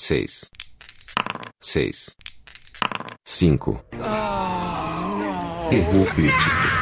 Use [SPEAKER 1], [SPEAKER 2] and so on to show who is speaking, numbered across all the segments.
[SPEAKER 1] 6, 6, 5. Erro crítico.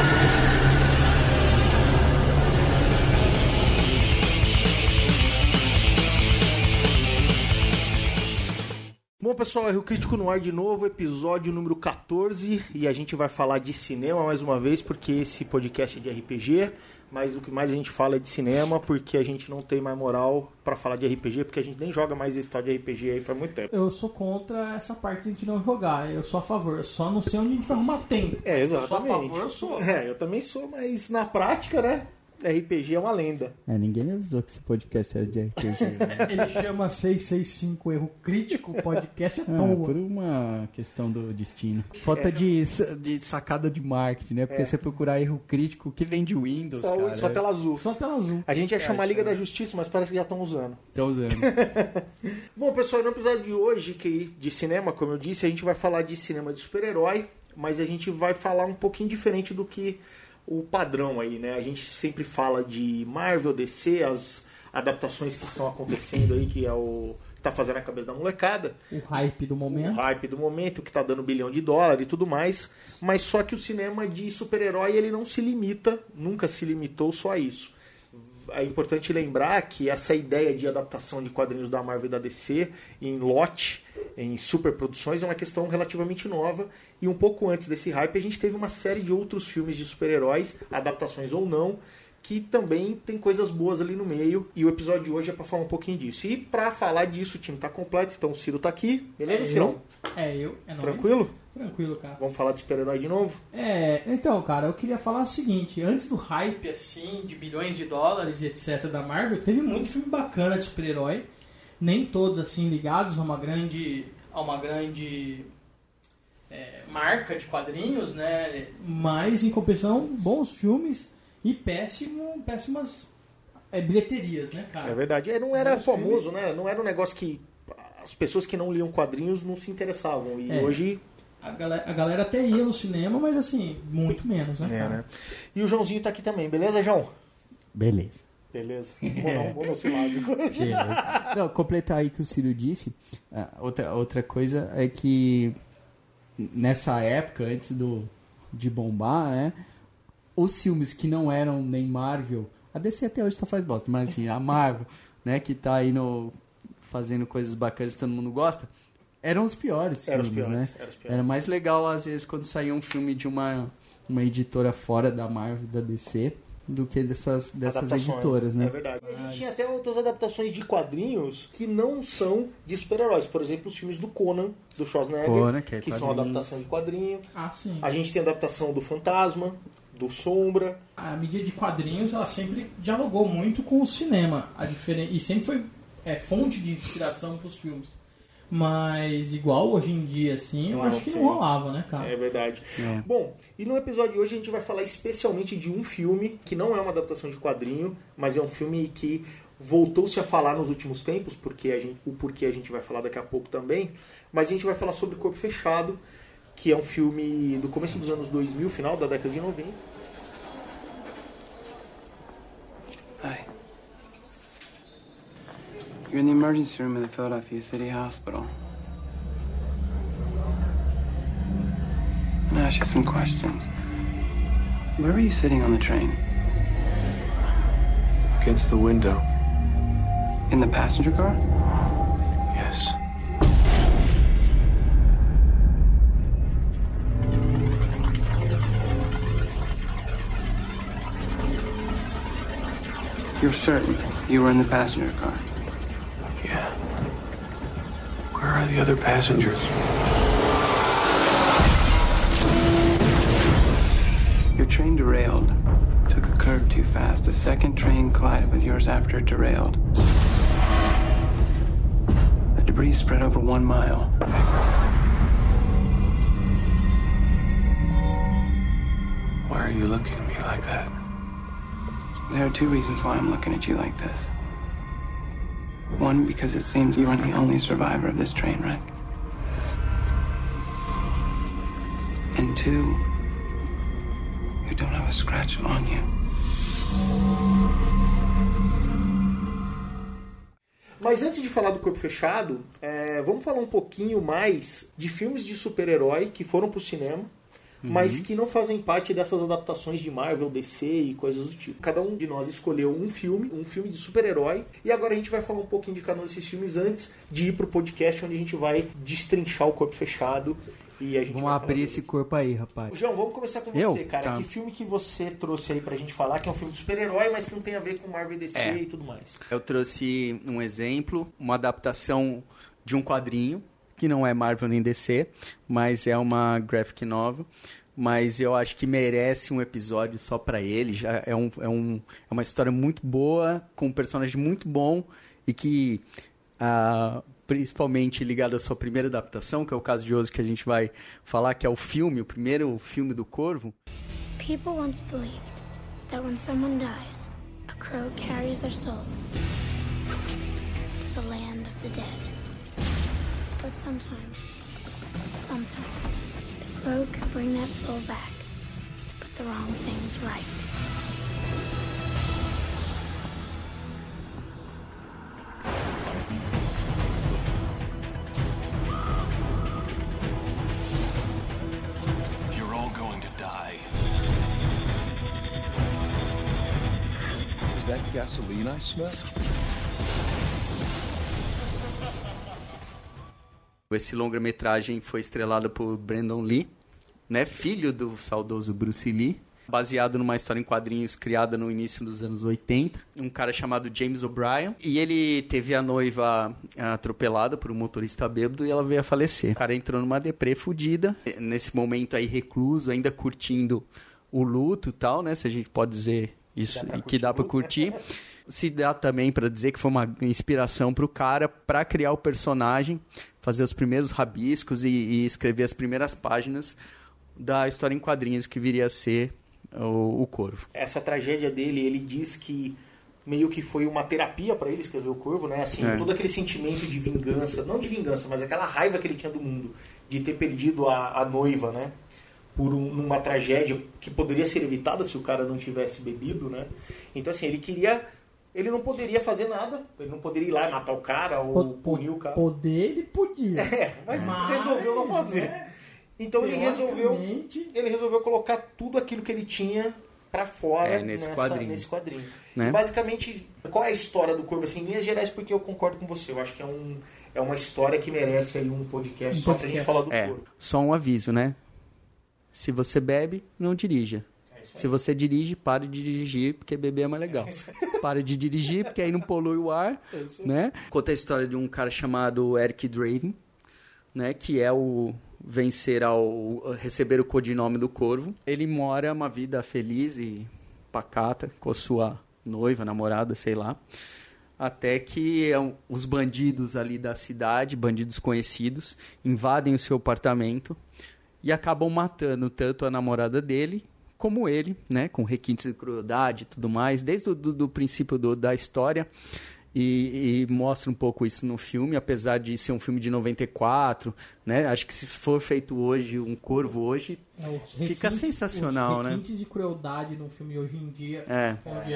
[SPEAKER 2] Bom, pessoal, Erro Crítico no ar de novo, episódio número 14, e a gente vai falar de cinema mais uma vez, porque esse podcast é de RPG, mas o que mais a gente fala é de cinema, porque a gente não tem mais moral pra falar de RPG, porque a gente nem joga mais esse tal de RPG aí faz muito tempo.
[SPEAKER 3] Eu sou contra essa parte de a gente não jogar, eu sou a favor, eu só não sei onde a gente vai arrumar tempo.
[SPEAKER 2] Exatamente.
[SPEAKER 3] Eu sou a favor, eu sou.
[SPEAKER 2] Eu também sou, mas na prática, né? RPG é uma lenda.
[SPEAKER 4] Ninguém me avisou que esse podcast era de RPG. Né?
[SPEAKER 3] Ele chama 665 Erro Crítico, o podcast é toa.
[SPEAKER 4] Por uma questão do destino. Falta de sacada de marketing, né? Porque você procurar erro crítico, o que vem de Windows, cara.
[SPEAKER 2] Só tela azul.
[SPEAKER 3] Só tela azul.
[SPEAKER 2] A gente ia chamar Liga da Justiça, mas parece que já estão usando.
[SPEAKER 4] Estão usando.
[SPEAKER 2] Bom, pessoal, no episódio de hoje, de cinema, como eu disse, a gente vai falar de cinema de super-herói, mas a gente vai falar um pouquinho diferente do que o padrão aí, né? A gente sempre fala de Marvel, DC, as adaptações que estão acontecendo aí, que é o que tá fazendo a cabeça da molecada.
[SPEAKER 3] O hype do momento.
[SPEAKER 2] O hype do momento, que tá dando $1 bilhão e tudo mais. Mas só que o cinema de super-herói, ele não se limita, nunca se limitou só a isso. É importante lembrar que essa ideia de adaptação de quadrinhos da Marvel e da DC em lote, em superproduções, é uma questão relativamente nova. E um pouco antes desse hype, a gente teve uma série de outros filmes de super-heróis, adaptações ou não, que também tem coisas boas ali no meio. E o episódio de hoje é para falar um pouquinho disso. E para falar disso, o time tá completo, então o Ciro tá aqui. Beleza, Cirão?
[SPEAKER 3] É nóis.
[SPEAKER 2] Tranquilo?
[SPEAKER 3] Tranquilo, cara.
[SPEAKER 2] Vamos falar de super-herói de novo?
[SPEAKER 3] Então, cara, eu queria falar o seguinte. Antes do hype, assim, de bilhões de dólares e etc. da Marvel, teve muito filme bacana de super-herói. Nem todos, assim, ligados a uma grande marca de quadrinhos, né? Mas, em compensação, bons filmes e péssimas bilheterias, né, cara?
[SPEAKER 2] É verdade. Não era famoso, né? Não era um negócio que as pessoas que não liam quadrinhos não se interessavam. E hoje...
[SPEAKER 3] A galera até ia no cinema, mas assim, muito menos, né, cara?
[SPEAKER 2] Né? E o Joãozinho tá aqui também, beleza, João?
[SPEAKER 4] Beleza.
[SPEAKER 2] Monossilábico.
[SPEAKER 4] Não, completar aí o que o Ciro disse, outra coisa é que nessa época, antes de bombar, né, os filmes que não eram nem Marvel, a DC até hoje só faz bosta, mas assim, a Marvel, né, que tá aí fazendo coisas bacanas que todo mundo gosta, eram os piores filmes, né? Era mais legal, às vezes, quando saía um filme de uma editora fora da Marvel, da DC, do que dessas editoras, né?
[SPEAKER 2] É verdade. A gente tinha até outras adaptações de quadrinhos que não são de super-heróis. Por exemplo, os filmes do Conan, do Schwarzenegger, que são adaptação de quadrinho.
[SPEAKER 3] Ah, sim.
[SPEAKER 2] A gente tem a adaptação do Fantasma, do Sombra.
[SPEAKER 3] A mídia de quadrinhos, ela sempre dialogou muito com o cinema. E sempre foi fonte de inspiração para os filmes. Mas igual hoje em dia, assim, eu acho que não rolava, né, cara?
[SPEAKER 2] É verdade. Bom, e no episódio de hoje a gente vai falar especialmente de um filme que não é uma adaptação de quadrinho, mas é um filme que voltou-se a falar nos últimos tempos, o porquê a gente vai falar daqui a pouco também, mas a gente vai falar sobre Corpo Fechado, que é um filme do começo dos anos 2000, final da década de 90.
[SPEAKER 5] Hi. You're in the emergency room of the Philadelphia City Hospital. I'm gonna ask you some questions. Where were you sitting on the train?
[SPEAKER 6] Against the window.
[SPEAKER 5] In the passenger car?
[SPEAKER 6] Yes.
[SPEAKER 5] You're certain you were in the passenger car?
[SPEAKER 6] Yeah. Where are the other passengers?
[SPEAKER 5] Your train derailed. Took a curve too fast. A second train collided with yours after it derailed. The debris spread over 1 mile.
[SPEAKER 6] Why are you looking at me like that?
[SPEAKER 5] There are 2 reasons why I'm looking at you like this. One, because it seems you are the only survivor of this train wreck. And 2, you don't have a scratch on you.
[SPEAKER 2] Mas antes de falar do Corpo Fechado, vamos falar um pouquinho mais de filmes de super-herói que foram pro cinema, mas que não fazem parte dessas adaptações de Marvel, DC e coisas do tipo. Cada um de nós escolheu um filme de super-herói, e agora a gente vai falar um pouquinho de cada um desses filmes antes de ir pro podcast, onde a gente vai destrinchar o Corpo Fechado. E a gente
[SPEAKER 4] vamos abrir esse corpo aí, rapaz.
[SPEAKER 2] João, vamos começar com você, cara. Tá. Que filme que você trouxe aí pra gente falar, que é um filme de super-herói, mas que não tem a ver com Marvel e DC e tudo mais?
[SPEAKER 4] Eu trouxe um exemplo, uma adaptação de um quadrinho, que não é Marvel nem DC, mas é uma graphic novel. Mas eu acho que merece um episódio só pra ele. Já é uma história muito boa, com um personagem muito bom e que... principalmente ligado à sua primeira adaptação, que é o caso de hoje que a gente vai falar, que é o primeiro filme do Corvo.
[SPEAKER 7] People once believed that when someone dies, a crow carries their soul to the land of the dead. But sometimes, just sometimes, the crow can bring that soul back to put the wrong things right.
[SPEAKER 6] Is that gasoline I smell?
[SPEAKER 4] Esse longa-metragem foi estrelado por Brandon Lee, né, filho do saudoso Bruce Lee, baseado numa história em quadrinhos criada no início dos anos 80. Um cara chamado James O'Brien. E ele teve a noiva atropelada por um motorista bêbado e ela veio a falecer. O cara entrou numa deprê fudida. Nesse momento aí recluso, ainda curtindo o luto e tal, né? Se a gente pode dizer isso, que dá pra curtir. Se dá também pra dizer que foi uma inspiração pro cara pra criar o personagem, fazer os primeiros rabiscos e escrever as primeiras páginas da história em quadrinhos que viria a ser o Corvo.
[SPEAKER 2] Essa tragédia dele, ele diz que meio que foi uma terapia pra ele escrever o Corvo, né? Assim, todo aquele sentimento de vingança, não de vingança, mas aquela raiva que ele tinha do mundo, de ter perdido a noiva, né? Por numa tragédia que poderia ser evitada se o cara não tivesse bebido, né? Então, assim, ele não poderia fazer nada, ele não poderia ir lá e matar o cara ou punir o cara.
[SPEAKER 3] Poder ele podia.
[SPEAKER 2] Mas resolveu não fazer. Né? Então ele resolveu colocar tudo aquilo que ele tinha pra fora nesse quadrinho. Né? E basicamente, qual é a história do Corvo? Assim, em linhas gerais, porque eu concordo com você. Eu acho que é uma história que merece aí um podcast só pra gente falar do Corvo.
[SPEAKER 4] Só um aviso, né? Se você bebe, não dirija. Se você dirige, pare de dirigir, porque beber é mais legal. Pare de dirigir, porque aí não polui o ar, né? Conta a história de um cara chamado Eric Draven, né? Que é o vencer ao receber o codinome do Corvo. Ele mora uma vida feliz e pacata com a sua noiva, namorada, sei lá. Até que os bandidos ali da cidade, bandidos conhecidos, invadem o seu apartamento e acabam matando tanto a namorada dele como ele, né, com requintes de crueldade e tudo mais, desde o princípio da história, e mostra um pouco isso no filme, apesar de ser um filme de 94, né, acho que se for feito hoje, um Corvo hoje, fica sensacional,
[SPEAKER 3] os
[SPEAKER 4] né?
[SPEAKER 3] requintes de crueldade num filme hoje em dia, onde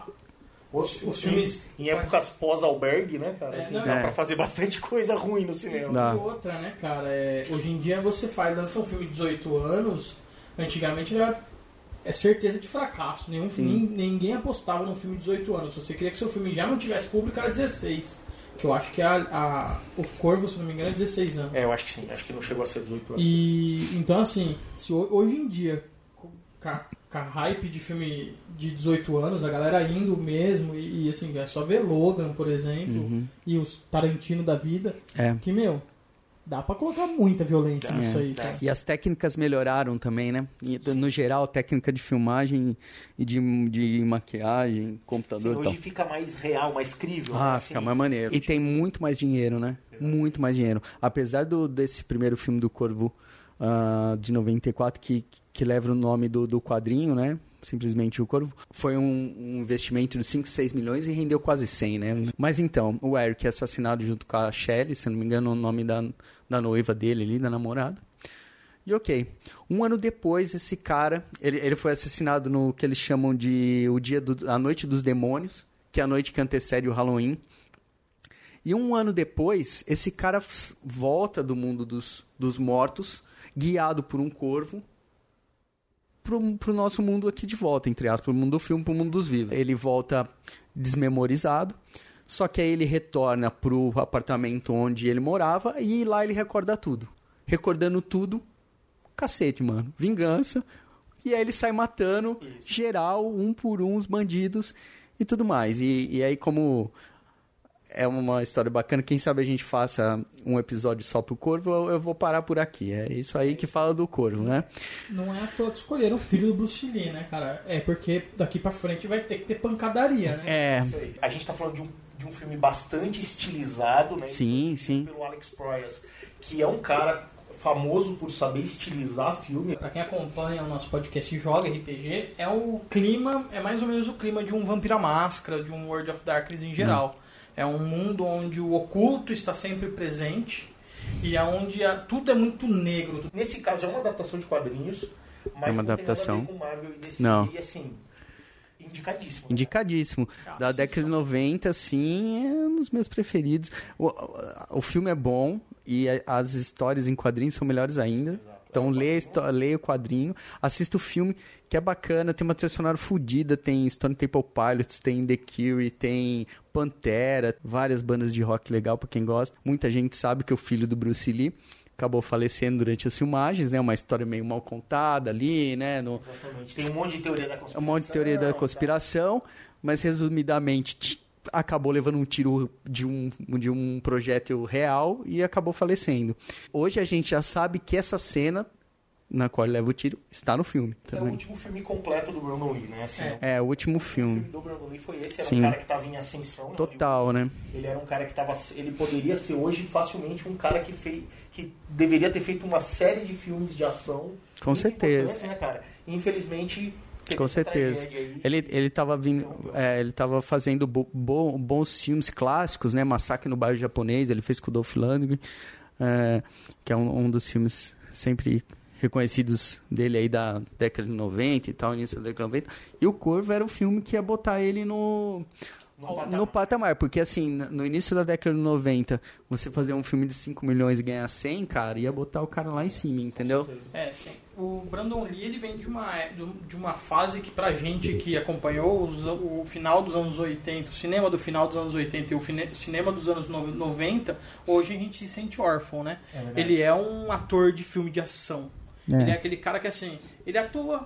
[SPEAKER 2] os filmes em épocas pós-albergue, né, cara? Dá pra fazer bastante coisa ruim no cinema.
[SPEAKER 3] E outra, né, cara? Hoje em dia você lança um filme de 18 anos, antigamente era certeza de fracasso. Ninguém apostava num filme de 18 anos. Se você queria que seu filme já não tivesse público, era 16. Que eu acho que o Corvo, se não me engano, é 16 anos.
[SPEAKER 2] Eu acho que sim. Acho que não chegou a ser 18 anos.
[SPEAKER 3] Então, assim, se hoje em dia, com a hype de filme de 18 anos, a galera indo mesmo, e assim, é só ver Logan, por exemplo, e os Tarantino da vida, que, dá pra colocar muita violência nisso aí, cara.
[SPEAKER 4] E as técnicas melhoraram também, né? E, no geral, técnica de filmagem e de maquiagem, computador.
[SPEAKER 2] Sim, hoje fica mais real, mais crível.
[SPEAKER 4] Fica mais maneiro. E tem muito mais dinheiro, né? Exatamente. Muito mais dinheiro. Apesar desse primeiro filme do Corvo de 94, que leva o nome do quadrinho, né? Simplesmente o Corvo, foi um investimento de 5, 6 milhões e rendeu quase 100, né? Mas então, o Eric é assassinado junto com a Shelley, se não me engano, o nome da noiva dele ali, da namorada. E ok, um ano depois, esse cara, ele foi assassinado no que eles chamam de a Noite dos Demônios, que é a noite que antecede o Halloween. E um ano depois, esse cara volta do mundo dos mortos, guiado por um corvo, pro nosso mundo aqui de volta, entre aspas, pro mundo do filme, pro mundo dos vivos. Ele volta desmemorizado, só que aí ele retorna pro apartamento onde ele morava e lá ele recorda tudo. Recordando tudo, cacete, mano. Vingança. E aí ele sai matando geral, um por um, os bandidos e tudo mais. E aí, como é uma história bacana, quem sabe a gente faça um episódio só pro Corvo, eu vou parar por aqui. É isso aí que fala do Corvo, né?
[SPEAKER 3] Não é à toa que escolheram o filho do Bruce Lee, né, cara? É porque daqui pra frente vai ter que ter pancadaria, né?
[SPEAKER 4] É.
[SPEAKER 2] Isso aí. A gente tá falando de um filme bastante estilizado, né?
[SPEAKER 4] Sim, sim.
[SPEAKER 2] Pelo Alex Proyas, que é um cara famoso por saber estilizar filme.
[SPEAKER 3] Pra quem acompanha o nosso podcast e joga RPG, é o clima, é mais ou menos o clima de um Vampira Máscara, de um World of Darkness em geral. É um mundo onde o oculto está sempre presente e onde tudo é muito negro.
[SPEAKER 2] Nesse caso é uma adaptação de quadrinhos, mas
[SPEAKER 4] É uma
[SPEAKER 2] não
[SPEAKER 4] adaptação.
[SPEAKER 2] tem nada a ver com Marvel e DC.
[SPEAKER 4] Não.
[SPEAKER 2] E assim, indicadíssimo. Né?
[SPEAKER 4] Indicadíssimo. Da década de 90, assim, é um dos meus preferidos. O filme é bom e as histórias em quadrinhos são melhores ainda.
[SPEAKER 2] Exato.
[SPEAKER 4] Então leia o quadrinho, assista o filme, que é bacana, tem uma trilha sonora fodida, tem Stone Temple Pilots, tem The Cure, tem Pantera, várias bandas de rock legal pra quem gosta. Muita gente sabe que o filho do Bruce Lee acabou falecendo durante as filmagens, né? Uma história meio mal contada ali, né?
[SPEAKER 2] Exatamente. Tem um monte de teoria da conspiração.
[SPEAKER 4] Um monte de teoria da conspiração, mas resumidamente acabou levando um tiro de um projétil real e acabou falecendo. Hoje a gente já sabe que essa cena na qual ele leva o tiro está no filme.
[SPEAKER 2] É o último filme completo do Brandon Lee, né? Assim,
[SPEAKER 4] o último
[SPEAKER 2] O
[SPEAKER 4] filme.
[SPEAKER 2] filme do Brandon Lee foi esse, era
[SPEAKER 4] Sim.
[SPEAKER 2] um cara que estava em ascensão.
[SPEAKER 4] Total, né?
[SPEAKER 2] Ele era um cara que ele poderia ser hoje facilmente um cara que deveria ter feito uma série de filmes de ação.
[SPEAKER 4] Com certeza.
[SPEAKER 2] importantes, né, cara? Infelizmente, teve
[SPEAKER 4] Com
[SPEAKER 2] essa
[SPEAKER 4] certeza.
[SPEAKER 2] tragédia aí.
[SPEAKER 4] Ele tava fazendo bons filmes clássicos, né? Massacre no Bairro Japonês, ele fez com o Dolph Lundgren, que é um dos filmes sempre reconhecidos dele aí da década de 90 e tal, início da década de 90. E o Corvo era o filme que ia botar ele no patamar. Porque assim, no início da década de 90, você fazer um filme de 5 milhões e ganhar 100, cara, ia botar o cara lá em cima, entendeu?
[SPEAKER 3] Sim. O Brandon Lee, ele vem de uma fase que pra gente que acompanhou o final dos anos 80, o cinema do final dos anos 80 e o cinema dos anos 90, hoje a gente se sente órfão, né? Ele é um ator de filme de ação. Ele é aquele cara que, assim, ele atua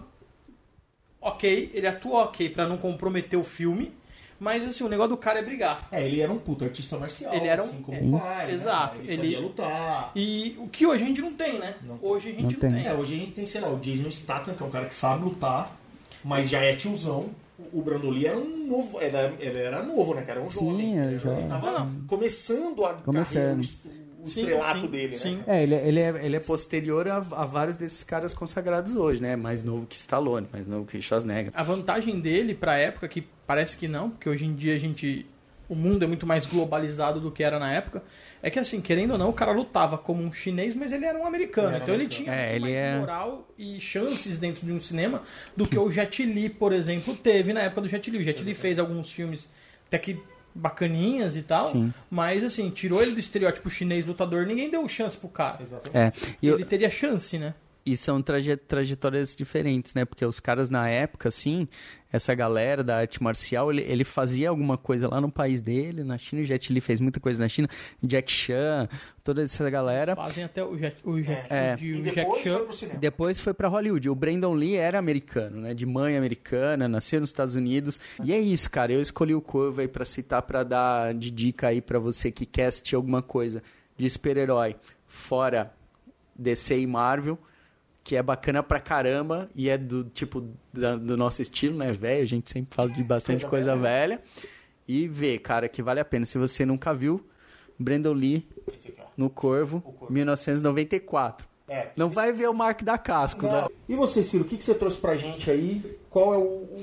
[SPEAKER 3] ok pra não comprometer o filme, mas, assim, o negócio do cara é brigar.
[SPEAKER 2] Ele era um puto artista marcial.
[SPEAKER 3] Ele era
[SPEAKER 2] assim como o pai,
[SPEAKER 3] exato.
[SPEAKER 2] Né? Ele sabia lutar.
[SPEAKER 3] E o que hoje a gente não tem, né? Hoje a gente não tem.
[SPEAKER 2] Hoje a gente tem, sei lá, o Jason Statham, que é um cara que sabe lutar, mas já é tiozão. O Brandon Lee era um novo, ele era novo, né, cara? Era um jovem.
[SPEAKER 4] Sim, ele
[SPEAKER 2] tava começando a carreira, o estrelato dele,
[SPEAKER 3] sim.
[SPEAKER 2] né?
[SPEAKER 4] Ele é posterior a vários desses caras consagrados hoje, né? Mais novo que Stallone, mais novo que Schwarzenegger.
[SPEAKER 3] A vantagem dele pra época, que parece que não, porque hoje em dia o mundo é muito mais globalizado do que era na época, é que, assim, querendo ou não, o cara lutava como um chinês, mas ele era um americano. Então ele tinha muito mais moral e chances dentro de um cinema do que o Jet Li, por exemplo, teve na época do Jet Li. O Jet Li fez alguns filmes até que bacaninhas e tal, mas, assim, tirou ele do estereótipo chinês lutador, ninguém deu chance pro cara.
[SPEAKER 2] Exatamente.
[SPEAKER 3] Ele teria chance, né?
[SPEAKER 4] E são trajetórias diferentes, né? Porque os caras na época, assim, essa galera da arte marcial, ele fazia alguma coisa lá no país dele, na China. O Jet Li fez muita coisa na China. Jack Chan, toda essa galera.
[SPEAKER 3] Fazem até o Jack
[SPEAKER 2] depois
[SPEAKER 3] Chan.
[SPEAKER 2] foi pro cinema.
[SPEAKER 4] Depois foi pra Hollywood. O Brandon Lee era americano, né? De mãe americana, nasceu nos Estados Unidos. E é isso, cara. Eu escolhi o Corvo aí pra citar, pra dar de dica aí pra você que quer assistir alguma coisa de super-herói fora DC e Marvel, que é bacana pra caramba e é do tipo do nosso estilo, né, velho? A gente sempre fala de bastante coisa velha. E vê, cara, que vale a pena. Se você nunca viu, Brandon Lee no Corvo, 1994. Não vai ver o Mark da Casco. Né?
[SPEAKER 2] E você, Ciro, o que você trouxe pra gente aí? Qual é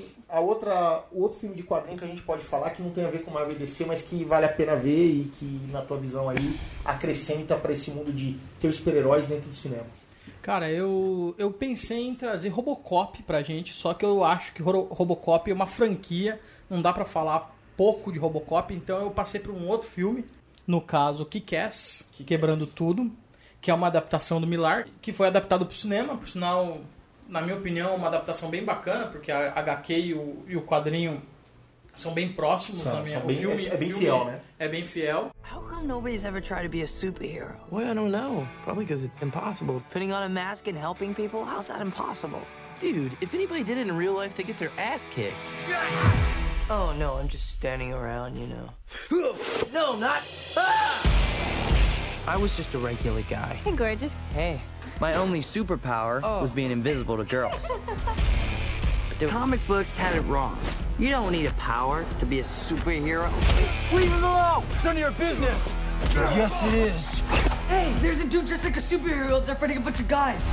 [SPEAKER 2] o outro filme de quadrinho que a gente pode falar que não tem a ver com Marvel e DC, mas que vale a pena ver e que, na tua visão aí, acrescenta pra esse mundo de ter super-heróis dentro do cinema?
[SPEAKER 3] Cara, eu pensei em trazer Robocop pra gente, só que eu acho que Robocop é uma franquia, não dá pra falar pouco de Robocop, então eu passei por um outro filme, No caso, Kick-Ass, Quebrando Tudo, que é uma adaptação do Millar, que foi adaptado para o cinema, por sinal, na minha opinião, uma adaptação bem bacana, porque a HQ e o quadrinho são bem próximos. O filme é bem fiel, né? É bem fiel.
[SPEAKER 8] How come nobody's ever tried to be a superhero? Well, I don't know. Probably because it's impossible. Putting on a mask and helping people? How's that impossible? Dude, if anybody did it in real life, they get their ass kicked. Oh, no, I'm just standing around, you know. No, not... Ah! I was just a regular guy.
[SPEAKER 7] Hey, gorgeous.
[SPEAKER 8] Hey, my only superpower was being invisible to girls. But the comic books had it wrong. You don't need a power to be a superhero. Leave him alone! It's none of your business! Yes, it is. Hey, there's a dude dressed like a superhero out there fighting a bunch of guys.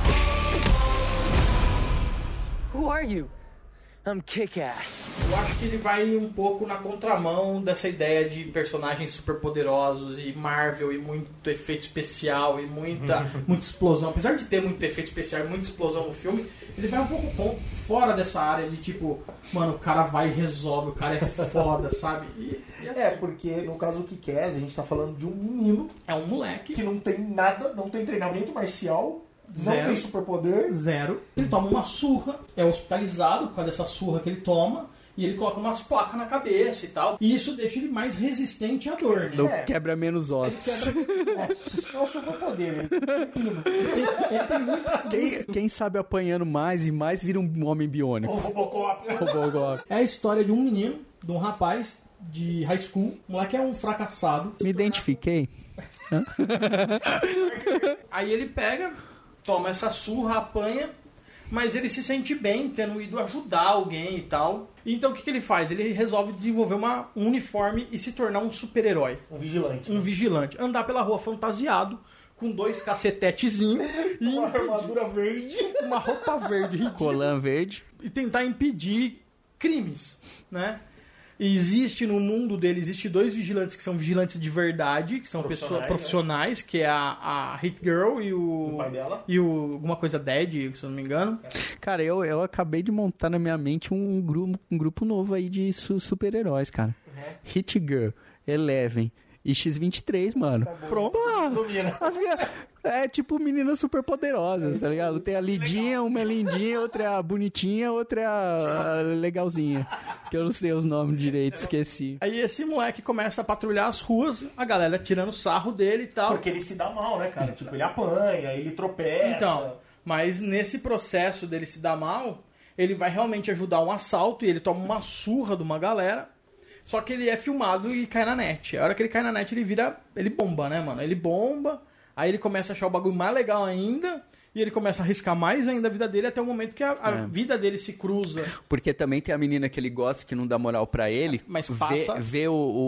[SPEAKER 8] Who are you? I'm Kick-Ass.
[SPEAKER 3] Eu acho que ele vai um pouco na contramão dessa ideia de personagens superpoderosos e Marvel e muito efeito especial e muita explosão. Apesar de ter muito efeito especial e muita explosão no filme, ele vai um pouco fora dessa área de tipo, mano, o cara vai e resolve, o cara é foda, sabe? E assim,
[SPEAKER 2] porque no caso do Kick-Ass, a gente tá falando de um menino.
[SPEAKER 3] É um moleque.
[SPEAKER 2] Que não tem nada, não tem treinamento marcial.
[SPEAKER 3] Zero.
[SPEAKER 2] Não tem superpoder.
[SPEAKER 3] Zero. Ele toma uma surra, é hospitalizado por causa dessa surra que ele toma, e ele coloca umas placas na cabeça e tal. E isso deixa ele mais resistente à dor, né?
[SPEAKER 4] Quebra menos ossos.
[SPEAKER 2] É o superpoder, ele tem muito.
[SPEAKER 4] Quem sabe apanhando mais e mais vira um homem biônico.
[SPEAKER 2] O Robocop.
[SPEAKER 3] É a história de um menino, de um rapaz de high school. O moleque é um fracassado.
[SPEAKER 4] Me identifiquei.
[SPEAKER 3] Aí ele pega, toma essa surra, apanha, mas ele se sente bem tendo ido ajudar alguém e tal. Então o que ele faz? Ele resolve desenvolver um uniforme e se tornar um super-herói. Um vigilante. Andar pela rua fantasiado, com 2 cacetetezinhos e
[SPEAKER 2] uma armadura verde,
[SPEAKER 3] uma roupa verde,
[SPEAKER 4] colã verde,
[SPEAKER 3] e tentar impedir crimes, né? E existe no mundo dele, existe 2 vigilantes que são vigilantes de verdade, que são pessoas profissionais, que é a Hit Girl e o
[SPEAKER 2] pai dela.
[SPEAKER 3] E o alguma coisa Dead, se eu não me engano.
[SPEAKER 4] Cara, eu acabei de montar na minha mente um grupo novo aí de super-heróis, cara. Hit Girl, Eleven e X-23, mano.
[SPEAKER 3] Pronto.
[SPEAKER 4] É tipo meninas super poderosas, tá ligado? Tem a Lidinha, uma é lindinha, outra é a bonitinha, outra é a legalzinha. Que eu não sei os nomes direito, esqueci.
[SPEAKER 3] Aí esse moleque começa a patrulhar as ruas, a galera tirando sarro dele e tal.
[SPEAKER 2] Porque ele se dá mal, né, cara? Tipo, ele apanha, ele tropeça.
[SPEAKER 3] Então, mas nesse processo dele se dar mal, ele vai realmente ajudar um assalto e ele toma uma surra de uma galera. Só que ele é filmado e cai na net. A hora que ele cai na net, ele bomba, né, mano? Ele bomba, aí ele começa a achar o bagulho mais legal ainda, e ele começa a arriscar mais ainda a vida dele até o momento que a vida dele se cruza.
[SPEAKER 4] Porque também tem a menina que ele gosta, que não dá moral pra ele,
[SPEAKER 3] mas vê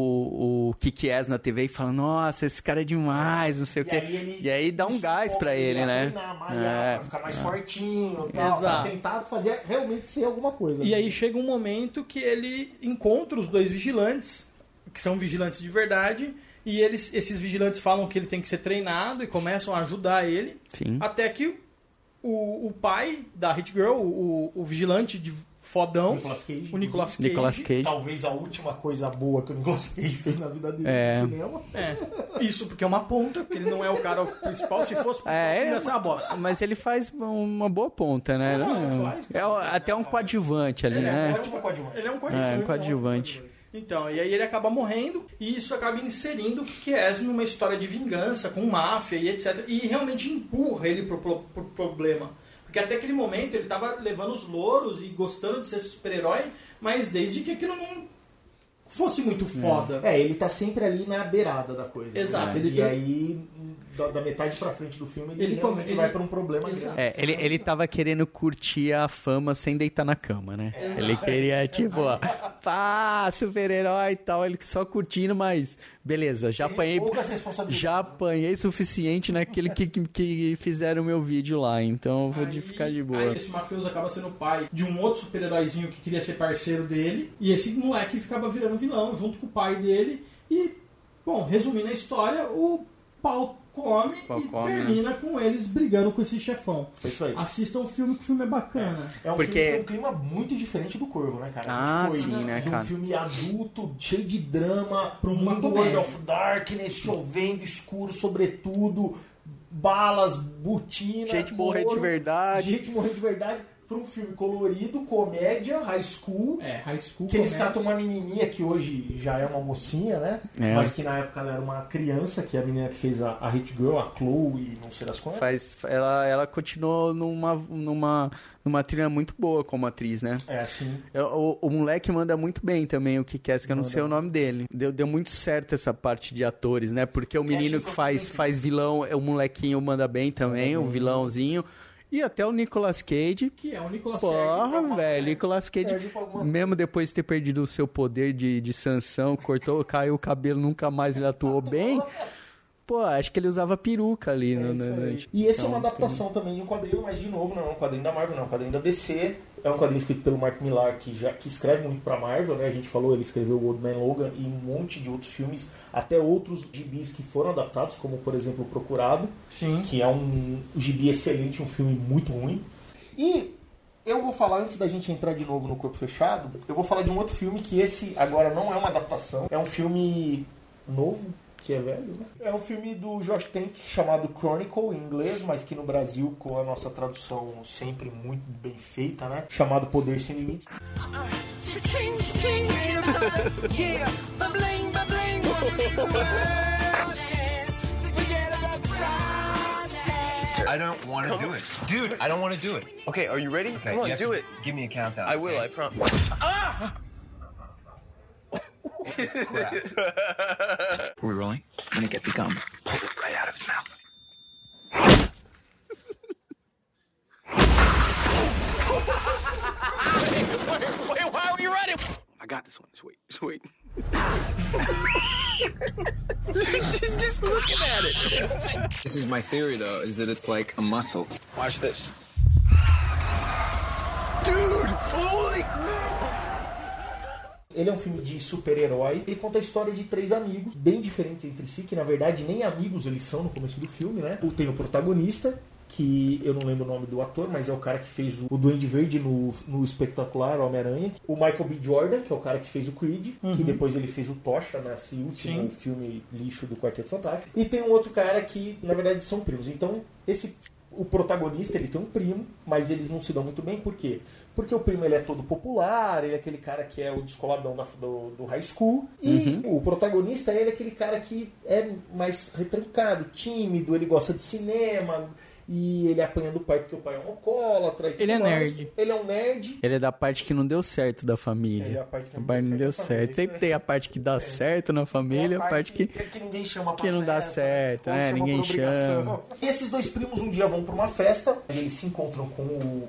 [SPEAKER 4] o Kick-Ass na TV e fala, nossa, esse cara é demais, não sei o quê. E aí dá um gás pra ele, né?
[SPEAKER 2] Pra ficar mais fortinho e tal. Pra tentar fazer realmente ser alguma coisa.
[SPEAKER 3] E aí chega um momento que ele encontra os 2 vigilantes, que são vigilantes de verdade, e esses vigilantes falam que ele tem que ser treinado e começam a ajudar ele.
[SPEAKER 4] Sim.
[SPEAKER 3] Até que o pai da Hit Girl, o vigilante de fodão, o Nicolas Cage.
[SPEAKER 2] Talvez a última coisa boa que o Nicolas Cage fez na vida dele no cinema.
[SPEAKER 3] Isso porque é uma ponta, porque ele não é o cara principal. Se fosse ia ser uma bosta.
[SPEAKER 4] Mas ele faz uma boa ponta, né? Até um coadjuvante ali, né?
[SPEAKER 3] Ele é um coadjuvante. Então, e aí ele acaba morrendo, e isso acaba inserindo o Kick-Ass numa história de vingança com máfia e etc. E realmente empurra ele pro problema. Porque até aquele momento ele tava levando os louros e gostando de ser super-herói, mas desde que aquilo não fosse muito foda.
[SPEAKER 2] Ele tá sempre ali na beirada da coisa.
[SPEAKER 3] Exato.
[SPEAKER 2] Né? Aí, da metade pra frente do filme, ele vai pra um problema grande.
[SPEAKER 4] Ele tava querendo curtir a fama sem deitar na cama, né? Ele queria, tipo, super-herói e tal, ele só curtindo, mas beleza, já apanhei suficiente naquele que fizeram o meu vídeo lá, então eu vou ficar de boa.
[SPEAKER 3] Aí esse mafioso acaba sendo pai de um outro super-heróizinho que queria ser parceiro dele, e esse moleque ficava virando vilão junto com o pai dele, e, bom, resumindo a história, o pau come e termina com eles brigando com esse chefão.
[SPEAKER 2] É isso aí.
[SPEAKER 3] Assistam o filme, que o filme é bacana.
[SPEAKER 2] É um filme que tem um clima muito diferente do Corvo, né, cara?
[SPEAKER 4] Ah,
[SPEAKER 2] foi
[SPEAKER 4] sim, né,
[SPEAKER 2] de um
[SPEAKER 4] cara?
[SPEAKER 2] filme adulto, cheio de drama,
[SPEAKER 3] Pra uma
[SPEAKER 2] mundo
[SPEAKER 3] comédia.
[SPEAKER 2] World of Darkness, chovendo, escuro, sobretudo, balas, botina,
[SPEAKER 4] Gente morrendo de verdade.
[SPEAKER 2] Gente morrendo de verdade. Pra um filme colorido, comédia, high school.
[SPEAKER 3] High school.
[SPEAKER 2] Que eles
[SPEAKER 3] comédia.
[SPEAKER 2] catam uma menininha que hoje já é uma mocinha, né?
[SPEAKER 4] É.
[SPEAKER 2] Mas que na época ela era uma criança, que é a menina que fez a Hit Girl, a Chloe, não sei das quantas.
[SPEAKER 4] Ela continuou numa trilha muito boa como atriz, né?
[SPEAKER 2] É, assim.
[SPEAKER 4] O moleque manda muito bem também, o Kick-Ass, que eu não sei o nome dele. Deu muito certo essa parte de atores, né? Porque o menino que faz vilão, o molequinho manda bem também, o vilãozinho. E até o Nicolas Cage.
[SPEAKER 3] Que é o Nicolas
[SPEAKER 4] Porra, velho, Nicolas Cage, mesmo depois de ter perdido o seu poder de sanção, caiu o cabelo, nunca mais ele atuou bem. Pô, acho que ele usava peruca ali.
[SPEAKER 2] E esse é uma adaptação também de um quadrinho, mas de novo, não é um quadrinho da Marvel, não é um quadrinho da DC. É um quadrinho escrito pelo Mark Millar, que escreve muito pra Marvel, né? A gente falou, ele escreveu o Old Man Logan e um monte de outros filmes, até outros gibis que foram adaptados, como por exemplo o Procurado,
[SPEAKER 3] Sim.
[SPEAKER 2] que é um gibi excelente, um filme muito ruim. E eu vou falar, antes da gente entrar de novo no Corpo Fechado, eu vou falar de um outro filme que esse agora não é uma adaptação, é um filme novo, que é velho, né? É um filme do Josh Trank chamado Chronicle, em inglês, mas que no Brasil, com a nossa tradução sempre muito bem feita, né? Chamado Poder Sem Limites.
[SPEAKER 6] I don't want to do it. Dude, I don't want to do it.
[SPEAKER 8] Okay, are you ready?
[SPEAKER 6] Okay,
[SPEAKER 8] Come on,
[SPEAKER 6] you have
[SPEAKER 8] do
[SPEAKER 6] to
[SPEAKER 8] it.
[SPEAKER 6] Give me a countdown.
[SPEAKER 8] I will,
[SPEAKER 6] okay?
[SPEAKER 8] I promise.
[SPEAKER 6] Crap. Are we rolling? I'm gonna get the gum. Pull it right out of his mouth.
[SPEAKER 8] Wait, why are you running?
[SPEAKER 6] I got this one. Sweet.
[SPEAKER 8] She's just looking at it.
[SPEAKER 6] This is my theory, though, is that it's like a muscle.
[SPEAKER 8] Watch this. Dude, holy...
[SPEAKER 2] Ele é um filme de super-herói e conta a história de 3 amigos, bem diferentes entre si, que na verdade nem amigos eles são no começo do filme, né? Tem o protagonista, que eu não lembro o nome do ator, mas é o cara que fez o Duende Verde no espetacular Homem-Aranha. O Michael B. Jordan, que é o cara que fez o Creed, que depois ele fez o Tocha nesse último filme lixo do Quarteto Fantástico. E tem um outro cara que, na verdade, são primos. Então, o protagonista, ele tem um primo, mas eles não se dão muito bem. Por quê? Porque o primo, ele é todo popular, ele é aquele cara que é o descoladão do high school. E o protagonista, ele é aquele cara que é mais retrancado, tímido, ele gosta de cinema... E ele apanha do pai porque o pai é um alcoólatra. E
[SPEAKER 4] Ele é
[SPEAKER 2] mais.
[SPEAKER 4] nerd.
[SPEAKER 2] Ele é um nerd.
[SPEAKER 4] Ele é da parte que não deu certo da família.
[SPEAKER 2] Ele é a parte que
[SPEAKER 4] a parte não deu certo. Sempre tem a parte que dá certo na família, a parte que
[SPEAKER 2] ninguém chama pra
[SPEAKER 4] que não dá certo,
[SPEAKER 2] ou chama
[SPEAKER 4] ninguém
[SPEAKER 2] por obrigação.
[SPEAKER 4] chama.
[SPEAKER 2] E esses 2 primos um dia vão pra uma festa. Eles se encontram com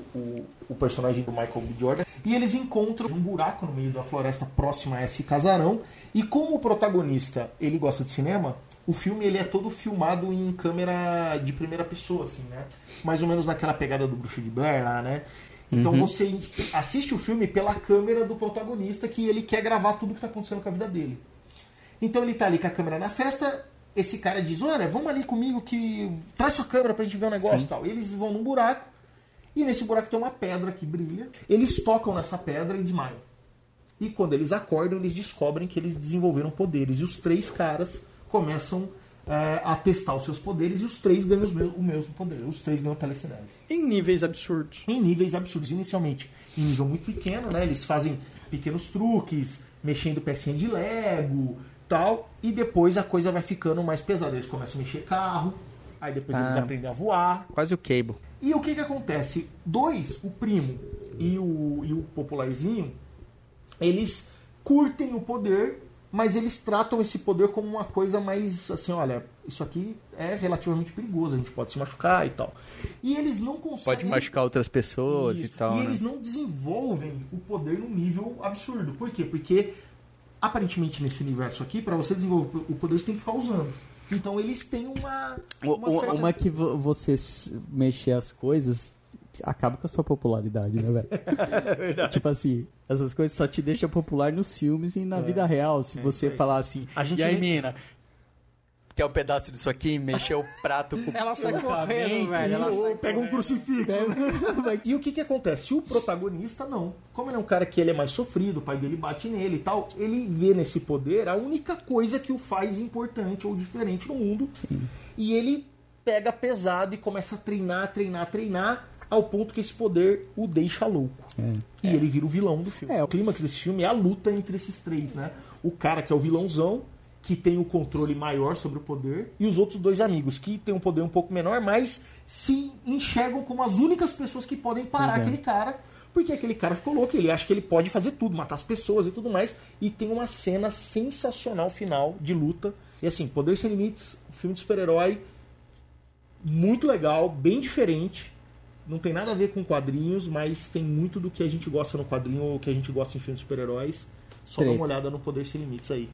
[SPEAKER 2] o personagem do Michael B. Jordan. E eles encontram um buraco no meio da floresta próxima a esse casarão. E como o protagonista, ele gosta de cinema... O filme ele é todo filmado em câmera de primeira pessoa, assim, né? Mais ou menos naquela pegada do Bruxa de Blair lá, né? Então você assiste o filme pela câmera do protagonista, que ele quer gravar tudo que está acontecendo com a vida dele. Então ele tá ali com a câmera na festa, esse cara diz, olha, vamos ali comigo que... Traz sua câmera pra gente ver o negócio e tal. Eles vão num buraco, e nesse buraco tem uma pedra que brilha. Eles tocam nessa pedra e desmaiam. E quando eles acordam, eles descobrem que eles desenvolveram poderes. E os 3 caras... começam a testar os seus poderes e os 3 ganham o mesmo poder. Os 3 ganham telecinese.
[SPEAKER 3] Em níveis absurdos.
[SPEAKER 2] Em níveis absurdos. Inicialmente, em nível muito pequeno, né? Eles fazem pequenos truques, mexendo pecinha de Lego, tal. E depois a coisa vai ficando mais pesada. Eles começam a mexer carro, aí depois eles aprendem a voar.
[SPEAKER 4] Quase o Cable.
[SPEAKER 2] E o que acontece? 2, o primo e o popularzinho, eles curtem o poder... Mas eles tratam esse poder como uma coisa mais assim, olha, isso aqui é relativamente perigoso, a gente pode se machucar e tal. E eles não conseguem...
[SPEAKER 4] Pode machucar outras pessoas e tal.
[SPEAKER 2] E
[SPEAKER 4] né?
[SPEAKER 2] eles não desenvolvem o poder num nível absurdo. Por quê? Porque, aparentemente, nesse universo aqui, para você desenvolver o poder, você tem que ficar usando. Então eles têm uma certa...
[SPEAKER 4] Uma que você mexer as coisas... acaba com a sua popularidade, né, velho?
[SPEAKER 2] É verdade.
[SPEAKER 4] Tipo assim, essas coisas só te deixam popular nos filmes e na vida real. Se você falar assim, e aí, mina, quer um pedaço disso aqui? Mexeu o prato com
[SPEAKER 9] Ela sai correndo, velho. Ela sai
[SPEAKER 2] Pega um crucifixo. E o que acontece? O protagonista não. Como ele é um cara que ele é mais sofrido, o pai dele bate nele e tal, ele vê nesse poder a única coisa que o faz importante ou diferente no mundo. Sim. E ele pega pesado e começa a treinar, ao ponto que esse poder o deixa louco. E ele vira o vilão do filme. O clímax desse filme é a luta entre esses três, né? O cara que é o vilãozão, que tem o controle maior sobre o poder, e os outros dois amigos, que tem um poder um pouco menor, mas se enxergam como as únicas pessoas que podem parar aquele cara, porque aquele cara ficou louco, ele acha que ele pode fazer tudo, matar as pessoas e tudo mais, e tem uma cena sensacional final de luta. E assim, Poder Sem Limites, um filme de super-herói muito legal, bem diferente, não tem nada a ver com quadrinhos, mas tem muito do que a gente gosta no quadrinho ou que a gente gosta em filmes de super-heróis. Só dá uma olhada no Poder Sem Limites aí.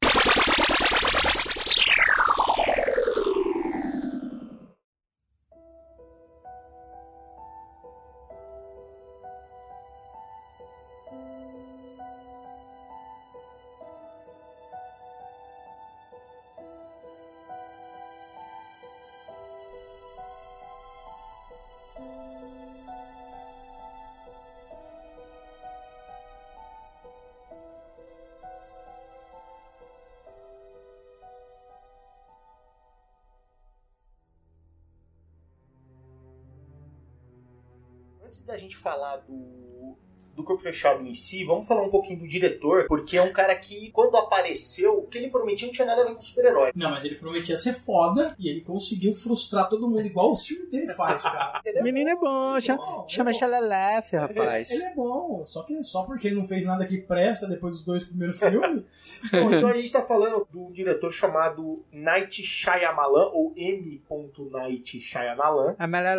[SPEAKER 2] Antes da gente falar do Corpo Fechado em si, vamos falar um pouquinho do diretor, porque é um cara que, quando apareceu, o que ele prometia não tinha nada a ver com super-herói.
[SPEAKER 3] Não, mas ele prometia ser foda e ele conseguiu frustrar todo mundo, igual o filme dele faz, cara.
[SPEAKER 4] O menino é bom, chama Xalelefe, rapaz.
[SPEAKER 3] Ele é bom, só que só porque ele não fez nada que presta depois dos 2 primeiros filmes.
[SPEAKER 2] Bom, então a gente tá falando do diretor chamado Night Shyamalan, ou M. Night Shyamalan.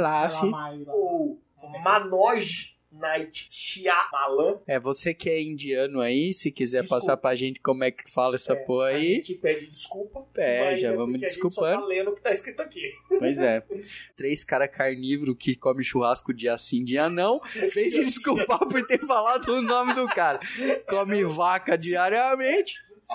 [SPEAKER 2] Ou Manoj Night Shyamalan.
[SPEAKER 4] Você que é indiano aí, se quiser passar pra gente como é que fala essa porra aí.
[SPEAKER 2] A gente pede desculpa.
[SPEAKER 4] Já vamos desculpando.
[SPEAKER 2] A gente só tá lendo o que tá escrito aqui.
[SPEAKER 4] Pois é. 3 caras carnívoros que comem churrasco dia sim, dia não. Fez se desculpar por ter falado o nome do cara. Come vaca diariamente.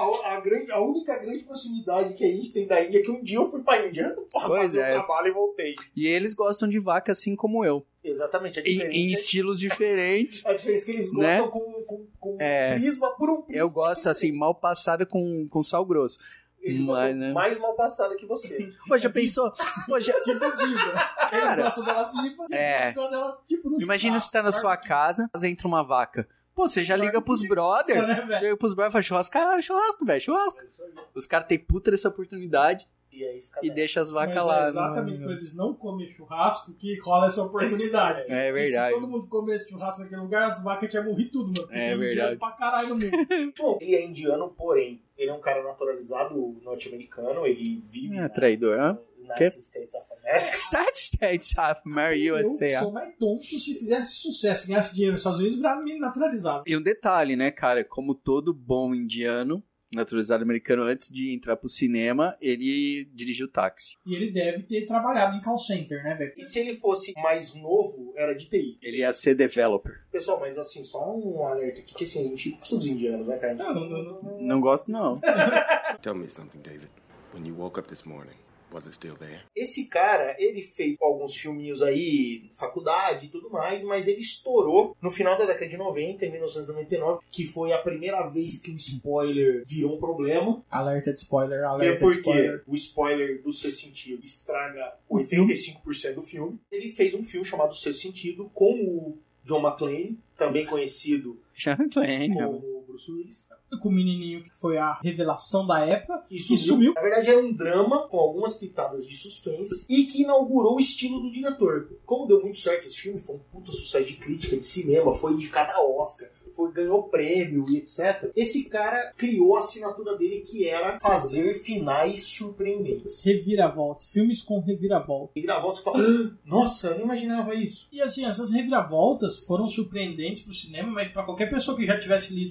[SPEAKER 2] A única grande proximidade que a gente tem da Índia é que um dia eu fui pra Índia pra fazer o trabalho e voltei.
[SPEAKER 4] E eles gostam de vaca assim como eu.
[SPEAKER 2] Exatamente. A diferença
[SPEAKER 4] em estilos diferentes.
[SPEAKER 2] A diferença é que eles gostam, né? com prisma por um prisma.
[SPEAKER 4] Eu gosto assim, mal passada com sal grosso.
[SPEAKER 2] Eles gostam mais mal passada que você.
[SPEAKER 4] Pô, já pensou? Pô, já...
[SPEAKER 3] Tipo viva. Eles gostam dela viva.
[SPEAKER 4] Dela, tipo, imagina se tá na sua casa, entra uma vaca. Pô, você já liga pros brother. Liga pros brother e fala churrasco, velho, churrasco. Os caras têm puta dessa oportunidade e deixa as vacas lá.
[SPEAKER 3] É exatamente por eles não comerem churrasco que rola essa oportunidade.
[SPEAKER 4] É verdade.
[SPEAKER 3] Se todo mundo comesse churrasco naquele lugar, as vacas tinham morrido tudo, mano.
[SPEAKER 4] É verdade.
[SPEAKER 3] Pra caralho no mundo.
[SPEAKER 2] Bom, ele é indiano, porém, ele é um cara naturalizado norte-americano, ele vive
[SPEAKER 4] traidor,
[SPEAKER 2] United States of America.
[SPEAKER 4] States of America, USA.
[SPEAKER 3] Eu sou mais tonto se fizesse sucesso, ganhasse dinheiro nos Estados Unidos, virar menino naturalizado.
[SPEAKER 4] E um detalhe, né, cara? Como todo bom indiano, naturalizado americano, antes de entrar pro cinema, ele dirigiu Táxi.
[SPEAKER 3] E ele deve ter trabalhado em call center, né, velho?
[SPEAKER 2] E se ele fosse mais novo, era de TI.
[SPEAKER 4] Ele ia ser developer.
[SPEAKER 2] Pessoal, mas assim, só um alerta aqui, que assim, a gente gosta dos indianos, né, cara?
[SPEAKER 4] Não gosto, não.
[SPEAKER 1] Tell me something, David. When you woke up this morning, was it still there?
[SPEAKER 2] Esse cara, ele fez alguns filminhos aí, faculdade e tudo mais, mas ele estourou no final da década de 90, em 1999, que foi a primeira vez que o spoiler virou um problema.
[SPEAKER 3] Alerta de spoiler, alerta
[SPEAKER 2] de spoiler.
[SPEAKER 3] Porque
[SPEAKER 2] o spoiler do Sexto Sentido estraga 85% do filme. Ele fez um filme chamado Sexto Sentido com o John McClane, também conhecido como Bruce Willis.
[SPEAKER 3] Com o menininho que foi a revelação da época
[SPEAKER 2] e sumiu. Na verdade era um drama com algumas pitadas de suspense e que inaugurou o estilo do diretor. Como deu muito certo esse filme, foi um puta sucesso de crítica, de cinema, foi indicado a Oscar, ganhou prêmio e etc. Esse cara criou a assinatura dele, que era fazer finais surpreendentes.
[SPEAKER 3] Reviravoltas, filmes com reviravoltas.
[SPEAKER 2] Reviravoltas que fala, nossa, eu não imaginava isso.
[SPEAKER 3] E assim, essas reviravoltas foram surpreendentes pro cinema, mas pra qualquer pessoa que já tivesse lido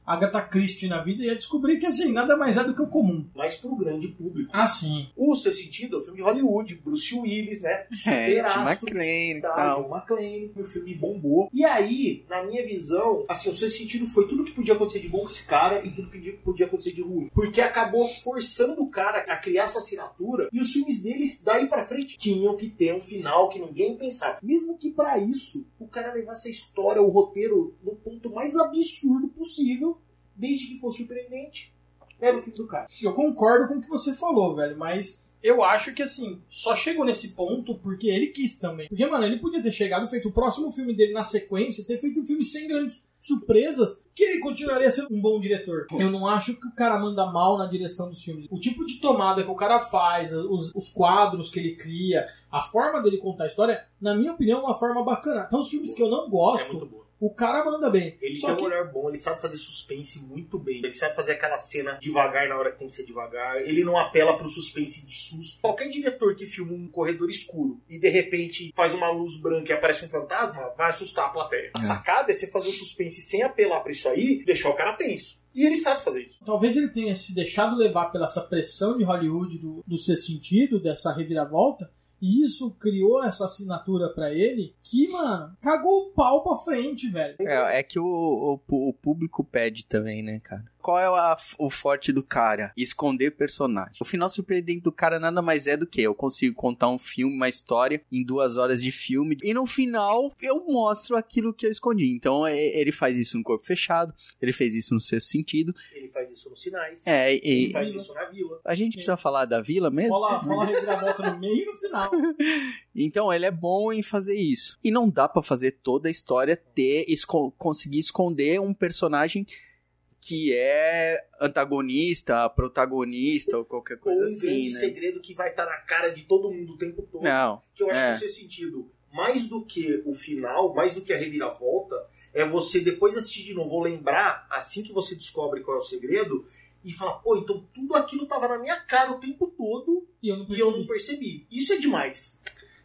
[SPEAKER 3] Agatha Christie na vida, ia descobrir que, assim, nada mais é do que o comum.
[SPEAKER 2] Mas pro grande público.
[SPEAKER 3] Ah, sim.
[SPEAKER 2] O Sexto Sentido é um filme de Hollywood, Bruce Willis, né?
[SPEAKER 10] Super astro. John McClane e tal.
[SPEAKER 2] John McClane, o filme bombou. E aí, na minha visão, assim, o Sexto Sentido foi tudo que podia acontecer de bom com esse cara e tudo que podia acontecer de ruim. Porque acabou forçando o cara a criar essa assinatura e os filmes deles, daí pra frente, tinham que ter um final que ninguém pensava. Mesmo que pra isso, o cara levasse a história, o roteiro, no ponto mais absurdo possível, desde que fosse surpreendente, era o filme do cara.
[SPEAKER 3] Eu concordo com o que você falou, velho, mas eu acho que, assim, só chegou nesse ponto porque ele quis também. Porque, mano, ele podia ter chegado, feito o próximo filme dele na sequência, ter feito um filme sem grandes surpresas, que ele continuaria sendo um bom diretor. Eu não acho que o cara manda mal na direção dos filmes. O tipo de tomada que o cara faz, os quadros que ele cria, a forma dele contar a história, na minha opinião, é uma forma bacana. Então, os filmes que eu não gosto,
[SPEAKER 2] muito boa.
[SPEAKER 3] O cara manda bem.
[SPEAKER 2] Ele tem um olhar bom, ele sabe fazer suspense muito bem. Ele sabe fazer aquela cena devagar na hora que tem que ser devagar. Ele não apela pro suspense de susto. Qualquer diretor que filma um corredor escuro e de repente faz uma luz branca e aparece um fantasma, vai assustar a plateia. A sacada é você fazer o suspense sem apelar pra isso aí, deixar o cara tenso. E ele sabe fazer isso.
[SPEAKER 3] Talvez ele tenha se deixado levar pela essa pressão de Hollywood do Sexto Sentido, dessa reviravolta. E isso criou essa assinatura pra ele que, mano, cagou o pau pra frente, velho.
[SPEAKER 10] É que o público pede também, né, cara? Qual é o forte do cara? Esconder personagem. O final surpreendente do cara nada mais é do que eu consigo contar um filme, uma história em 2 horas de filme e no final eu mostro aquilo que eu escondi. Então ele faz isso no Corpo Fechado, ele fez isso no Sexto Sentido.
[SPEAKER 2] Ele faz isso nos Sinais.
[SPEAKER 10] Ele
[SPEAKER 2] faz isso na Vila.
[SPEAKER 10] A gente precisa falar da Vila mesmo?
[SPEAKER 3] Rola a reviravolta no meio e no final.
[SPEAKER 10] Então ele é bom em fazer isso. E não dá pra fazer toda a história conseguir esconder um personagem que é antagonista, protagonista ou qualquer coisa assim,
[SPEAKER 2] grande segredo que vai estar na cara de todo mundo o tempo todo.
[SPEAKER 10] Não,
[SPEAKER 2] que eu acho que nesse sentido, mais do que o final, mais do que a reviravolta, é você depois assistir de novo ou lembrar, assim que você descobre qual é o segredo, e falar, pô, então tudo aquilo tava na minha cara o tempo todo e eu não percebi. Isso é demais.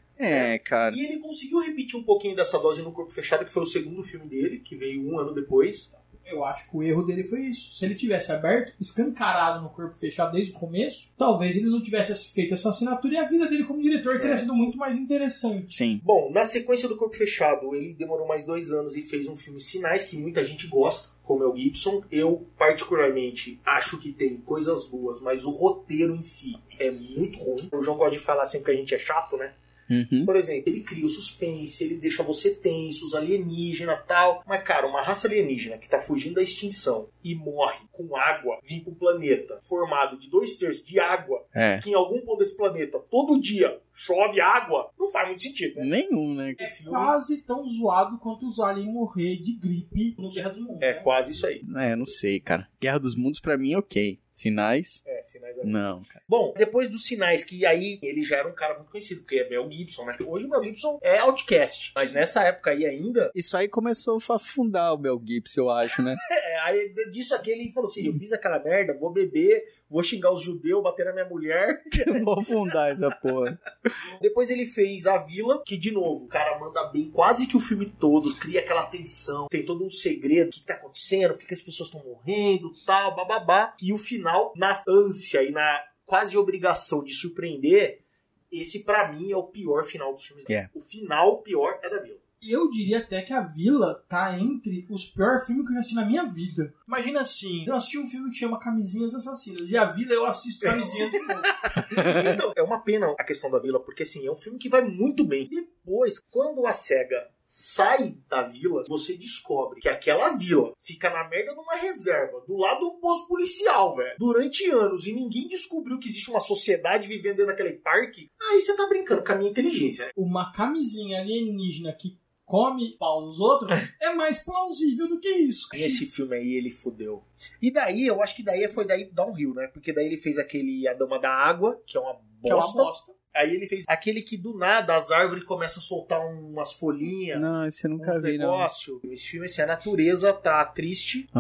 [SPEAKER 10] Cara.
[SPEAKER 2] E ele conseguiu repetir um pouquinho dessa dose no Corpo Fechado, que foi o segundo filme dele, que veio 1 ano depois.
[SPEAKER 3] Eu acho que o erro dele foi isso. Se ele tivesse aberto, escancarado no Corpo Fechado desde o começo, talvez ele não tivesse feito essa assinatura e a vida dele como diretor teria sido muito mais interessante.
[SPEAKER 10] Sim.
[SPEAKER 2] Bom, na sequência do Corpo Fechado, ele demorou mais 2 anos e fez um filme Sinais, que muita gente gosta, como é o Gibson. Eu, particularmente, acho que tem coisas boas, mas o roteiro em si é muito ruim. O João gosta de falar sempre que a gente é chato, né?
[SPEAKER 10] Uhum.
[SPEAKER 2] Por exemplo, ele cria o suspense, ele deixa você tenso, os alienígenas e tal. Mas, cara, uma raça alienígena que tá fugindo da extinção e morre com água, vir pro planeta formado de 2/3 de água, que em algum ponto desse planeta, todo dia, chove água, não faz muito sentido, né?
[SPEAKER 10] Nenhum, né?
[SPEAKER 3] É quase tão zoado quanto os aliens morrer de gripe no Guerra dos Mundos.
[SPEAKER 2] É quase isso aí.
[SPEAKER 10] Eu não sei, cara. Guerra dos Mundos pra mim é ok. Sinais?
[SPEAKER 2] Sinais é
[SPEAKER 10] não, cara.
[SPEAKER 2] Bom, depois dos Sinais, que aí ele já era um cara muito conhecido, porque é Mel Gibson, né? Hoje o Mel Gibson é Outcast, mas nessa época aí ainda...
[SPEAKER 10] Isso aí começou a afundar o Mel Gibson, eu acho, né?
[SPEAKER 2] Aí disso aqui ele falou assim, eu fiz aquela merda, vou beber, vou xingar os judeus, bater na minha mulher.
[SPEAKER 10] Vou afundar essa porra.
[SPEAKER 2] Depois ele fez A Vila, que de novo, o cara manda bem quase que o filme todo, cria aquela tensão, tem todo um segredo, o que tá acontecendo, por que as pessoas estão morrendo, tal, bababá. E o final, na ânsia e na quase obrigação de surpreender, esse pra mim é o pior final dos filmes. O final pior é da Vila.
[SPEAKER 3] Eu diria até que A Vila tá entre os piores filmes que eu já assisti na minha vida. Imagina assim, eu assisti um filme que chama Camisinhas Assassinas, e A Vila eu assisto Camisinhas de novo.
[SPEAKER 2] Então, é uma pena a questão da Vila, porque assim, é um filme que vai muito bem. Depois, quando a SEGA sai da vila, você descobre que aquela vila fica na merda de uma reserva, do lado do posto policial, velho, durante anos, e ninguém descobriu que existe uma sociedade vivendo dentro daquele parque. Aí você tá brincando com a minha inteligência, né?
[SPEAKER 3] Uma camisinha alienígena que come pau nos outros é mais plausível do que isso.
[SPEAKER 2] Esse filme aí, ele fudeu. E daí, eu acho que daí foi downhill, né? Porque daí ele fez aquele A Dama da Água, que é uma bosta. Aí ele fez aquele que do nada as árvores começam a soltar umas folhinhas.
[SPEAKER 10] Não, esse eu nunca vi,
[SPEAKER 2] negócio. Esse filme, assim, a natureza tá triste.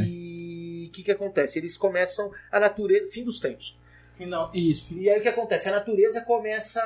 [SPEAKER 2] E o que acontece? Eles começam a natureza... Fim dos tempos.
[SPEAKER 3] Isso.
[SPEAKER 2] E aí o que acontece? A natureza começa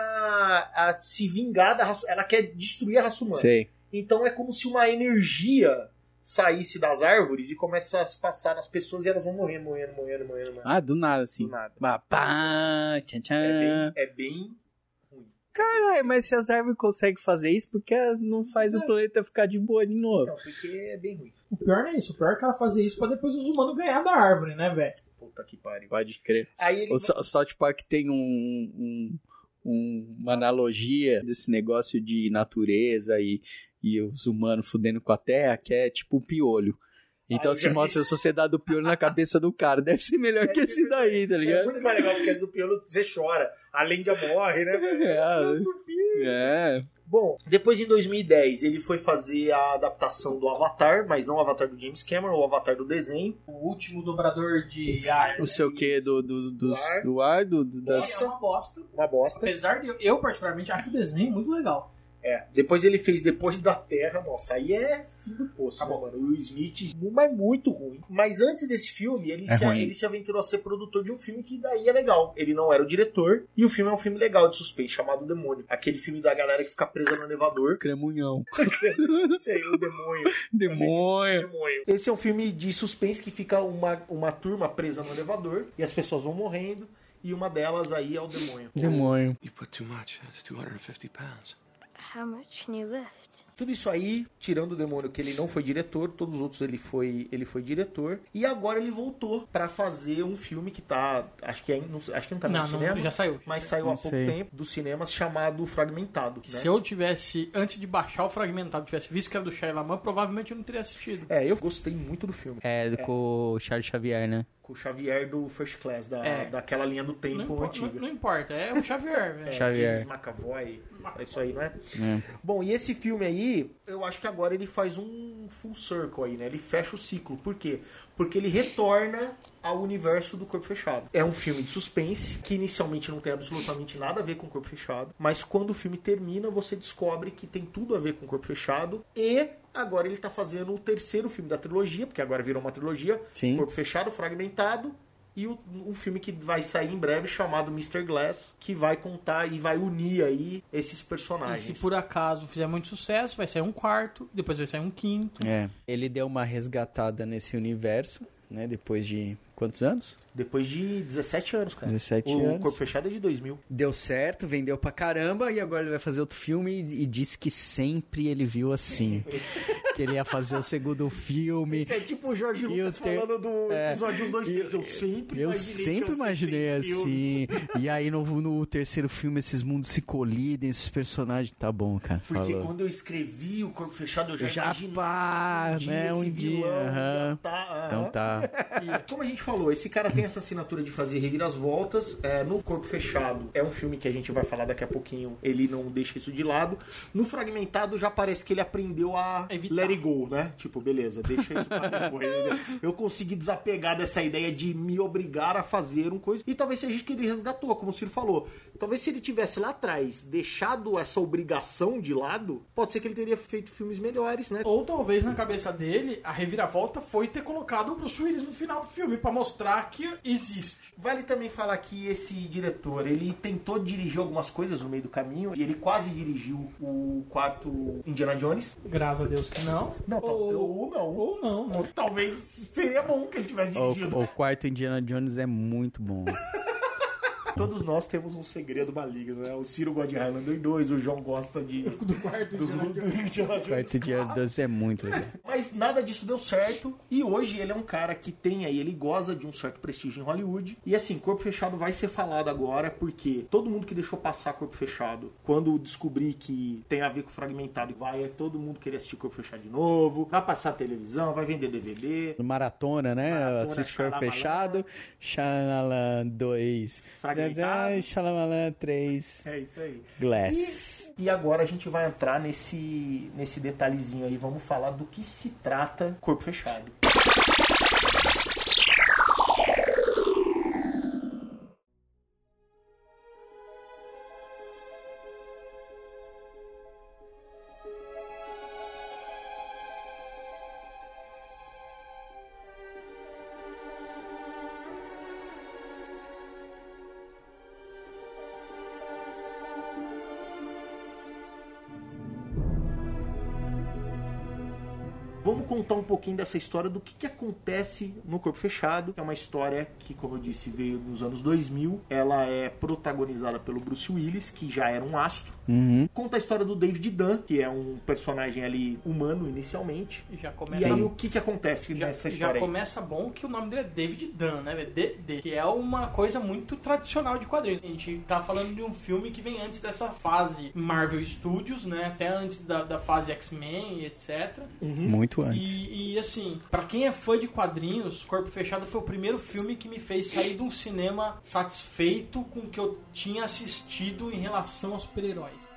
[SPEAKER 2] a se vingar da raça... Ela quer destruir a raça humana.
[SPEAKER 10] Sei.
[SPEAKER 2] Então é como se uma energia saísse das árvores e começa a se passar nas pessoas e elas vão morrendo.
[SPEAKER 10] Ah, do nada, assim.
[SPEAKER 2] Do nada.
[SPEAKER 10] Pá, tchan, tchan.
[SPEAKER 2] É bem ruim.
[SPEAKER 10] Caralho, mas se as árvores conseguem fazer isso, por que elas não faz o planeta ficar de boa de novo?
[SPEAKER 2] Não, porque é bem ruim.
[SPEAKER 3] O pior não é isso. O pior é que ela fazia isso pra depois os humanos ganhar da árvore, né, velho?
[SPEAKER 2] Puta que pariu.
[SPEAKER 10] Pode crer.
[SPEAKER 2] Aí ele
[SPEAKER 10] O South Park tem uma analogia desse negócio de natureza e os humanos fudendo com a terra, que é tipo um piolho. Então se mostra a sociedade do piolho na cabeça do cara. Deve ser melhor que esse daí, tá ligado?
[SPEAKER 2] É muito mais legal, porque esse do piolho você chora. A Lenda morre, né? Nosso filho.
[SPEAKER 10] É.
[SPEAKER 2] Bom, depois em 2010 ele foi fazer a adaptação do Avatar, mas não o Avatar do James Cameron, o Avatar do desenho.
[SPEAKER 3] O último dobrador de ar.
[SPEAKER 10] Não sei o que do ar, das...
[SPEAKER 3] É uma bosta.
[SPEAKER 2] Uma bosta.
[SPEAKER 3] Apesar de eu particularmente acho o desenho muito legal.
[SPEAKER 2] Depois ele fez Depois da Terra, nossa, aí é fim do poço, né, mano? O Will Smith, mas muito ruim. Mas antes desse filme, ele se aventurou a ser produtor de um filme que daí é legal. Ele não era o diretor, e o filme é um filme legal de suspense, chamado Demônio. Aquele filme da galera que fica presa no elevador.
[SPEAKER 10] Cremunhão.
[SPEAKER 2] Esse aí, o Demônio.
[SPEAKER 10] Demônio.
[SPEAKER 2] Esse é um filme de suspense que fica uma turma presa no elevador, e as pessoas vão morrendo, e uma delas aí é o Demônio.
[SPEAKER 10] Demônio.
[SPEAKER 1] You put too much. That's 250 pounds.
[SPEAKER 7] How much can you lift?
[SPEAKER 2] Tudo isso aí, tirando o Demônio, que ele não foi diretor, todos os outros ele foi diretor. E agora ele voltou pra fazer um filme que tá, acho que não tá no cinema.
[SPEAKER 3] Já saiu.
[SPEAKER 2] Mas saiu há pouco tempo dos cinemas, chamado Fragmentado.
[SPEAKER 3] Se eu tivesse, antes de baixar o Fragmentado, tivesse visto que era do Shia LaBeouf, provavelmente eu não teria assistido.
[SPEAKER 2] Eu gostei muito do filme.
[SPEAKER 10] Com o Charles Xavier, né?
[SPEAKER 2] Com o Xavier do First Class, daquela linha do tempo antiga.
[SPEAKER 3] Não importa, é o Xavier, velho.
[SPEAKER 10] Xavier.
[SPEAKER 2] James McAvoy, é isso aí, não é? Bom, e esse filme aí, eu acho que agora ele faz um full circle aí, né? Ele fecha o ciclo. Por quê? Porque ele retorna ao universo do Corpo Fechado. É um filme de suspense, que inicialmente não tem absolutamente nada a ver com o Corpo Fechado, mas quando o filme termina, você descobre que tem tudo a ver com o Corpo Fechado, e agora ele tá fazendo o terceiro filme da trilogia, porque agora virou uma trilogia.
[SPEAKER 10] Sim.
[SPEAKER 2] Corpo Fechado, Fragmentado, e um filme que vai sair em breve chamado Mr. Glass, que vai contar e vai unir aí esses personagens.
[SPEAKER 3] E se por acaso fizer muito sucesso, vai sair um quarto, depois vai sair um quinto.
[SPEAKER 10] Ele deu uma resgatada nesse universo, né? Depois de quantos anos?
[SPEAKER 2] Depois de 17 anos, cara.
[SPEAKER 10] 17
[SPEAKER 2] o
[SPEAKER 10] anos.
[SPEAKER 2] Corpo Fechado é de 2000.
[SPEAKER 10] Deu certo, vendeu pra caramba, e agora ele vai fazer outro filme e disse que sempre ele viu assim. Que ele ia fazer o segundo filme.
[SPEAKER 2] Isso é tipo o Jorge Lucas falando do episódio 1, 2, 3. Eu sempre
[SPEAKER 10] imaginei assim. E aí no terceiro filme esses mundos se colidem, esses personagens. Tá bom, cara.
[SPEAKER 2] Porque
[SPEAKER 10] falou.
[SPEAKER 2] quando eu escrevi o Corpo Fechado, eu já imaginei
[SPEAKER 10] um dia. Então tá.
[SPEAKER 2] E, como a gente falou, esse cara tem essa assinatura de fazer reviravoltas. No Corpo Fechado, é um filme que a gente vai falar daqui a pouquinho, ele não deixa isso de lado. No Fragmentado, já parece que ele aprendeu a let it go, né? Tipo, beleza, deixa isso pra depois. Eu consegui desapegar dessa ideia de me obrigar a fazer uma coisa. E talvez seja isso que ele resgatou, como o Ciro falou. Talvez se ele tivesse lá atrás deixado essa obrigação de lado, pode ser que ele teria feito filmes melhores, né?
[SPEAKER 3] Ou talvez na cabeça dele, a reviravolta foi ter colocado o Bruce Willis no final do filme, pra mostrar que existe.
[SPEAKER 2] Vale também falar que esse diretor, ele tentou dirigir algumas coisas no meio do caminho, e ele quase dirigiu o quarto Indiana Jones.
[SPEAKER 3] Graças a Deus que não.
[SPEAKER 2] Ou não. Talvez seria bom que ele tivesse dirigido.
[SPEAKER 10] O quarto Indiana Jones é muito bom.
[SPEAKER 2] Todos nós temos um segredo maligno, né? O Ciro gosta de Highlander 2, o João gosta do quarto do Indiana Jones.
[SPEAKER 10] O quarto Indiana Jones é muito legal.
[SPEAKER 2] Mas nada disso deu certo, e hoje ele é um cara que tem aí, ele goza de um certo prestígio em Hollywood. E assim, Corpo Fechado vai ser falado agora, porque todo mundo que deixou passar Corpo Fechado, quando descobrir que tem a ver com Fragmentado, vai todo mundo querer assistir Corpo Fechado de novo, vai passar televisão, vai vender DVD.
[SPEAKER 10] Maratona, né? Assiste Corpo Fechado, Shyamalan 2, Shyamalan 3.
[SPEAKER 2] É isso aí.
[SPEAKER 10] Glass.
[SPEAKER 2] E agora a gente vai entrar nesse detalhezinho aí, vamos falar do que se trata Corpo Fechado. Vamos contar um pouquinho dessa história do que acontece no Corpo Fechado, que é uma história que, como eu disse, veio nos anos 2000. Ela é protagonizada pelo Bruce Willis, que já era um astro. Conta a história do David Dunn, que é um personagem ali humano inicialmente. E aí o que acontece nessa história?
[SPEAKER 3] Já começa bom que o nome dele é David Dunn, né? DD, que é uma coisa muito tradicional de quadrinhos. A gente tá falando de um filme que vem antes dessa fase Marvel Studios, né? Até antes da fase X-Men e etc.
[SPEAKER 10] Muito antes.
[SPEAKER 3] E assim, pra quem é fã de quadrinhos, Corpo Fechado foi o primeiro filme que me fez sair de um cinema satisfeito com o que eu tinha assistido em relação aos super-heróis.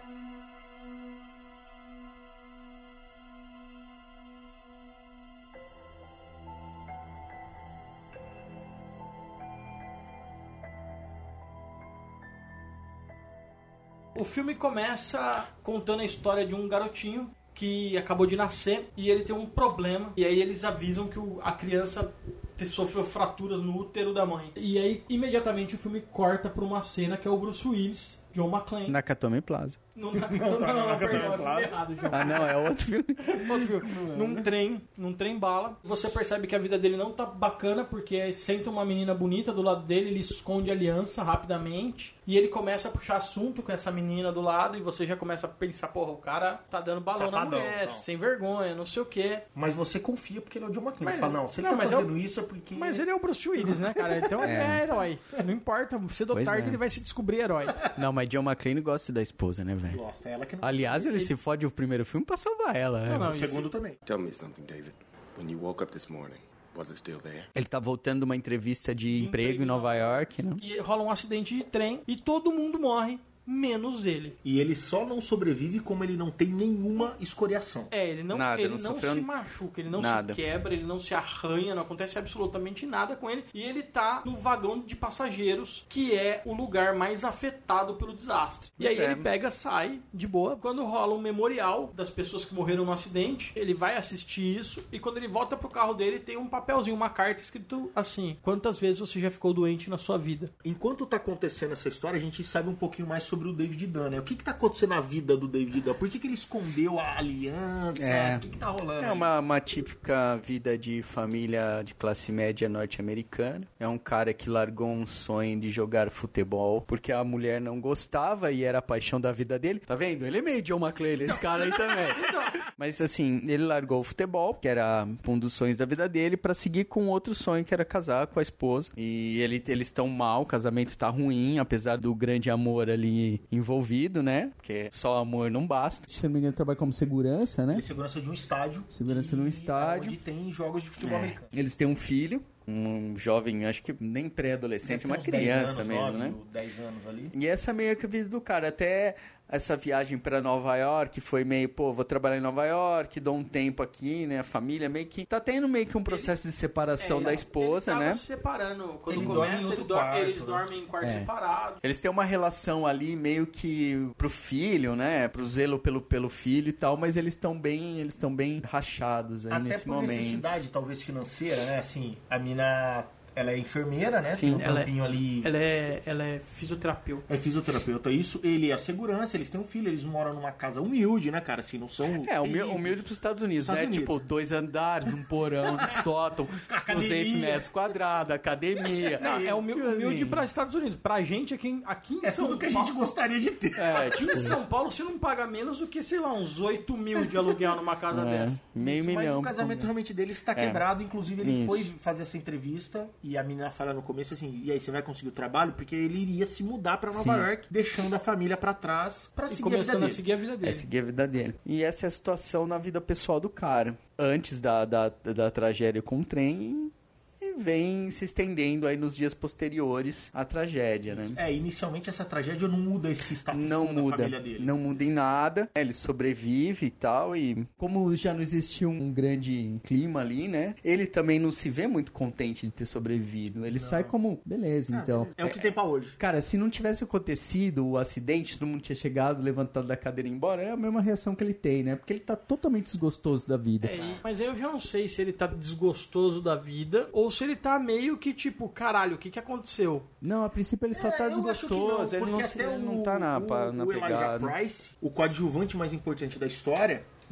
[SPEAKER 3] O filme começa contando a história de um garotinho que acabou de nascer e ele tem um problema. E aí eles avisam que a criança sofreu fraturas no útero da mãe. E aí, imediatamente, o filme corta pra uma cena que é o Bruce Willis, John McClane.
[SPEAKER 10] Nakatomi Plaza.
[SPEAKER 3] Não, perdão, é filme errado, João.
[SPEAKER 10] Ah, não, é outro filme.
[SPEAKER 3] Outro filme. Num trem bala. Você percebe que a vida dele não tá bacana, porque senta uma menina bonita do lado dele, ele esconde a aliança rapidamente, e ele começa a puxar assunto com essa menina do lado, e você já começa a pensar, porra, o cara tá dando balão
[SPEAKER 2] Safadão,
[SPEAKER 3] na mulher,
[SPEAKER 2] não.
[SPEAKER 3] sem vergonha, não sei o quê.
[SPEAKER 2] Mas você confia porque ele é o John McClane.
[SPEAKER 3] Mas-
[SPEAKER 2] Você fala, não, se ele
[SPEAKER 3] não,
[SPEAKER 2] tá
[SPEAKER 3] mas
[SPEAKER 2] fazendo isso é porque...
[SPEAKER 3] Mas ele é o Bruce Willis, né, cara? Então ele é herói. Não importa, cedo ou
[SPEAKER 10] Pois
[SPEAKER 3] tarde
[SPEAKER 10] é.
[SPEAKER 3] ele vai se descobrir herói.
[SPEAKER 10] Não, mas John McClane gosta da esposa, né, velho?
[SPEAKER 2] Nossa, ela que não...
[SPEAKER 10] Aliás, ele se fode o primeiro filme pra salvar ela, né?
[SPEAKER 3] Não,
[SPEAKER 2] O segundo também.
[SPEAKER 1] Tell me something, David. When you woke up this morning, was it still there?
[SPEAKER 10] Ele tá voltando de uma entrevista de emprego em Nova York, né?
[SPEAKER 3] E rola um acidente de trem e todo mundo morre, menos ele.
[SPEAKER 2] E ele só não sobrevive como ele não tem nenhuma escoriação.
[SPEAKER 3] Ele não,
[SPEAKER 10] Nada,
[SPEAKER 3] ele
[SPEAKER 10] não
[SPEAKER 3] não
[SPEAKER 10] sofreu
[SPEAKER 3] se machuca, ele não
[SPEAKER 10] nada.
[SPEAKER 3] se quebra, ele não se arranha, não acontece absolutamente nada com ele. E ele tá no vagão de passageiros, que é o lugar mais afetado pelo desastre. E aí ele pega, sai de boa. Quando rola um memorial das pessoas que morreram no acidente, ele vai assistir isso. E quando ele volta pro carro dele, tem um papelzinho, uma carta escrito assim: quantas vezes você já ficou doente na sua vida?
[SPEAKER 2] Enquanto tá acontecendo essa história, a gente sabe um pouquinho mais sobre o David Dunn, né? O que tá acontecendo na vida do David Dunn? Por que ele escondeu a aliança?
[SPEAKER 10] É.
[SPEAKER 2] O que tá rolando?
[SPEAKER 10] É uma típica vida de família de classe média norte-americana. É um cara que largou um sonho de jogar futebol porque a mulher não gostava e era a paixão da vida dele. Tá vendo? Ele é meio John McClane, esse cara aí também. Mas assim, ele largou o futebol, que era um dos sonhos da vida dele, pra seguir com outro sonho, que era casar com a esposa. E eles estão mal, o casamento tá ruim, apesar do grande amor ali envolvido, né? Porque só amor não basta.
[SPEAKER 4] Se não me engano, trabalha como segurança, né?
[SPEAKER 2] Ele é segurança de um estádio.
[SPEAKER 4] Segurança num estádio.
[SPEAKER 2] Onde tem jogos de futebol americano.
[SPEAKER 10] Eles têm um filho, um jovem, acho que nem pré-adolescente, uma
[SPEAKER 2] Deve ter uns
[SPEAKER 10] criança
[SPEAKER 2] 10 anos,
[SPEAKER 10] mesmo,
[SPEAKER 2] 9,
[SPEAKER 10] né?
[SPEAKER 2] 10 anos ali.
[SPEAKER 10] E essa é meio que a vida do cara. Até essa viagem pra Nova York foi meio, pô, vou trabalhar em Nova York, dou um tempo aqui, né? A família meio que... Tá tendo meio que um processo de separação da esposa,
[SPEAKER 3] ele tava
[SPEAKER 10] né?
[SPEAKER 3] se separando. Quando
[SPEAKER 2] Ele
[SPEAKER 3] começa,
[SPEAKER 2] dorme em outro
[SPEAKER 3] eles
[SPEAKER 2] quarto,
[SPEAKER 3] dormem em quarto separado.
[SPEAKER 10] Eles têm uma relação ali meio que pro filho, né? Pro zelo pelo filho e tal, mas eles estão bem rachados aí
[SPEAKER 2] Até
[SPEAKER 10] nesse
[SPEAKER 2] por
[SPEAKER 10] momento.
[SPEAKER 2] necessidade, talvez, financeira, né? Assim, a mina... Ela é enfermeira, né? Tem um trampinho ali...
[SPEAKER 3] Ela é fisioterapeuta.
[SPEAKER 2] É fisioterapeuta, isso. Ele é a segurança, eles têm um filho, eles moram numa casa humilde, né, cara? Assim, não são...
[SPEAKER 10] Humilde pros Estados Unidos,
[SPEAKER 2] Estados
[SPEAKER 10] né?
[SPEAKER 2] Unidos.
[SPEAKER 10] Tipo, 2 andares, um porão, um sótão, 200 metros quadrados, academia.
[SPEAKER 3] Não, é humilde
[SPEAKER 10] Assim,
[SPEAKER 3] para Estados Unidos. Pra gente aqui em
[SPEAKER 2] É
[SPEAKER 3] São
[SPEAKER 2] tudo que a
[SPEAKER 3] Paulo...
[SPEAKER 2] gente gostaria de ter.
[SPEAKER 3] Aqui em São Paulo você não paga menos do que, sei lá, uns 8 mil de aluguel numa casa dessa.
[SPEAKER 10] meio
[SPEAKER 2] Mas
[SPEAKER 10] milhão.
[SPEAKER 2] o casamento realmente dele está quebrado. Inclusive, ele foi fazer essa entrevista e a menina fala no começo assim, e aí, você vai conseguir o trabalho? Porque ele iria se mudar pra Nova York, deixando a família pra trás pra seguir
[SPEAKER 3] começando a seguir a vida dele.
[SPEAKER 10] Seguir a vida dele. E essa é a situação na vida pessoal do cara. Antes da tragédia com o trem, e vem se estendendo aí nos dias posteriores à tragédia, né?
[SPEAKER 2] Inicialmente essa tragédia não muda esse status
[SPEAKER 10] Não
[SPEAKER 2] quo da
[SPEAKER 10] muda,
[SPEAKER 2] família dele.
[SPEAKER 10] não muda em nada. Ele sobrevive e tal, e
[SPEAKER 4] Como já não existiu um grande
[SPEAKER 10] clima ali, né? Ele também não se vê muito contente de ter sobrevivido. Ele sai como, beleza, então.
[SPEAKER 2] É o que tem pra hoje.
[SPEAKER 4] Cara, se não tivesse acontecido o acidente, todo mundo tinha chegado, levantado da cadeira e ido embora, é a mesma reação que ele tem, né? Porque ele tá totalmente desgostoso da vida.
[SPEAKER 3] Mas eu já não sei se ele tá desgostoso da vida ou se ele tá meio que tipo, caralho, o que aconteceu?
[SPEAKER 4] Não, a princípio ele só tá
[SPEAKER 2] eu acho que
[SPEAKER 4] desgostoso.
[SPEAKER 2] não,
[SPEAKER 10] ele
[SPEAKER 2] porque
[SPEAKER 10] não
[SPEAKER 2] até
[SPEAKER 10] ele não tá na
[SPEAKER 2] o Elijah
[SPEAKER 10] pegada.
[SPEAKER 2] Price, o coadjuvante mais importante da história,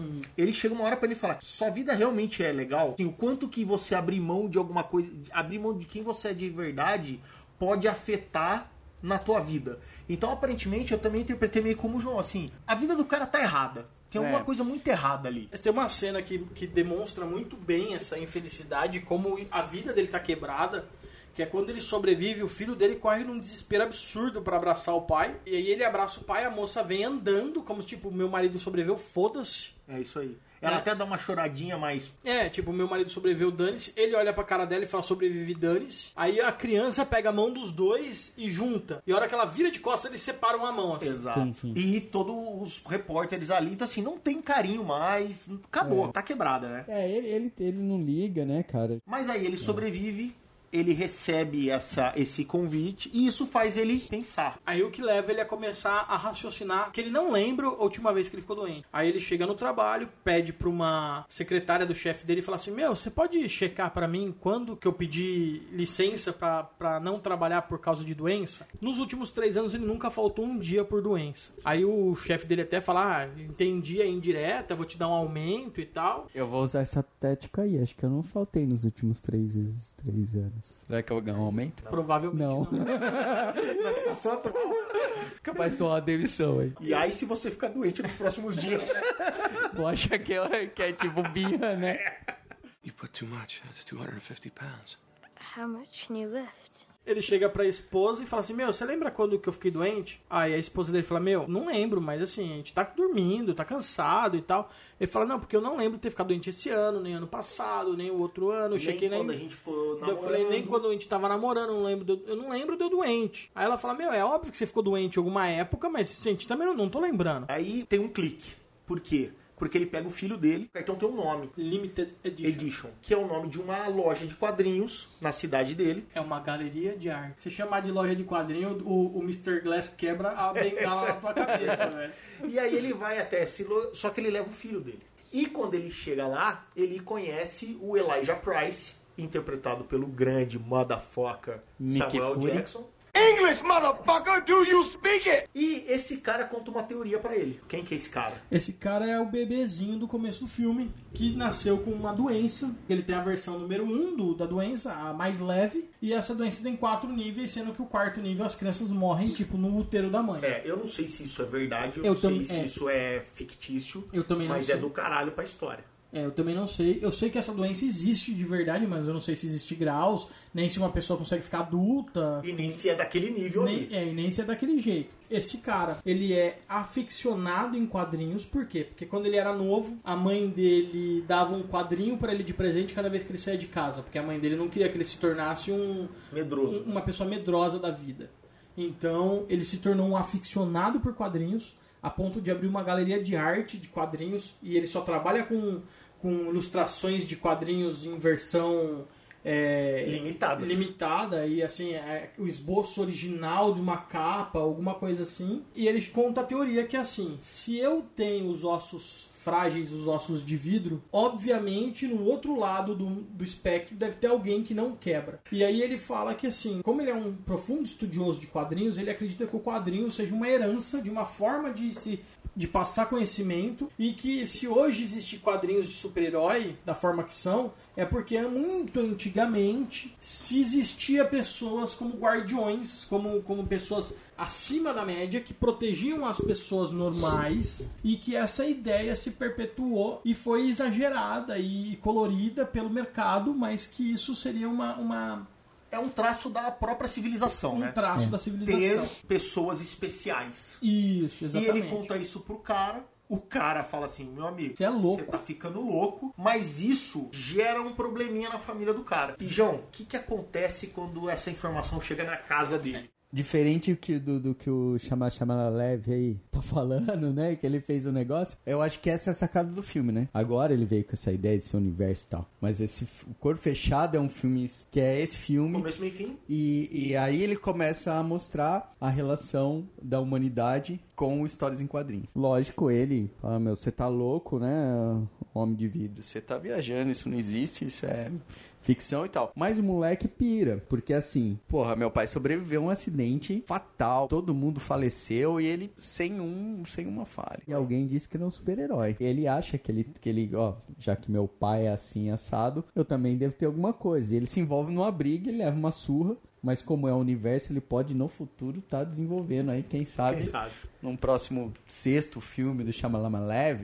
[SPEAKER 2] Ele chega uma hora pra ele falar, sua vida realmente é legal? Assim, o quanto que você abrir mão de alguma coisa, abrir mão de quem você é de verdade, pode afetar na tua vida. Então, aparentemente, eu também interpretei meio como o João, assim, a vida do cara tá errada. Tem alguma coisa muito errada ali.
[SPEAKER 3] Tem uma cena que demonstra muito bem essa infelicidade, como a vida dele tá quebrada, que é quando ele sobrevive, o filho dele corre num desespero absurdo pra abraçar o pai, e aí ele abraça o pai, a moça vem andando, como tipo, meu marido sobreviveu, foda-se.
[SPEAKER 2] É isso aí. Ela até dá uma choradinha, mas...
[SPEAKER 3] tipo, meu marido sobreviveu, dane-se. Ele olha pra cara dela e fala, sobrevive, dane-se. Aí a criança pega a mão dos dois e junta. E a hora que ela vira de costas, eles separam a mão, assim.
[SPEAKER 2] Exato. Sim. E todos os repórteres ali, então assim, não tem carinho mais. Acabou, tá quebrada, né?
[SPEAKER 4] Ele não liga, né, cara?
[SPEAKER 2] Mas aí ele sobrevive... Ele recebe esse convite e isso faz ele pensar.
[SPEAKER 3] Aí o que leva ele a começar a raciocinar que ele não lembra a última vez que ele ficou doente. Aí ele chega no trabalho, pede pra uma secretária do chefe dele e fala assim, você pode checar pra mim quando que eu pedi licença pra não trabalhar por causa de doença? Nos últimos 3 anos ele nunca faltou um dia por doença. Aí o chefe dele até fala, entendi a indireta, vou te dar um aumento e tal.
[SPEAKER 4] Eu vou usar essa tática aí, acho que eu não faltei nos últimos 3 anos.
[SPEAKER 10] Será que eu vou ganhar um aumento?
[SPEAKER 3] Provavelmente não.
[SPEAKER 2] Na situação atual.
[SPEAKER 10] Capaz de tomar uma demissão aí.
[SPEAKER 2] E aí se você ficar doente nos próximos dias...
[SPEAKER 10] Vou achar que é tipo birra, né?
[SPEAKER 1] You put too much. That's 250 pounds.
[SPEAKER 7] How much can you lift?
[SPEAKER 3] Ele chega pra esposa e fala assim, você lembra quando que eu fiquei doente? Aí a esposa dele fala, não lembro, mas assim, a gente tá dormindo, tá cansado e tal. Ele fala, não, porque eu não lembro de ter ficado doente esse ano, nem ano passado, nem o outro ano. Eu chequei
[SPEAKER 2] nem quando a gente ficou namorando.
[SPEAKER 3] Eu falei, nem quando a gente tava namorando, eu não lembro de eu doente. Aí ela fala, é óbvio que você ficou doente em alguma época, mas a gente também não tô lembrando.
[SPEAKER 2] Aí tem um clique. Por quê? Porque ele pega o filho dele, o cartão tem um nome.
[SPEAKER 3] Limited Edition.
[SPEAKER 2] Que é o nome de uma loja de quadrinhos na cidade dele.
[SPEAKER 3] É uma galeria de arte. Se chamar de loja de quadrinho, o Mr. Glass quebra a bengala na tua cabeça, velho.
[SPEAKER 2] E aí ele vai até esse só que ele leva o filho dele. E quando ele chega lá, ele conhece o Elijah Price, interpretado pelo grande motherfucker Samuel Jackson.
[SPEAKER 11] English, motherfucker, do you speak it?
[SPEAKER 2] E esse cara conta uma teoria pra ele. Quem que é esse cara?
[SPEAKER 3] Esse cara é o bebezinho do começo do filme, que nasceu com uma doença. Ele tem a versão número 1 da doença, a mais leve, e essa doença tem 4 níveis, sendo que o 4º nível as crianças morrem, tipo, no útero da mãe.
[SPEAKER 2] Eu não sei se isso é verdade, eu não sei se isso é fictício,
[SPEAKER 3] eu também não sei.
[SPEAKER 2] Mas é do caralho pra história.
[SPEAKER 3] Eu também não sei. Eu sei que essa doença existe de verdade, mas eu não sei se existe graus, nem se uma pessoa consegue ficar adulta.
[SPEAKER 2] E nem se é daquele nível ali.
[SPEAKER 3] E nem se é daquele jeito. Esse cara, ele é aficionado em quadrinhos, por quê? Porque quando ele era novo, a mãe dele dava um quadrinho pra ele de presente cada vez que ele saía de casa, porque a mãe dele não queria que ele se tornasse
[SPEAKER 2] medroso,
[SPEAKER 3] uma pessoa medrosa da vida. Então, ele se tornou um aficionado por quadrinhos, a ponto de abrir uma galeria de arte de quadrinhos, e ele só trabalha com ilustrações de quadrinhos em versão limitada, e assim, o esboço original de uma capa, alguma coisa assim. E ele conta a teoria que assim, se eu tenho os ossos frágeis, os ossos de vidro, obviamente no outro lado do espectro deve ter alguém que não quebra. E aí ele fala que assim, como ele é um profundo estudioso de quadrinhos, ele acredita que o quadrinho seja uma herança de uma forma de passar conhecimento, e que se hoje existem quadrinhos de super-herói da forma que são, é porque muito antigamente se existia pessoas como guardiões, como pessoas acima da média que protegiam as pessoas normais, e que essa ideia se perpetuou e foi exagerada e colorida pelo mercado, mas que isso seria
[SPEAKER 2] é um traço da própria civilização, né?
[SPEAKER 3] Um traço da civilização.
[SPEAKER 2] Ter pessoas especiais.
[SPEAKER 3] Isso, exatamente.
[SPEAKER 2] E ele conta isso pro cara. O cara fala assim, meu amigo,
[SPEAKER 3] você é louco.
[SPEAKER 2] Você tá ficando louco, mas isso gera um probleminha na família do cara. E, João, o que acontece quando essa informação chega na casa dele?
[SPEAKER 4] Diferente do que o Chamala Leve aí tá falando, né? Que ele fez o negócio. Eu acho que essa é a sacada do filme, né? Agora ele veio com essa ideia de ser universo e tal. Mas o Corpo Fechado é um filme que é esse filme.
[SPEAKER 2] Começo, meio e fim.
[SPEAKER 4] E aí ele começa a mostrar a relação da humanidade com histórias em quadrinhos. Lógico, ele fala, você tá louco, né? Homem de vidro. Você tá viajando, isso não existe, isso é ficção e tal. Mas o moleque pira, porque assim, porra, meu pai sobreviveu a um acidente fatal, todo mundo faleceu e ele sem uma falha. E alguém disse que ele é um super-herói. Ele acha que ele, ó, já que meu pai é assim assado, eu também devo ter alguma coisa. E ele se envolve numa briga, ele leva uma surra, mas como é o universo, ele pode no futuro estar desenvolvendo aí, quem sabe, num próximo 6º filme do Shyamalan Leve,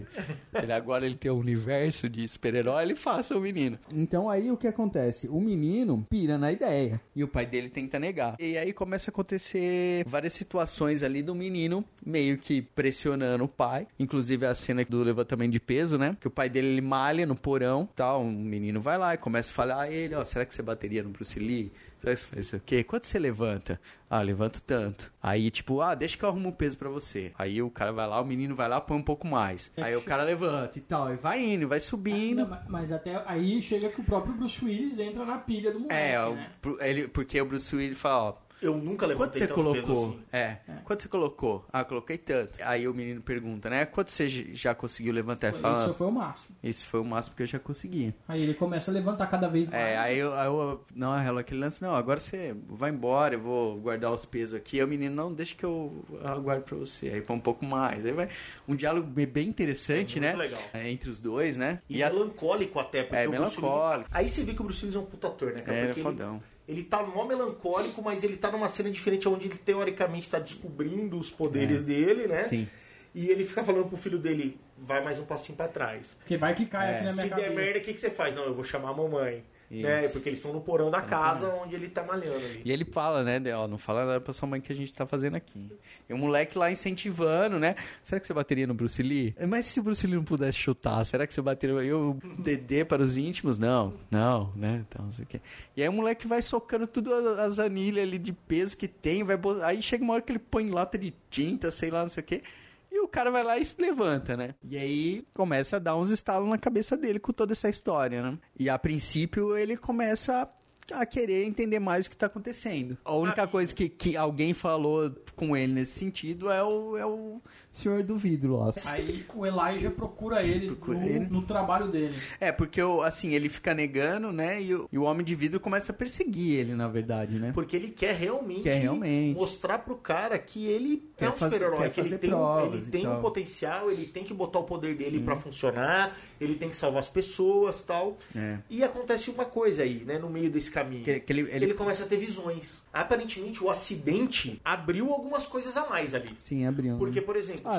[SPEAKER 4] ele tem um universo de super-herói, ele faça o menino. Então aí o que acontece? O menino pira na ideia e o pai dele tenta negar. E aí começa a acontecer várias situações ali do menino meio que pressionando o pai, inclusive a cena do levantamento de peso, né? Que o pai dele ele malha no porão, tal, um menino vai lá e começa a falar a ele, ó, será que você bateria no Bruce Lee? Será que você faz isso aqui? Quanto você levanta? Ah, levanto tanto. Aí, tipo, deixa que eu arrumo um peso pra você. Aí o cara vai lá, o menino vai lá, põe um pouco mais. Aí o cara levanta e tal, e vai indo, vai subindo.
[SPEAKER 3] Não, mas até aí chega que o próprio Bruce Willis entra na pilha do moleque, né?
[SPEAKER 4] Porque o Bruce Willis fala, ó,
[SPEAKER 2] eu nunca levantei tanto peso assim.
[SPEAKER 4] Quanto você colocou? Ah, coloquei tanto. Aí o menino pergunta, né? Quanto você já conseguiu levantar?
[SPEAKER 3] Isso foi o máximo.
[SPEAKER 4] Esse foi o máximo que eu já consegui.
[SPEAKER 3] Aí ele começa a levantar cada vez mais.
[SPEAKER 4] Aí eu não, aquele lance, não, agora você vai embora, eu vou guardar os pesos aqui. Aí o menino, não, deixa que eu guardo pra você. Aí põe um pouco mais. Aí vai um diálogo bem interessante, né?
[SPEAKER 2] Legal.
[SPEAKER 4] Entre os dois, né?
[SPEAKER 2] E melancólico até, porque o
[SPEAKER 4] melancólico.
[SPEAKER 2] Aí você vê que o Bruce Willis é um puta ator, né, cara?
[SPEAKER 4] Ele é fodão.
[SPEAKER 2] Ele tá mó melancólico, mas ele tá numa cena diferente onde ele teoricamente tá descobrindo os poderes dele, né?
[SPEAKER 4] Sim.
[SPEAKER 2] E ele fica falando pro filho dele, vai mais um passinho pra trás.
[SPEAKER 3] Porque vai que cai aqui na minha cabeça.
[SPEAKER 2] Se der merda, o que você faz? Não, eu vou chamar a mamãe. Né? Porque eles estão no porão da casa onde ele tá malhando ali.
[SPEAKER 4] E ele fala, né? Ó, não fala nada pra sua mãe que a gente tá fazendo aqui. E o moleque lá incentivando, né? Será que você bateria no Bruce Lee? Mas se o Bruce Lee não pudesse chutar, será que você bateria? E o Dedê para os íntimos? Não, né? Então, não sei o quê. E aí o moleque vai socando tudo as anilhas ali de peso que tem. Aí chega uma hora que ele põe lata de tinta, sei lá, não sei o quê. E o cara vai lá e se levanta, né? E aí começa a dar uns estalos na cabeça dele com toda essa história, né? E a princípio ele começa a querer entender mais o que tá acontecendo. A única coisa que alguém falou com ele nesse sentido é o Senhor do Vidro lá.
[SPEAKER 3] Aí o Elijah procura ele no trabalho dele.
[SPEAKER 4] Porque assim, ele fica negando, né? E o Homem de Vidro começa a perseguir ele, na verdade, né?
[SPEAKER 2] Porque ele quer realmente mostrar pro cara que ele é um super-herói, que ele tem um potencial, ele tem que botar o poder dele pra funcionar, ele tem que salvar as pessoas e tal. E acontece uma coisa aí, né? No meio desse caminho. Ele começa a ter visões. Aparentemente, o acidente abriu algumas coisas a mais ali.
[SPEAKER 4] Sim, abriu.
[SPEAKER 2] Porque, por exemplo,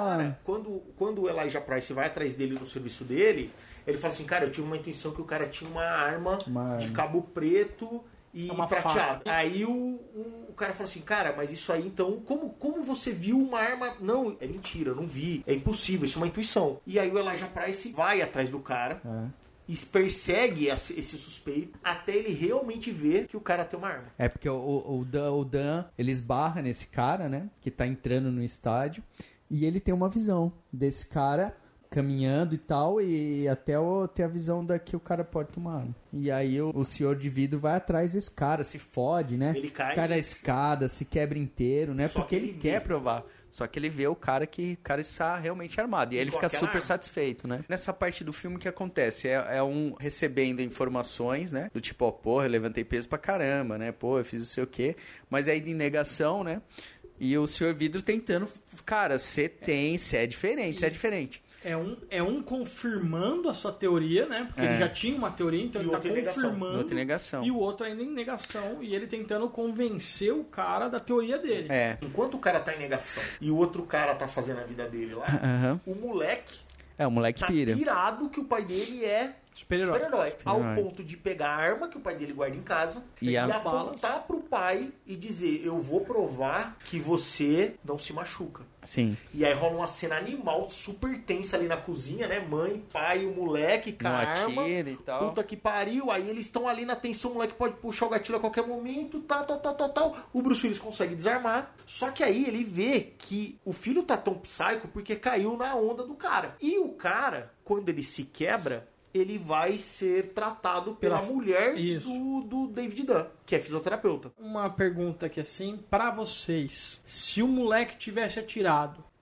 [SPEAKER 2] quando o Elijah Price vai atrás dele no serviço dele, ele fala assim, cara, eu tive uma intuição que o cara tinha uma arma de cabo preto e prateado. Aí o cara fala assim, cara, mas isso aí então, como você viu uma arma? Não, é mentira, eu não vi. É impossível, isso é uma intuição. E aí o Elijah Price vai atrás do cara e persegue esse suspeito até ele realmente ver que o cara tem uma arma.
[SPEAKER 4] Porque o Dan, ele esbarra nesse cara, né? Que tá entrando no estádio. E ele tem uma visão desse cara caminhando e tal. E até ter a visão que o cara pode ter uma arma. E aí o Senhor de Vidro vai atrás desse cara, se fode, né?
[SPEAKER 2] Ele cai
[SPEAKER 4] da escada, se quebra inteiro, né? Porque ele quer provar. Só que ele vê o cara está realmente armado. E aí ele fica super satisfeito, né? Nessa parte do filme, o que acontece? É um recebendo informações, né? Do tipo, porra, eu levantei peso pra caramba, né? Pô, eu fiz não sei o quê. Mas aí de negação, né? E o Senhor Vidro tentando... Cara, você é diferente.
[SPEAKER 3] É um confirmando a sua teoria, né? Porque ele já tinha uma teoria, então ele tá confirmando.
[SPEAKER 4] Outra negação.
[SPEAKER 3] E o outro ainda em negação. E ele tentando convencer o cara da teoria dele.
[SPEAKER 2] Enquanto o cara tá em negação e o outro cara tá fazendo a vida dele lá, o moleque...
[SPEAKER 4] o moleque
[SPEAKER 2] tá pirado que o pai dele é super-herói. Ao ponto de pegar a arma que o pai dele guarda em casa e apontar pro pai e dizer, eu vou provar que você não se machuca.
[SPEAKER 4] Sim.
[SPEAKER 2] E aí rola uma cena animal super tensa ali na cozinha, né? Mãe, pai, o moleque com a arma.
[SPEAKER 4] E tal.
[SPEAKER 2] Puta que pariu. Aí eles estão ali na tensão, o moleque pode puxar o gatilho a qualquer momento, tal. O Bruce Willis consegue desarmar. Só que aí ele vê que o filho tá tão psycho porque caiu na onda do cara. E o cara, quando ele se quebra, ele vai ser tratado pela mulher do David Dunn, que é fisioterapeuta.
[SPEAKER 3] Uma pergunta aqui assim, pra vocês. Se o moleque tivesse atirado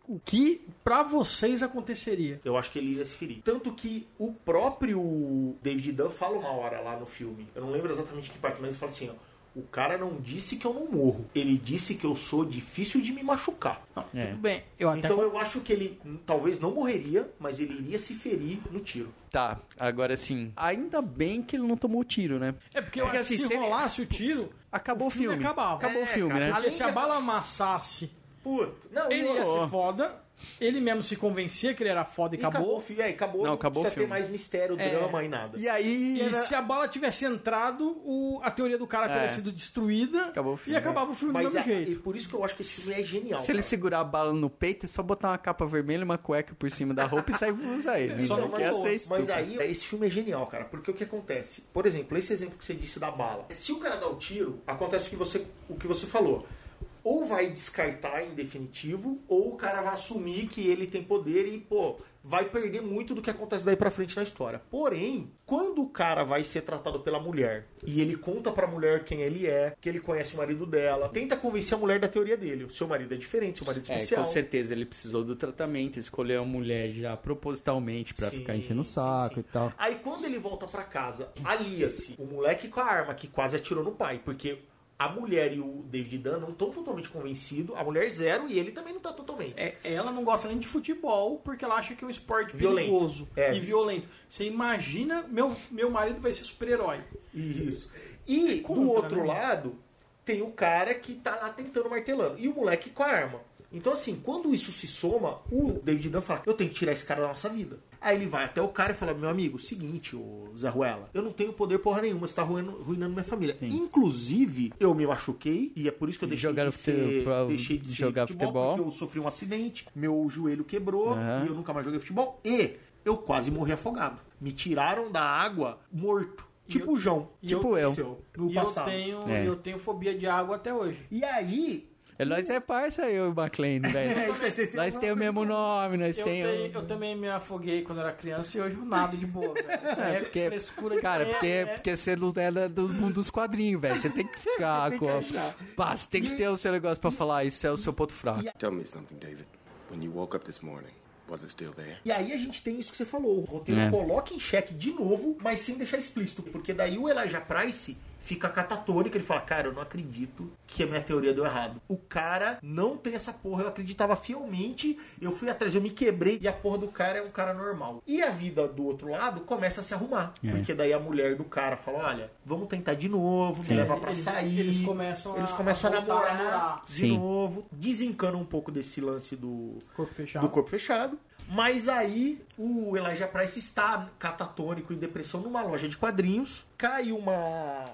[SPEAKER 3] o que pra vocês aconteceria.
[SPEAKER 2] Eu acho que ele iria se ferir. Tanto que o próprio David Dunn fala uma hora lá no filme, eu não lembro exatamente que parte, mas ele fala assim, ó, o cara não disse que eu não morro. Ele disse que eu sou difícil de me machucar.
[SPEAKER 3] Tudo bem.
[SPEAKER 2] Então eu acho que ele talvez não morreria, mas ele iria se ferir no tiro.
[SPEAKER 10] Tá, agora sim. Ainda bem que ele não tomou tiro, né?
[SPEAKER 3] É porque eu acho que se rolasse o tiro,
[SPEAKER 10] acabou o filme.
[SPEAKER 3] Acabava.
[SPEAKER 10] Acabou o filme,
[SPEAKER 2] cara,
[SPEAKER 10] né?
[SPEAKER 3] Porque se a bala amassasse, ele ia ser foda. Ele mesmo se convencia que ele era foda e acabou.
[SPEAKER 2] Acabou.
[SPEAKER 10] Não, acabou
[SPEAKER 2] não
[SPEAKER 10] o
[SPEAKER 2] precisa ter
[SPEAKER 10] filme.
[SPEAKER 2] mais mistério, drama e nada.
[SPEAKER 10] E aí...
[SPEAKER 3] E se a bala tivesse entrado, a teoria do cara teria sido destruída.
[SPEAKER 10] Acabou o filme.
[SPEAKER 3] E acabava o filme do mesmo jeito.
[SPEAKER 2] E por isso que eu acho que esse filme é genial.
[SPEAKER 10] Se ele segurar a bala no peito, é só botar uma capa vermelha, uma cueca por cima da roupa e sair usar ele.
[SPEAKER 2] Só não mas aí, esse filme é genial, cara. Porque o que acontece? Por exemplo, esse exemplo que você disse da bala. Se o cara dá o tiro, acontece o que você falou. Ou vai descartar em definitivo, ou o cara vai assumir que ele tem poder e, vai perder muito do que acontece daí pra frente na história. Porém, quando o cara vai ser tratado pela mulher, e ele conta pra mulher quem ele é, que ele conhece o marido dela, tenta convencer a mulher da teoria dele. O seu marido é diferente, seu marido é especial.
[SPEAKER 10] Com certeza, ele precisou do tratamento, escolheu a mulher já propositalmente pra ficar enchendo o saco e tal.
[SPEAKER 2] Aí quando ele volta pra casa, alia-se o moleque com a arma, que quase atirou no pai, porque... A mulher e o David Dunn não estão totalmente convencidos. A mulher zero e ele também não está totalmente.
[SPEAKER 3] Ela não gosta nem de futebol porque ela acha que é um esporte
[SPEAKER 2] violento.
[SPEAKER 3] Perigoso e violento. Você imagina, meu marido vai ser super-herói.
[SPEAKER 2] Isso. E do outro lado, tem o cara que tá lá tentando martelando. E o moleque com a arma. Então assim, quando isso se soma, o David Dunn fala, eu tenho que tirar esse cara da nossa vida. Aí ele vai até o cara e fala, meu amigo, seguinte, ô Zé Ruela, eu não tenho poder porra nenhuma, você tá ruinando minha família. Sim. Inclusive, eu me machuquei, e é por isso que eu deixei de jogar futebol, porque eu sofri um acidente, meu joelho quebrou, e eu nunca mais joguei futebol, e eu quase morri afogado. Me tiraram da água morto. Tipo o João.
[SPEAKER 10] Tipo eu.
[SPEAKER 2] No passado.
[SPEAKER 3] Eu tenho fobia de água até hoje.
[SPEAKER 2] E aí...
[SPEAKER 10] Nós é parça, eu e o McLean, velho. Nós tem o mesmo nome,
[SPEAKER 3] Eu também me afoguei quando era criança e hoje eu nado de boa, velho. Isso é
[SPEAKER 10] porque,
[SPEAKER 3] frescura.
[SPEAKER 10] Cara, porque você não é do mundo dos quadrinhos, velho. Você tem que ficar você tem que ter o seu negócio pra falar, isso é o seu ponto fraco.
[SPEAKER 1] Tell me something, David. When you woke up this morning, was it still there?
[SPEAKER 2] E aí a gente tem isso que você falou. O roteiro coloca em xeque de novo, mas sem deixar explícito. Porque daí o Elijah Price fica catatônico. Ele fala, cara, eu não acredito que a minha teoria deu errado. O cara não tem essa porra. Eu acreditava fielmente. Eu fui atrás, eu me quebrei. E a porra do cara é um cara normal. E a vida do outro lado começa a se arrumar. Porque daí a mulher do cara fala, olha, vamos tentar de novo, me levar pra sair. Eles começam a namorar de novo. Desencanam um pouco desse lance do corpo fechado. Mas aí o Elijah Price está catatônico em depressão numa loja de quadrinhos. Cai uma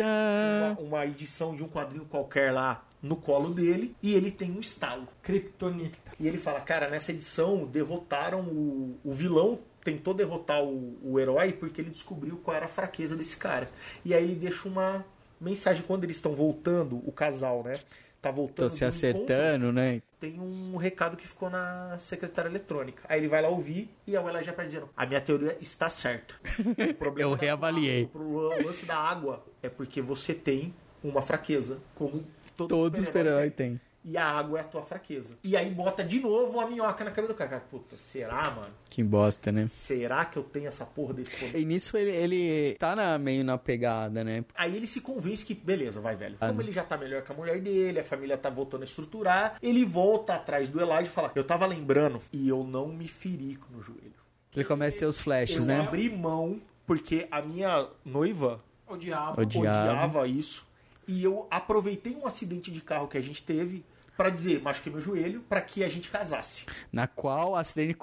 [SPEAKER 2] edição de um quadrinho qualquer lá no colo dele e ele tem um estalo.
[SPEAKER 3] Kryptonita.
[SPEAKER 2] E ele fala, cara, nessa edição derrotaram o vilão, tentou derrotar o herói porque ele descobriu qual era a fraqueza desse cara. E aí ele deixa uma mensagem quando eles estão voltando, o casal, né? Tá voltando.
[SPEAKER 10] Tô se acertando, né?
[SPEAKER 2] Tem um recado que ficou na secretária eletrônica. Aí ele vai lá ouvir e a Elijah Price dizendo, a minha teoria está certa. O problema
[SPEAKER 10] eu reavaliei.
[SPEAKER 2] O lance da água é porque você tem uma fraqueza, como
[SPEAKER 10] todo super-herói tem.
[SPEAKER 2] E a água é a tua fraqueza. E aí bota de novo a minhoca na cabeça do cara. Puta, será, mano?
[SPEAKER 10] Que bosta, né?
[SPEAKER 2] Será que eu tenho essa porra desse poder?
[SPEAKER 10] E nisso ele tá meio na pegada, né?
[SPEAKER 2] Aí ele se convence que, beleza, vai, velho. Como ele já tá melhor que a mulher dele, a família tá voltando a estruturar, ele volta atrás do Elijah e fala, eu tava lembrando e eu não me feri no joelho.
[SPEAKER 10] Ele começa a ter os flashes, né?
[SPEAKER 2] Eu abri mão porque a minha noiva odiava isso. E eu aproveitei um acidente de carro que a gente teve pra dizer, machuquei meu joelho, pra que a gente casasse.
[SPEAKER 10] Na qual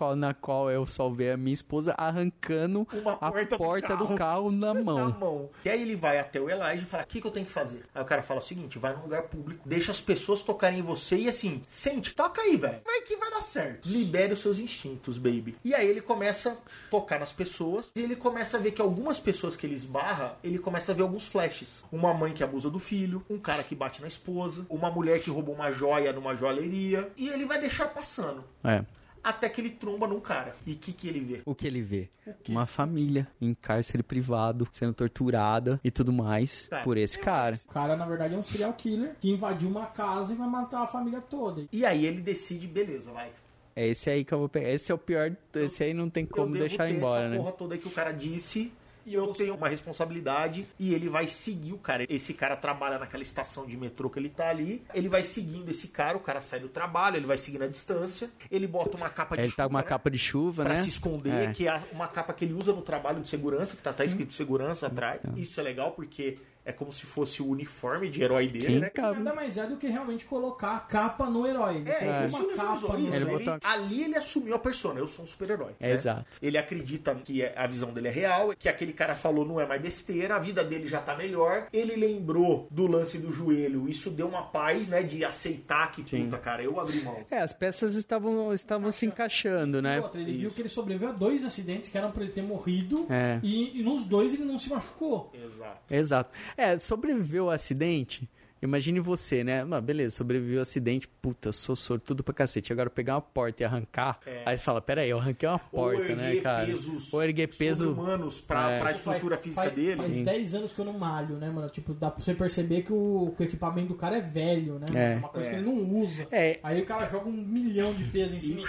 [SPEAKER 10] eu salvei a minha esposa arrancando a porta do carro na mão.
[SPEAKER 2] E aí ele vai até o Elijah e fala, o que eu tenho que fazer? Aí o cara fala o seguinte, vai num lugar público, deixa as pessoas tocarem em você e assim, sente, toca aí, velho. Vai que vai dar certo. Libere os seus instintos, baby. E aí ele começa a tocar nas pessoas e ele começa a ver que algumas pessoas que ele esbarra, ele começa a ver alguns flashes. Uma mãe que abusa do filho, um cara que bate na esposa, uma mulher que roubou uma joia numa joalheria, e ele vai deixar passando. Até que ele tromba num cara. E o que ele vê?
[SPEAKER 10] O que ele vê? Uma família em cárcere privado, sendo torturada e tudo mais por esse cara.
[SPEAKER 3] O cara, na verdade, é um serial killer que invadiu uma casa e vai matar a família toda.
[SPEAKER 2] E aí ele decide, beleza, vai.
[SPEAKER 10] É esse aí que eu vou pegar. Esse é o pior. Esse aí não tem como deixar embora, né?
[SPEAKER 2] Essa porra toda aí que o cara disse. E eu tenho uma responsabilidade e ele vai seguir o cara. Esse cara trabalha naquela estação de metrô que ele tá ali. Ele vai seguindo esse cara, o cara sai do trabalho, ele vai seguindo a distância. Ele bota uma capa de chuva.
[SPEAKER 10] Ele tá com uma capa de chuva, né?
[SPEAKER 2] Pra se esconder, que é uma capa que ele usa no trabalho de segurança, que tá escrito segurança atrás. Isso é legal porque é como se fosse o uniforme de herói dele, né?
[SPEAKER 3] Nada mais é do que realmente colocar a capa no herói.
[SPEAKER 2] Ele
[SPEAKER 3] uma capa
[SPEAKER 2] isso. Ali ele assumiu a persona, eu sou um super-herói. Né?
[SPEAKER 10] Exato.
[SPEAKER 2] Ele acredita que a visão dele é real, que aquele cara falou não é mais besteira, a vida dele já tá melhor. Ele lembrou do lance do joelho, isso deu uma paz, né, de aceitar que, puta, cara, eu abri mão.
[SPEAKER 10] As peças estavam se encaixando, né?
[SPEAKER 3] Ele viu que ele sobreviveu a 2 acidentes que eram pra ele ter morrido e nos 2 ele não se machucou.
[SPEAKER 10] Exato. Sobreviveu ao acidente. Imagine você, né? Beleza, sobreviveu ao acidente. Puta, sou sortudo pra cacete. Agora pegar uma porta e arrancar. Aí você fala, peraí, eu arranquei uma porta, né, cara? Ou erguer peso
[SPEAKER 2] humanos pra estrutura física dele.
[SPEAKER 3] Faz 10 anos que eu não malho, né, mano? Tipo, dá pra você perceber que o equipamento do cara é velho, né? É uma coisa que ele não usa. Aí o cara joga 1 milhão de peso em cima.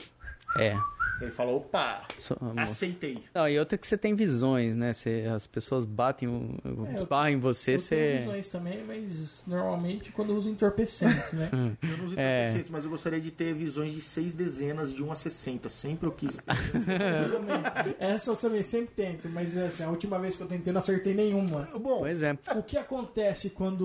[SPEAKER 2] Ele falou, opa, aceitei.
[SPEAKER 10] Não, e outra que você tem visões, né? As pessoas batem, esbarram em você,
[SPEAKER 3] eu tenho visões também, mas normalmente quando eu uso entorpecentes, né?
[SPEAKER 2] Eu não uso entorpecentes, mas eu gostaria de ter visões de 6 dezenas de 1 a 60. Sempre eu quis ter.
[SPEAKER 3] Essa eu também sempre tento, mas assim, a última vez que eu tentei não acertei nenhuma.
[SPEAKER 2] Bom,
[SPEAKER 10] pois é.
[SPEAKER 3] O que acontece quando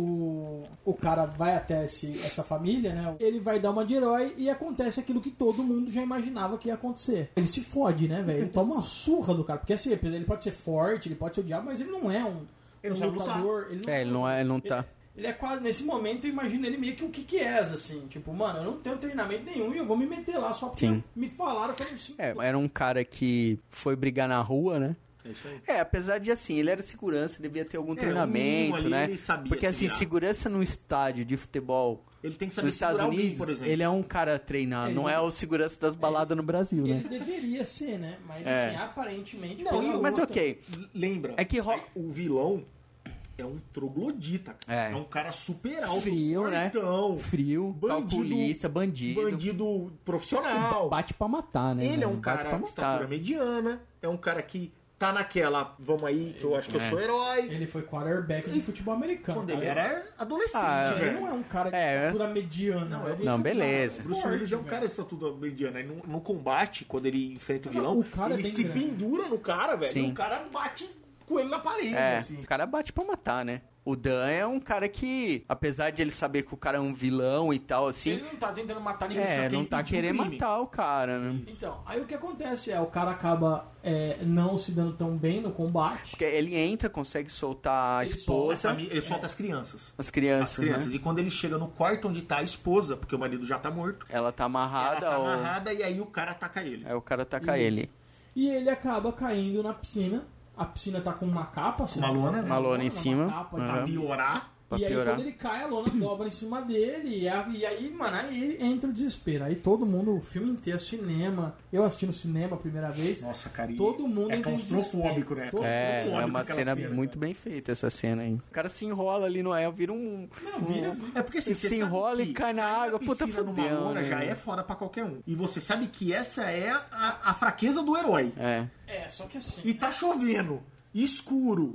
[SPEAKER 3] o cara vai até essa família, né? Ele vai dar uma de herói e acontece aquilo que todo mundo já imaginava que ia acontecer. Ele se fode, né, velho? Ele toma uma surra do cara. Porque assim, ele pode ser forte, ele pode ser o diabo, mas ele não é um lutador.
[SPEAKER 10] Ele não tá.
[SPEAKER 3] Ele é quase, nesse momento, eu imagino ele meio que o Kick-Ass, assim. Tipo, mano, eu não tenho treinamento nenhum e eu vou me meter lá só porque me falaram que eu não sinto.
[SPEAKER 10] Era um cara que foi brigar na rua, né?
[SPEAKER 2] É isso aí.
[SPEAKER 10] Apesar de assim, ele era segurança, devia ter algum treinamento,
[SPEAKER 2] ali,
[SPEAKER 10] né?
[SPEAKER 2] Ele sabia
[SPEAKER 10] porque assim, segurança no estádio de futebol
[SPEAKER 2] ele tem que saber
[SPEAKER 10] nos Estados Unidos,
[SPEAKER 2] alguém, por exemplo.
[SPEAKER 10] ele é um cara treinado, não é o segurança das baladas no Brasil, né?
[SPEAKER 3] Ele deveria ser, né? Mas assim, aparentemente...
[SPEAKER 10] Mas ok.
[SPEAKER 2] Lembra,
[SPEAKER 10] é que
[SPEAKER 2] o vilão é um troglodita. É um cara super alto.
[SPEAKER 4] Frio,
[SPEAKER 2] fortão,
[SPEAKER 4] né? Frio.
[SPEAKER 10] Calculista, bandido.
[SPEAKER 2] Bandido profissional.
[SPEAKER 4] Bate pra matar, né?
[SPEAKER 2] Ele é um cara de estatura mediana. É um cara que tá naquela, vamos aí, que eu acho que eu sou herói.
[SPEAKER 3] Ele foi quarterback de futebol americano.
[SPEAKER 2] Quando ele era adolescente,
[SPEAKER 3] Ele não é um cara de estatura mediana.
[SPEAKER 10] Não, beleza.
[SPEAKER 2] Bruce Willis é um cara de estatura mediana. E no combate, quando ele enfrenta o vilão, ele se pendura no cara, velho. E o cara bate com ele na parede, assim.
[SPEAKER 10] O cara bate pra matar, né? O Dan é um cara que, apesar de ele saber que o cara é um vilão e tal, assim...
[SPEAKER 3] Ele não tá tentando matar ninguém.
[SPEAKER 10] Não tá querendo matar o cara, né?
[SPEAKER 3] Então, aí o que acontece o cara acaba não se dando tão bem no combate.
[SPEAKER 10] Porque ele entra, consegue soltar a esposa...
[SPEAKER 2] Ele solta as crianças.
[SPEAKER 10] As crianças, né?
[SPEAKER 2] E quando ele chega no quarto onde tá a esposa, porque o marido já tá morto...
[SPEAKER 10] Ela tá amarrada.
[SPEAKER 2] E aí o cara ataca ele.
[SPEAKER 10] O cara ataca ele.
[SPEAKER 3] E ele acaba caindo na piscina. A piscina tá com uma capa, assim,
[SPEAKER 2] uma lona
[SPEAKER 10] em cima.
[SPEAKER 3] Uma capa,
[SPEAKER 2] pra piorar.
[SPEAKER 3] E aí quando ele cai, a lona dobra em cima dele. E aí, mano, aí entra o desespero. Aí todo mundo, o filme inteiro, cinema. Eu assisti no cinema a primeira vez.
[SPEAKER 2] Nossa, cara.
[SPEAKER 3] Todo mundo
[SPEAKER 2] entra em claustrofóbico, né?
[SPEAKER 10] É uma cena muito bem feita, essa cena aí. O cara se enrola ali no ar, vira um...
[SPEAKER 3] vira.
[SPEAKER 2] É porque assim,
[SPEAKER 10] você se enrola e cai na água. Puta,
[SPEAKER 2] numa lona
[SPEAKER 10] né?
[SPEAKER 2] já é fora pra qualquer um. E você sabe que essa é a fraqueza do herói.
[SPEAKER 3] Só que assim...
[SPEAKER 2] E tá chovendo. Escuro.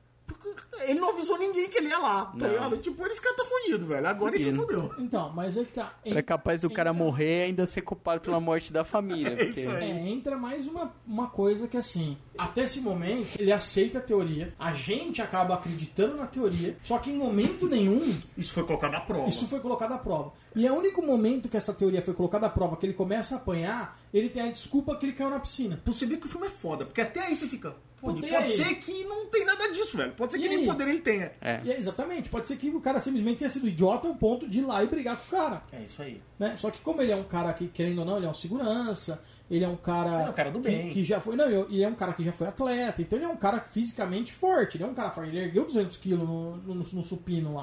[SPEAKER 2] Ele não avisou ninguém que ele ia lá, tá ligado? Tipo, esse cara tá fudido, velho. Agora ele se fudeu.
[SPEAKER 3] Então, mas é que tá...
[SPEAKER 10] É capaz do cara morrer e ainda ser culpado pela morte da família. Porque...
[SPEAKER 3] entra mais uma coisa que, assim, até esse momento, ele aceita a teoria, a gente acaba acreditando na teoria, só que em momento nenhum...
[SPEAKER 2] Isso foi colocado à prova.
[SPEAKER 3] Isso foi colocado à prova. E é o único momento que essa teoria foi colocada à prova, que ele começa a apanhar, ele tem a desculpa que ele caiu na piscina.
[SPEAKER 2] Você vê que o filme é foda, porque até aí você fica... Pode ser que não tem nada disso, velho. Pode ser que nem poder ele tenha.
[SPEAKER 3] Exatamente. Pode ser que o cara simplesmente tenha sido idiota ao ponto de ir lá e brigar com o cara.
[SPEAKER 2] É isso aí.
[SPEAKER 3] Né? Só que como ele é um cara que, querendo ou não, ele é um segurança, ele é um cara...
[SPEAKER 2] Ele é um cara do bem.
[SPEAKER 3] Que já foi... Não, ele é um cara que já foi atleta, então ele é um cara fisicamente forte. Ele é um cara forte. Ele ergueu 200 quilos no supino lá. Então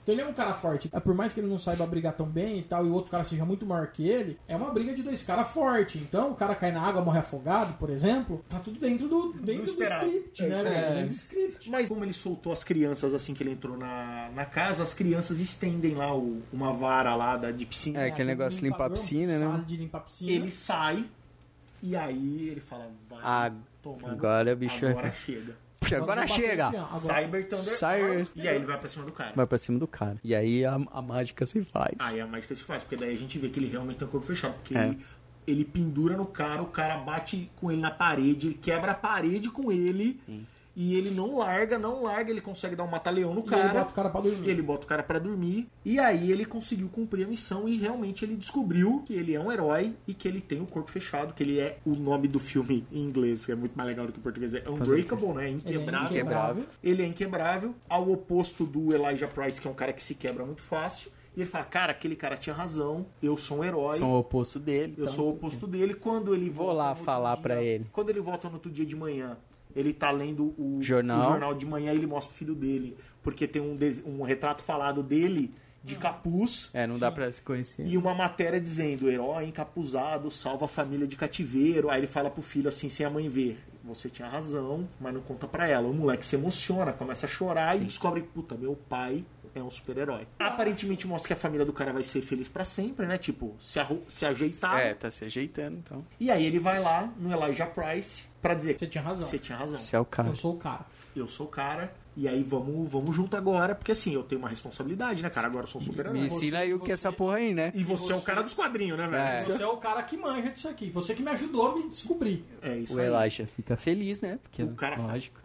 [SPEAKER 3] Então ele é um cara forte. Por mais que ele não saiba brigar tão bem e tal, e o outro cara seja muito maior que ele, é uma briga de dois caras fortes. Então o cara cai na água, morre afogado, por exemplo, tá tudo dentro do script, né, velho? Dentro do script.
[SPEAKER 2] Mas como ele soltou as crianças assim que ele entrou na casa, as crianças estendem lá uma vara lá de piscina.
[SPEAKER 4] Aquele negócio de limpar a piscina, né?
[SPEAKER 3] De limpar a piscina.
[SPEAKER 2] Ele sai e aí ele fala, vai tomar.
[SPEAKER 4] Agora, bicho.
[SPEAKER 2] Agora chega.
[SPEAKER 4] Agora chega!
[SPEAKER 2] Cyber Thunder. E aí ele vai pra cima do cara.
[SPEAKER 4] Vai pra cima do cara. E aí a mágica se faz.
[SPEAKER 2] Aí a mágica se faz, porque daí a gente vê que ele realmente tem o corpo fechado. Porque ele pendura no cara, o cara bate com ele na parede, ele quebra a parede com ele. Sim. E ele não larga, ele consegue dar um mata-leão no cara.
[SPEAKER 3] E ele bota o cara pra dormir.
[SPEAKER 2] Ele bota o cara pra dormir. E aí ele conseguiu cumprir a missão e realmente ele descobriu que ele é um herói e que ele tem o corpo fechado, que ele é o nome do filme em inglês, que é muito mais legal do que em português. É Unbreakable, né? Inquebrável. Ele é inquebrável. Ao oposto do Elijah Price, que é um cara que se quebra muito fácil. E ele fala, cara, aquele cara tinha razão, eu sou um herói.
[SPEAKER 4] Sou o oposto dele.
[SPEAKER 2] Eu sou o oposto dele. Quando ele
[SPEAKER 4] Vou lá falar pra ele.
[SPEAKER 2] Quando ele volta no outro dia de manhã, ele tá lendo o
[SPEAKER 4] jornal
[SPEAKER 2] de manhã e ele mostra o filho dele. Porque tem um retrato falado dele de capuz.
[SPEAKER 4] Não dá pra se conhecer.
[SPEAKER 2] E uma matéria dizendo, herói encapuzado salva a família de cativeiro. Aí ele fala pro filho assim, sem a mãe ver, você tinha razão, mas não conta pra ela. O moleque se emociona, começa a chorar e descobre, puta, meu pai é um super-herói. Aparentemente mostra que a família do cara vai ser feliz pra sempre, né? Tipo, se ajeitar.
[SPEAKER 4] Tá se ajeitando, então.
[SPEAKER 2] E aí ele vai lá no Elijah Price pra dizer
[SPEAKER 3] você tinha razão.
[SPEAKER 2] Você tinha razão.
[SPEAKER 4] Você é o cara.
[SPEAKER 3] Eu sou o cara.
[SPEAKER 2] Eu sou o cara. E aí vamos junto agora, porque assim, eu tenho uma responsabilidade, né, cara? Agora eu sou um super-herói.
[SPEAKER 4] Me ensina aí o que é essa porra aí, né?
[SPEAKER 2] E você é o cara dos quadrinhos, né, velho?
[SPEAKER 3] Você é o cara que manja disso aqui. Você que me ajudou a me descobrir.
[SPEAKER 2] É isso
[SPEAKER 4] aí. O Elijah fica feliz, né? Porque
[SPEAKER 2] o cara
[SPEAKER 4] lógico.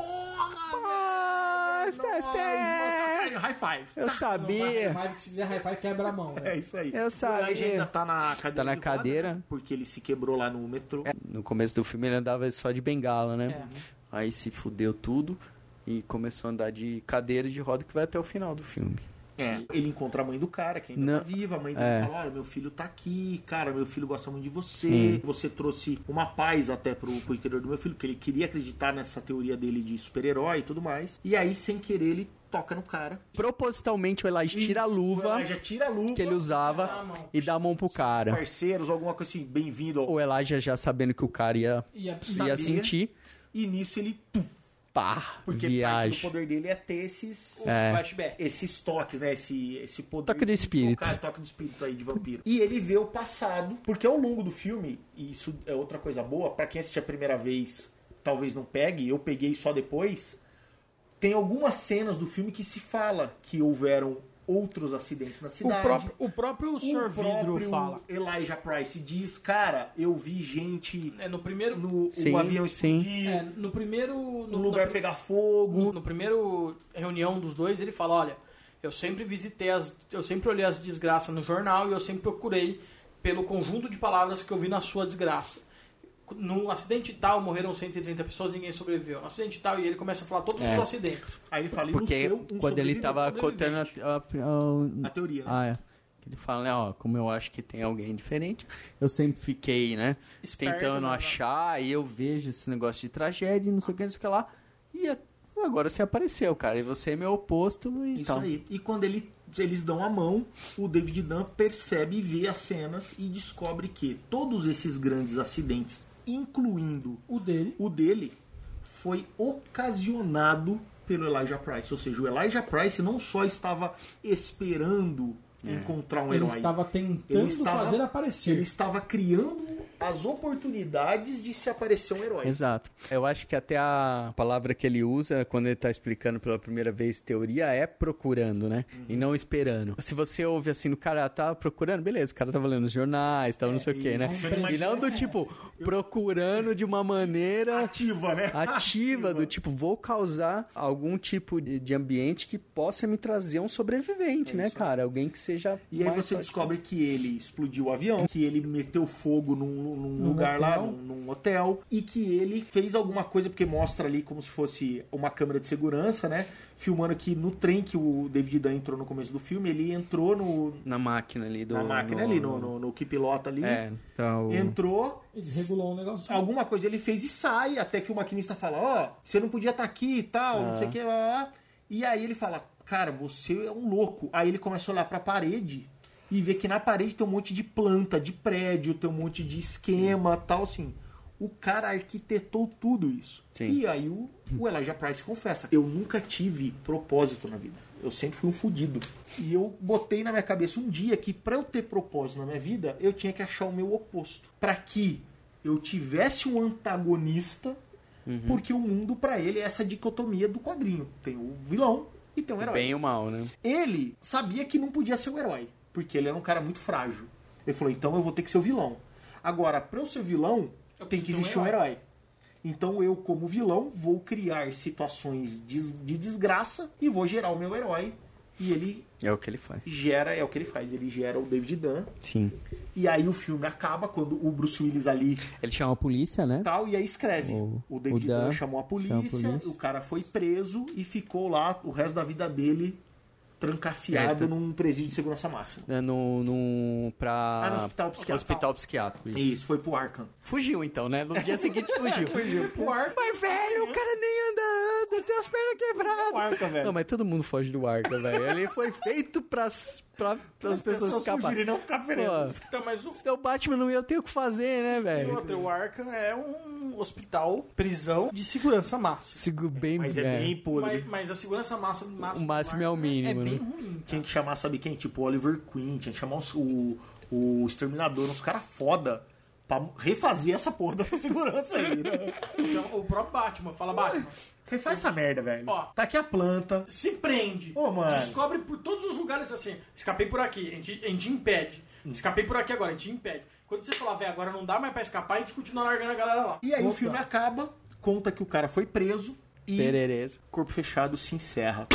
[SPEAKER 2] High five.
[SPEAKER 4] Eu sabia.
[SPEAKER 3] High five, que se fizer high five quebra a mão.
[SPEAKER 2] É isso aí.
[SPEAKER 4] Eu sabia.
[SPEAKER 2] O Elijah ainda tá na cadeira.
[SPEAKER 4] Tá na cadeira.
[SPEAKER 2] Roda, né? Porque ele se quebrou lá no metrô.
[SPEAKER 4] No começo do filme ele andava só de bengala, né? Aí se fudeu tudo e começou a andar de cadeira de roda que vai até o final do filme.
[SPEAKER 2] Ele encontra a mãe do cara, que ainda tá viva. A mãe dele fala, olha, meu filho tá aqui, cara, meu filho gosta muito de você. Sim. Você trouxe uma paz até pro interior do meu filho, porque ele queria acreditar nessa teoria dele de super-herói e tudo mais. E aí, sem querer, ele toca no cara.
[SPEAKER 4] Propositalmente o Elijah tira a luva que ele usava e dá a mão pro cara.
[SPEAKER 2] Parceiros, alguma coisa assim, bem-vindo.
[SPEAKER 4] O Elijah já sabendo que o cara ia sentir.
[SPEAKER 2] E nisso ele... Porque
[SPEAKER 4] viagem.
[SPEAKER 2] parte do poder dele é ter esses
[SPEAKER 3] flashbacks,
[SPEAKER 2] esses toques, né? Esse poder.
[SPEAKER 4] Toque do espírito.
[SPEAKER 2] Toque do espírito aí de vampiro. E ele vê o passado, porque ao longo do filme, e isso é outra coisa boa, pra quem assistir a primeira vez, talvez não pegue, eu peguei só depois. Tem algumas cenas do filme que se fala que houveram outros acidentes na cidade.
[SPEAKER 3] O próprio Sr. Vidro fala.
[SPEAKER 2] Elijah Price diz, cara, eu vi gente
[SPEAKER 3] no primeiro
[SPEAKER 2] o avião explodir,
[SPEAKER 3] no primeiro
[SPEAKER 2] no lugar pegar fogo.
[SPEAKER 3] No primeiro reunião dos dois, ele fala, olha, eu sempre olhei as desgraças no jornal e eu sempre procurei pelo conjunto de palavras que eu vi na sua desgraça. Num acidente tal, morreram 130 pessoas, ninguém sobreviveu. No acidente tal, e ele começa a falar todos os acidentes.
[SPEAKER 2] Aí ele fala,
[SPEAKER 4] porque quando ele tava contando
[SPEAKER 2] a teoria,
[SPEAKER 4] né? Ele fala, né, ó, como eu acho que tem alguém diferente, eu sempre fiquei, né, tentando achar, e eu vejo esse negócio de tragédia, não sei o que lá, e agora você apareceu, cara, e você é meu oposto e
[SPEAKER 2] isso
[SPEAKER 4] tal.
[SPEAKER 2] Aí. E quando eles dão a mão, o David Dunn percebe e vê as cenas e descobre que todos esses grandes acidentes, incluindo
[SPEAKER 3] o
[SPEAKER 2] dele, foi ocasionado pelo Elijah Price. Ou seja, o Elijah Price não só estava esperando encontrar um herói.
[SPEAKER 3] Ele estava tentando fazer aparecer.
[SPEAKER 2] Ele estava criando as oportunidades de se aparecer um herói.
[SPEAKER 4] Exato. Eu acho que até a palavra que ele usa quando ele está explicando pela primeira vez teoria é procurando, né? E não esperando. Se você ouve assim, o cara tá procurando, beleza, o cara tava lendo os jornais, tava não sei o que, né? E não do tipo, procurando de uma maneira...
[SPEAKER 2] Ativa, né?
[SPEAKER 4] Ativa, do tipo, vou causar algum tipo de ambiente que possa me trazer um sobrevivente, né, cara? Alguém que seja...
[SPEAKER 2] E aí você descobre que ele explodiu o avião, que ele meteu fogo num lugar lá, num hotel, e que ele fez alguma coisa, porque mostra ali como se fosse uma câmera de segurança, né? Filmando que no trem que o David Dunn entrou no começo do filme, ele entrou
[SPEAKER 4] na máquina ali
[SPEAKER 2] no que pilota ali.
[SPEAKER 4] Então...
[SPEAKER 2] Entrou...
[SPEAKER 3] Desregulou um negócio.
[SPEAKER 2] Alguma coisa ele fez e sai, até que o maquinista fala, ó, você não podia estar aqui e tal, não sei o que, lá. E aí ele fala, cara, você é um louco. Aí ele começa a olhar pra parede e vê que na parede tem um monte de planta, de prédio, tem um monte de esquema, tal, assim. O cara arquitetou tudo isso.
[SPEAKER 10] Sim.
[SPEAKER 2] E aí o Elijah Price confessa: eu nunca tive propósito na vida. Eu sempre fui um fudido. E eu botei na minha cabeça um dia que pra eu ter propósito na minha vida, eu tinha que achar o meu oposto. Pra que eu tivesse um antagonista, porque o mundo pra ele é essa dicotomia do quadrinho. Tem o vilão e tem o herói.
[SPEAKER 10] Bem e o mal, né?
[SPEAKER 2] Ele sabia que não podia ser o herói, porque ele era um cara muito frágil. Ele falou, então eu vou ter que ser o vilão. Agora, pra eu ser vilão, tem que existir um herói. Então eu, como vilão, vou criar situações de desgraça e vou gerar o meu herói. E ele...
[SPEAKER 10] É o que ele faz.
[SPEAKER 2] É o que ele faz. Ele gera o David Dunn.
[SPEAKER 10] Sim.
[SPEAKER 2] E aí o filme acaba quando o Bruce Willis ali...
[SPEAKER 4] Ele chama a polícia, né?
[SPEAKER 2] Tal, e aí escreve. O David Dunn chamou a polícia, o cara foi preso e ficou lá o resto da vida dele trancafiado num presídio de segurança máxima.
[SPEAKER 10] No hospital psiquiátrico.
[SPEAKER 2] Isso, foi pro Arkham.
[SPEAKER 10] Fugiu então, né? No dia seguinte fugiu.
[SPEAKER 2] Fugiu pro Arkham.
[SPEAKER 10] Mas, velho, o cara nem anda, tem as pernas quebradas.
[SPEAKER 2] Arkham, velho.
[SPEAKER 10] Não, mas todo mundo foge do Arkham, velho. Ele foi feito pras pessoas escaparem.
[SPEAKER 2] E não ficar presos.
[SPEAKER 3] Então, mas
[SPEAKER 10] senão o Batman não ia ter o que fazer, né, velho?
[SPEAKER 3] E outra, o Arkham é um hospital, prisão de segurança máxima.
[SPEAKER 2] Mas é bem podre.
[SPEAKER 3] Mas a segurança máxima
[SPEAKER 10] o máximo é o mínimo,
[SPEAKER 3] é bem
[SPEAKER 10] né?
[SPEAKER 3] ruim.
[SPEAKER 2] Tinha que chamar, sabe quem? Tipo o Oliver Queen, tinha que chamar o Exterminador, uns caras foda pra refazer essa porra dessa segurança aí, né?
[SPEAKER 3] O próprio Batman, fala Batman.
[SPEAKER 2] Refaz essa merda, velho.
[SPEAKER 3] Ó,
[SPEAKER 2] tá aqui a planta.
[SPEAKER 3] Se prende.
[SPEAKER 2] Ô, mano.
[SPEAKER 3] Descobre por todos os lugares assim. Escapei por aqui, a gente impede. Escapei por aqui agora, a gente impede. Quando você falar, velho, agora não dá mais pra escapar, a gente continua largando a galera lá.
[SPEAKER 2] E aí o filme acaba, conta que o cara foi preso e
[SPEAKER 10] Perereza.
[SPEAKER 2] Corpo Fechado se encerra.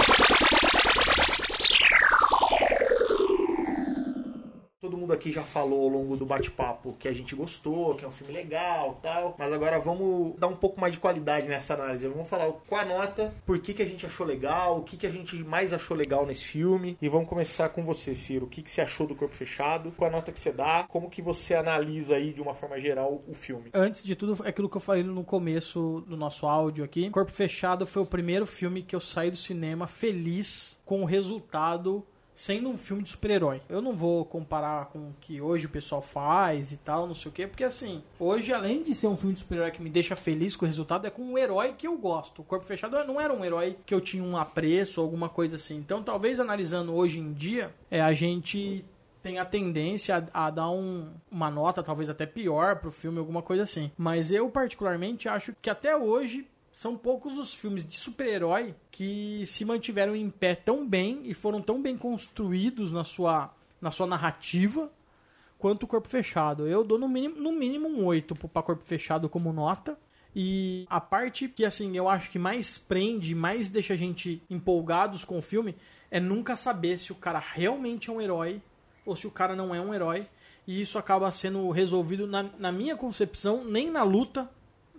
[SPEAKER 2] Todo mundo aqui já falou ao longo do bate-papo que a gente gostou, que é um filme legal e tal. Mas agora vamos dar um pouco mais de qualidade nessa análise. Vamos falar qual a nota, por que a gente achou legal, o que a gente mais achou legal nesse filme. E vamos começar com você, Ciro. O que você achou do Corpo Fechado? Qual a nota que você dá? Como que você analisa aí, de uma forma geral, o filme?
[SPEAKER 3] Antes de tudo, é aquilo que eu falei no começo do nosso áudio aqui. Corpo Fechado foi o primeiro filme que eu saí do cinema feliz com o resultado, sendo um filme de super-herói. Eu não vou comparar com o que hoje o pessoal faz e tal, não sei o quê, porque assim, hoje, além de ser um filme de super-herói que me deixa feliz com o resultado, é com um herói que eu gosto. O Corpo Fechado não era um herói que eu tinha um apreço ou alguma coisa assim. Então, talvez analisando hoje em dia, a gente tem a tendência a dar uma nota talvez até pior pro filme, alguma coisa assim. Mas eu, particularmente, acho que até hoje são poucos os filmes de super-herói que se mantiveram em pé tão bem e foram tão bem construídos na sua narrativa quanto o Corpo Fechado. Eu dou no mínimo um 8 para Corpo Fechado como nota. E a parte que assim eu acho que mais prende, mais deixa a gente empolgados com o filme, é nunca saber se o cara realmente é um herói ou se o cara não é um herói. E isso acaba sendo resolvido, na minha concepção, nem na luta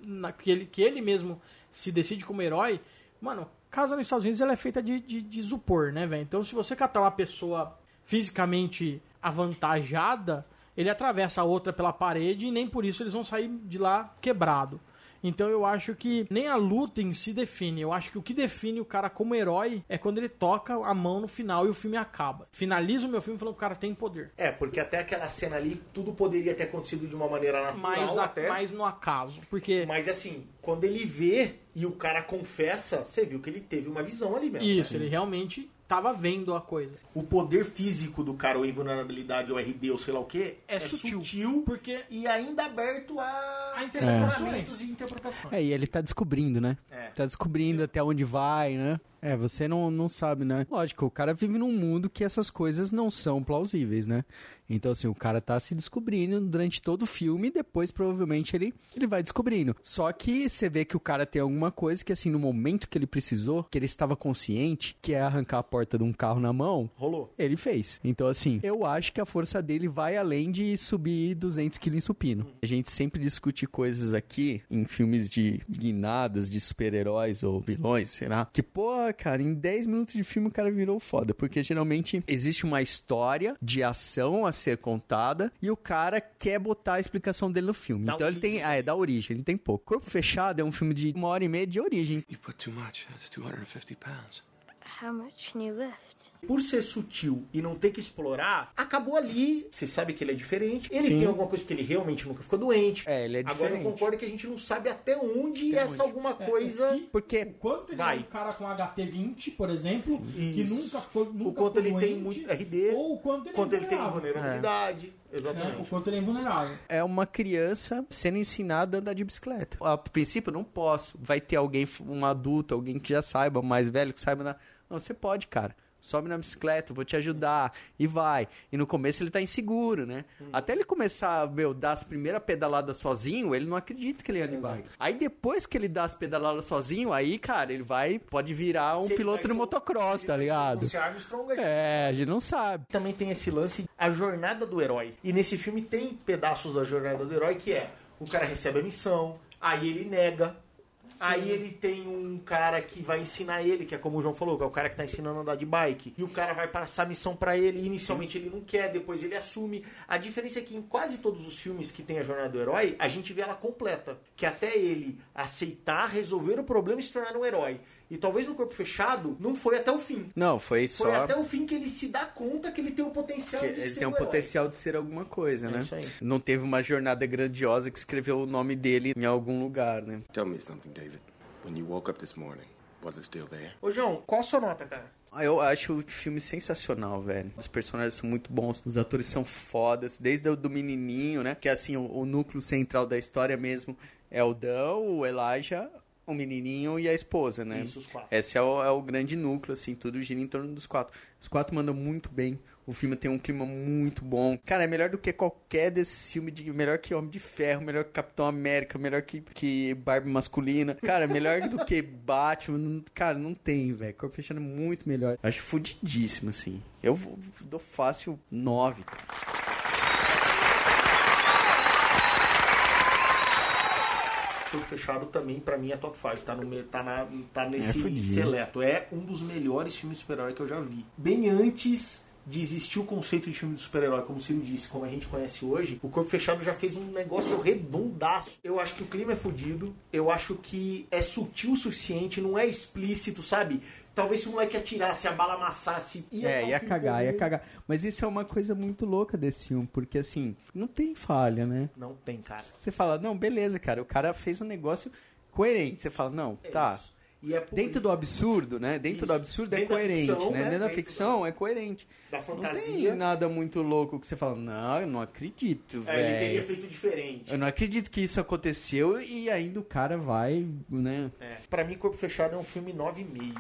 [SPEAKER 3] que ele mesmo se decide como herói. Mano, casa nos Estados Unidos ela é feita de isopor, né, velho? Então se você catar uma pessoa fisicamente avantajada, ele atravessa a outra pela parede e nem por isso eles vão sair de lá quebrado. Então eu acho que nem a luta em si define. Eu acho que o que define o cara como herói é quando ele toca a mão no final e o filme acaba. Finaliza o meu filme falando que o cara tem poder.
[SPEAKER 2] Porque até aquela cena ali, tudo poderia ter acontecido de uma maneira natural.
[SPEAKER 3] Mas no acaso. Porque...
[SPEAKER 2] Mas assim, quando ele vê e o cara confessa, você viu que ele teve uma visão ali mesmo.
[SPEAKER 3] Isso, ele realmente tava vendo a coisa.
[SPEAKER 2] O poder físico do cara, ou invulnerabilidade, ou RD, ou sei lá o que, é sutil
[SPEAKER 3] porque...
[SPEAKER 2] e ainda aberto a
[SPEAKER 3] interpretações
[SPEAKER 2] e interpretações.
[SPEAKER 4] E ele tá descobrindo, né? Tá descobrindo até onde vai, né? Você não sabe, né? Lógico, o cara vive num mundo que essas coisas não são plausíveis, né? Então, assim, o cara tá se descobrindo durante todo o filme e depois, provavelmente, ele vai descobrindo. Só que você vê que o cara tem alguma coisa que, assim, no momento que ele precisou, que ele estava consciente, que é arrancar a porta de um carro na mão,
[SPEAKER 2] rolou.
[SPEAKER 4] Ele fez. Então, assim, eu acho que a força dele vai além de subir 200 quilos em supino. A gente sempre discute coisas aqui, em filmes de guinadas, de super-heróis ou vilões, será? Que, pô, cara, em 10 minutos de filme o cara virou foda, porque geralmente existe uma história de ação a ser contada e o cara quer botar a explicação dele no filme. Então ele tem... da origem, ele tem pouco. Corpo Fechado é um filme de 1h30 de origem.
[SPEAKER 6] You put too much. That's 250 pounds.
[SPEAKER 7] How much can you lift?
[SPEAKER 2] Por ser sutil e não ter que explorar, acabou ali. Você sabe que ele é diferente. Ele
[SPEAKER 10] Sim.
[SPEAKER 2] tem alguma coisa porque ele realmente nunca ficou doente.
[SPEAKER 10] Ele é diferente.
[SPEAKER 2] Agora eu concordo que a gente não sabe até onde alguma coisa...
[SPEAKER 10] Porque
[SPEAKER 3] quanto ele é um cara com HT20, por exemplo, que nunca
[SPEAKER 2] o quanto ele
[SPEAKER 3] doente,
[SPEAKER 2] tem muito RD,
[SPEAKER 3] ou o quanto ele
[SPEAKER 2] tem vulnerabilidade. Exatamente.
[SPEAKER 3] O quanto ele é invulnerável.
[SPEAKER 10] É uma criança sendo ensinada a andar de bicicleta. A princípio, não posso. Vai ter alguém, um adulto, alguém que já saiba, mais velho, que saiba andar. Não, você pode, cara. Sobe na bicicleta, vou te ajudar. E vai. E no começo ele tá inseguro, né? Até ele começar, dar as primeiras pedaladas sozinho, ele não acredita que ele anda de bike. Aí depois que ele dá as pedaladas sozinho, aí, cara, ele pode virar um piloto de motocross, tá ligado? A gente não sabe.
[SPEAKER 2] Também tem esse lance, a jornada do herói. E nesse filme tem pedaços da jornada do herói que é, o cara recebe a missão, aí ele nega. Sim. Aí ele tem um cara que vai ensinar ele, que é como o João falou, que é o cara que tá ensinando a andar de bike. E o cara vai passar a missão pra ele. E inicialmente ele não quer, depois ele assume. A diferença é que em quase todos os filmes que tem a jornada do herói, a gente vê ela completa. Que até ele aceitar, resolver o problema e se tornar um herói. E talvez no Corpo Fechado não foi até o fim.
[SPEAKER 10] Não, foi só...
[SPEAKER 2] Foi até o fim que ele se dá conta que ele tem o potencial de ser
[SPEAKER 10] ele tem um potencial de ser alguma coisa, né?
[SPEAKER 2] Isso aí.
[SPEAKER 10] Não teve uma jornada grandiosa que escreveu o nome dele em algum lugar, né?
[SPEAKER 1] Tell me something, David. When you woke up this morning, was it still there?
[SPEAKER 2] Ô, João, qual a sua nota, cara?
[SPEAKER 10] Eu acho o filme sensacional, velho. Os personagens são muito bons, os atores são fodas, desde o do menininho, né? Que assim, o núcleo central da história mesmo é o Dan, o Elijah, o menininho e a esposa, né?
[SPEAKER 2] Isso, os quatro.
[SPEAKER 10] Esse é o grande núcleo, assim, tudo gira em torno dos quatro. Os quatro mandam muito bem. O filme tem um clima muito bom. Cara, é melhor do que qualquer desse filme, melhor que Homem de Ferro, melhor que Capitão América, melhor que Barbie masculina. Cara, melhor do que Batman. Cara, não tem, velho. Corpo Fechado é muito melhor. Acho fudidíssimo, assim. Eu dou fácil 9, cara.
[SPEAKER 2] Corpo Fechado também, pra mim, é top 5. Tá nesse seleto. É um dos melhores filmes de super-herói que eu já vi. Bem antes de existir o conceito de filme de super-herói, como o Ciro disse, como a gente conhece hoje, o Corpo Fechado já fez um negócio redondaço. Eu acho que o clima é fodido, eu acho que é sutil o suficiente, não é explícito, sabe? Talvez se o moleque atirasse, a bala amassasse...
[SPEAKER 4] ia cagar. Mas isso é uma coisa muito louca desse filme, porque assim, não tem falha, né?
[SPEAKER 2] Não tem, cara.
[SPEAKER 4] Você fala, não, beleza, cara, o cara fez um negócio coerente. Você fala, não, tá...
[SPEAKER 2] Isso. E é
[SPEAKER 4] dentro do absurdo, né? Dentro do absurdo é coerente, ficção, né? Dentro da ficção é coerente.
[SPEAKER 2] Da fantasia.
[SPEAKER 4] Não tem nada muito louco que você fala, não, eu não acredito, velho.
[SPEAKER 2] Ele teria feito diferente.
[SPEAKER 4] Eu não acredito que isso aconteceu e ainda o cara vai, né?
[SPEAKER 2] Pra mim, Corpo Fechado é um filme 9,5.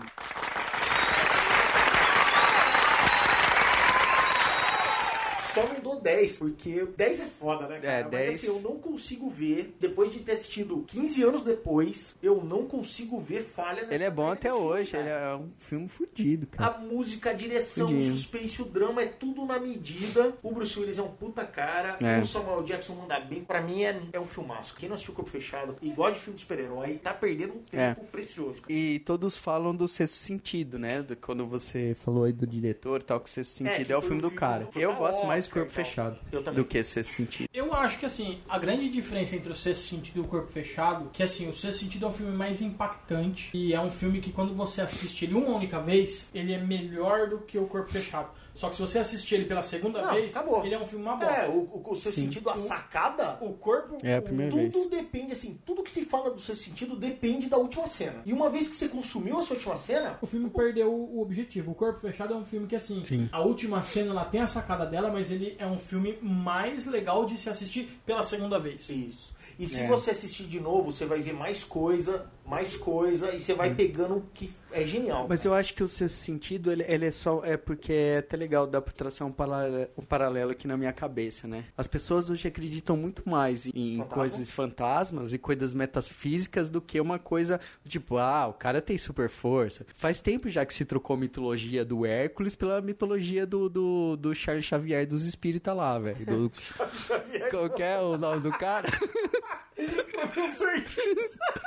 [SPEAKER 2] Só não dou 10, porque 10 é foda, né, cara? Mas
[SPEAKER 10] 10...
[SPEAKER 2] assim, eu não consigo ver, depois de ter assistido 15 anos depois, eu não consigo ver falha nessa.
[SPEAKER 10] Ele é bom até hoje,
[SPEAKER 2] filme,
[SPEAKER 10] ele é um filme fudido, cara.
[SPEAKER 2] A música, a direção, o suspense, o drama, é tudo na medida. O Bruce Willis é um puta cara, o Samuel Jackson manda bem. Pra mim é um filmaço. Quem não assistiu Corpo Fechado e gosta de filme de super-herói, tá perdendo um tempo precioso. Cara.
[SPEAKER 10] E todos falam do Sexto Sentido, né? Quando você falou aí do diretor e tal, que o Sexto Sentido é o filme do cara. Eu gosto mais do Corpo Fechado do que Sexto Sentido.
[SPEAKER 3] Eu acho que assim, a grande diferença entre o Sexto Sentido e o Corpo Fechado, que assim, o Sexto Sentido é um filme mais impactante e é um filme que quando você assiste ele uma única vez, ele é melhor do que o Corpo Fechado. Só que se você assistir ele pela segunda vez, acabou. Ele é um filme uma bosta.
[SPEAKER 2] O Sexto Sentido, a sacada,
[SPEAKER 3] o corpo,
[SPEAKER 2] tudo depende, assim, tudo que se fala do Sexto Sentido depende da última cena. E uma vez que você consumiu essa última cena,
[SPEAKER 3] o filme perdeu o objetivo. O Corpo Fechado é um filme que, assim, a última cena, ela tem a sacada dela, mas ele é um filme mais legal de se assistir pela segunda vez.
[SPEAKER 2] Isso. E se você assistir de novo, você vai ver mais coisa, e você vai pegando o que é genial.
[SPEAKER 10] Mas eu acho que o Sexto Sentido, ele é só... É porque é até legal, dá pra traçar um paralelo aqui na minha cabeça, né? As pessoas hoje acreditam muito mais em coisas fantasmas e coisas metafísicas do que uma coisa, tipo, o cara tem super força. Faz tempo já que se trocou a mitologia do Hércules pela mitologia do Charles Xavier dos espíritas lá, velho. Qual que é o nome do cara?
[SPEAKER 2] Professor X.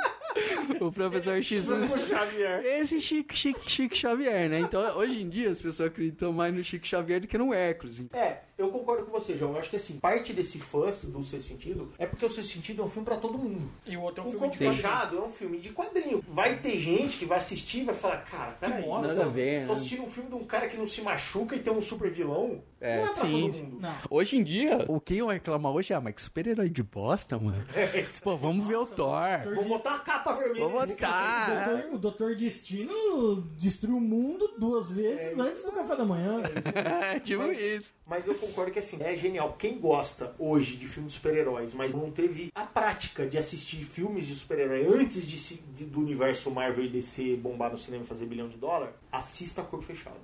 [SPEAKER 10] O professor X.
[SPEAKER 2] Xavier.
[SPEAKER 10] Esse Chico Xavier, né? Então, hoje em dia, as pessoas acreditam mais no Chico Xavier do que no Hércules.
[SPEAKER 2] Eu concordo com você, João. Eu acho que assim, parte desse fãs do Sexto Sentido é porque o Sexto Sentido é um filme pra todo mundo.
[SPEAKER 3] E o outro é um
[SPEAKER 2] O
[SPEAKER 3] filme de
[SPEAKER 2] Corpo Fechado é um filme de quadrinho. Vai ter gente que vai assistir e vai falar, cara, peraí,
[SPEAKER 10] nada a ver,
[SPEAKER 2] tô
[SPEAKER 10] né?
[SPEAKER 2] assistindo um filme de um cara que não se machuca e tem um super vilão. Não é pra
[SPEAKER 10] sim.
[SPEAKER 2] todo mundo.
[SPEAKER 3] Não.
[SPEAKER 10] Hoje em dia, o que iam reclamar hoje é, mas que super-herói de bosta, mano. Pô, vamos ver o Thor.
[SPEAKER 2] Vou botar uma capa vermelha
[SPEAKER 10] Vou
[SPEAKER 2] nesse
[SPEAKER 10] botar.
[SPEAKER 2] cara.
[SPEAKER 3] O Doutor Destino destruiu o mundo 2 vezes antes do café da manhã.
[SPEAKER 10] Tipo isso.
[SPEAKER 2] Mas eu concordo que assim, é genial. Quem gosta hoje de filmes de super-heróis, mas não teve a prática de assistir filmes de super-herói antes do universo Marvel e DC bombar no cinema e fazer $1 bilhão, assista Corpo Fechado.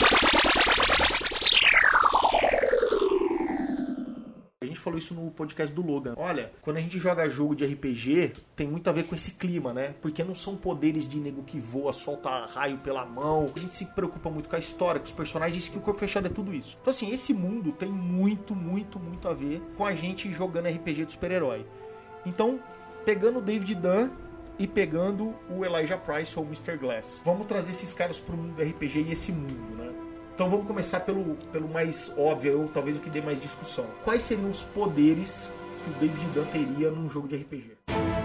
[SPEAKER 2] A gente falou isso no podcast do Logan. Olha, quando a gente joga jogo de RPG, tem muito a ver com esse clima, né? Porque não são poderes de nego que voa, solta raio pela mão. A gente se preocupa muito com a história, com os personagens, que o Corpo Fechado é tudo isso. Então assim, esse mundo tem muito a ver com a gente jogando RPG de super-herói. Então, pegando o David Dunn e pegando o Elijah Price ou o Mr. Glass, vamos trazer esses caras pro mundo do RPG e esse mundo, né? Então vamos começar pelo mais óbvio, ou talvez o que dê mais discussão. Quais seriam os poderes que o David Dunn teria num jogo de RPG?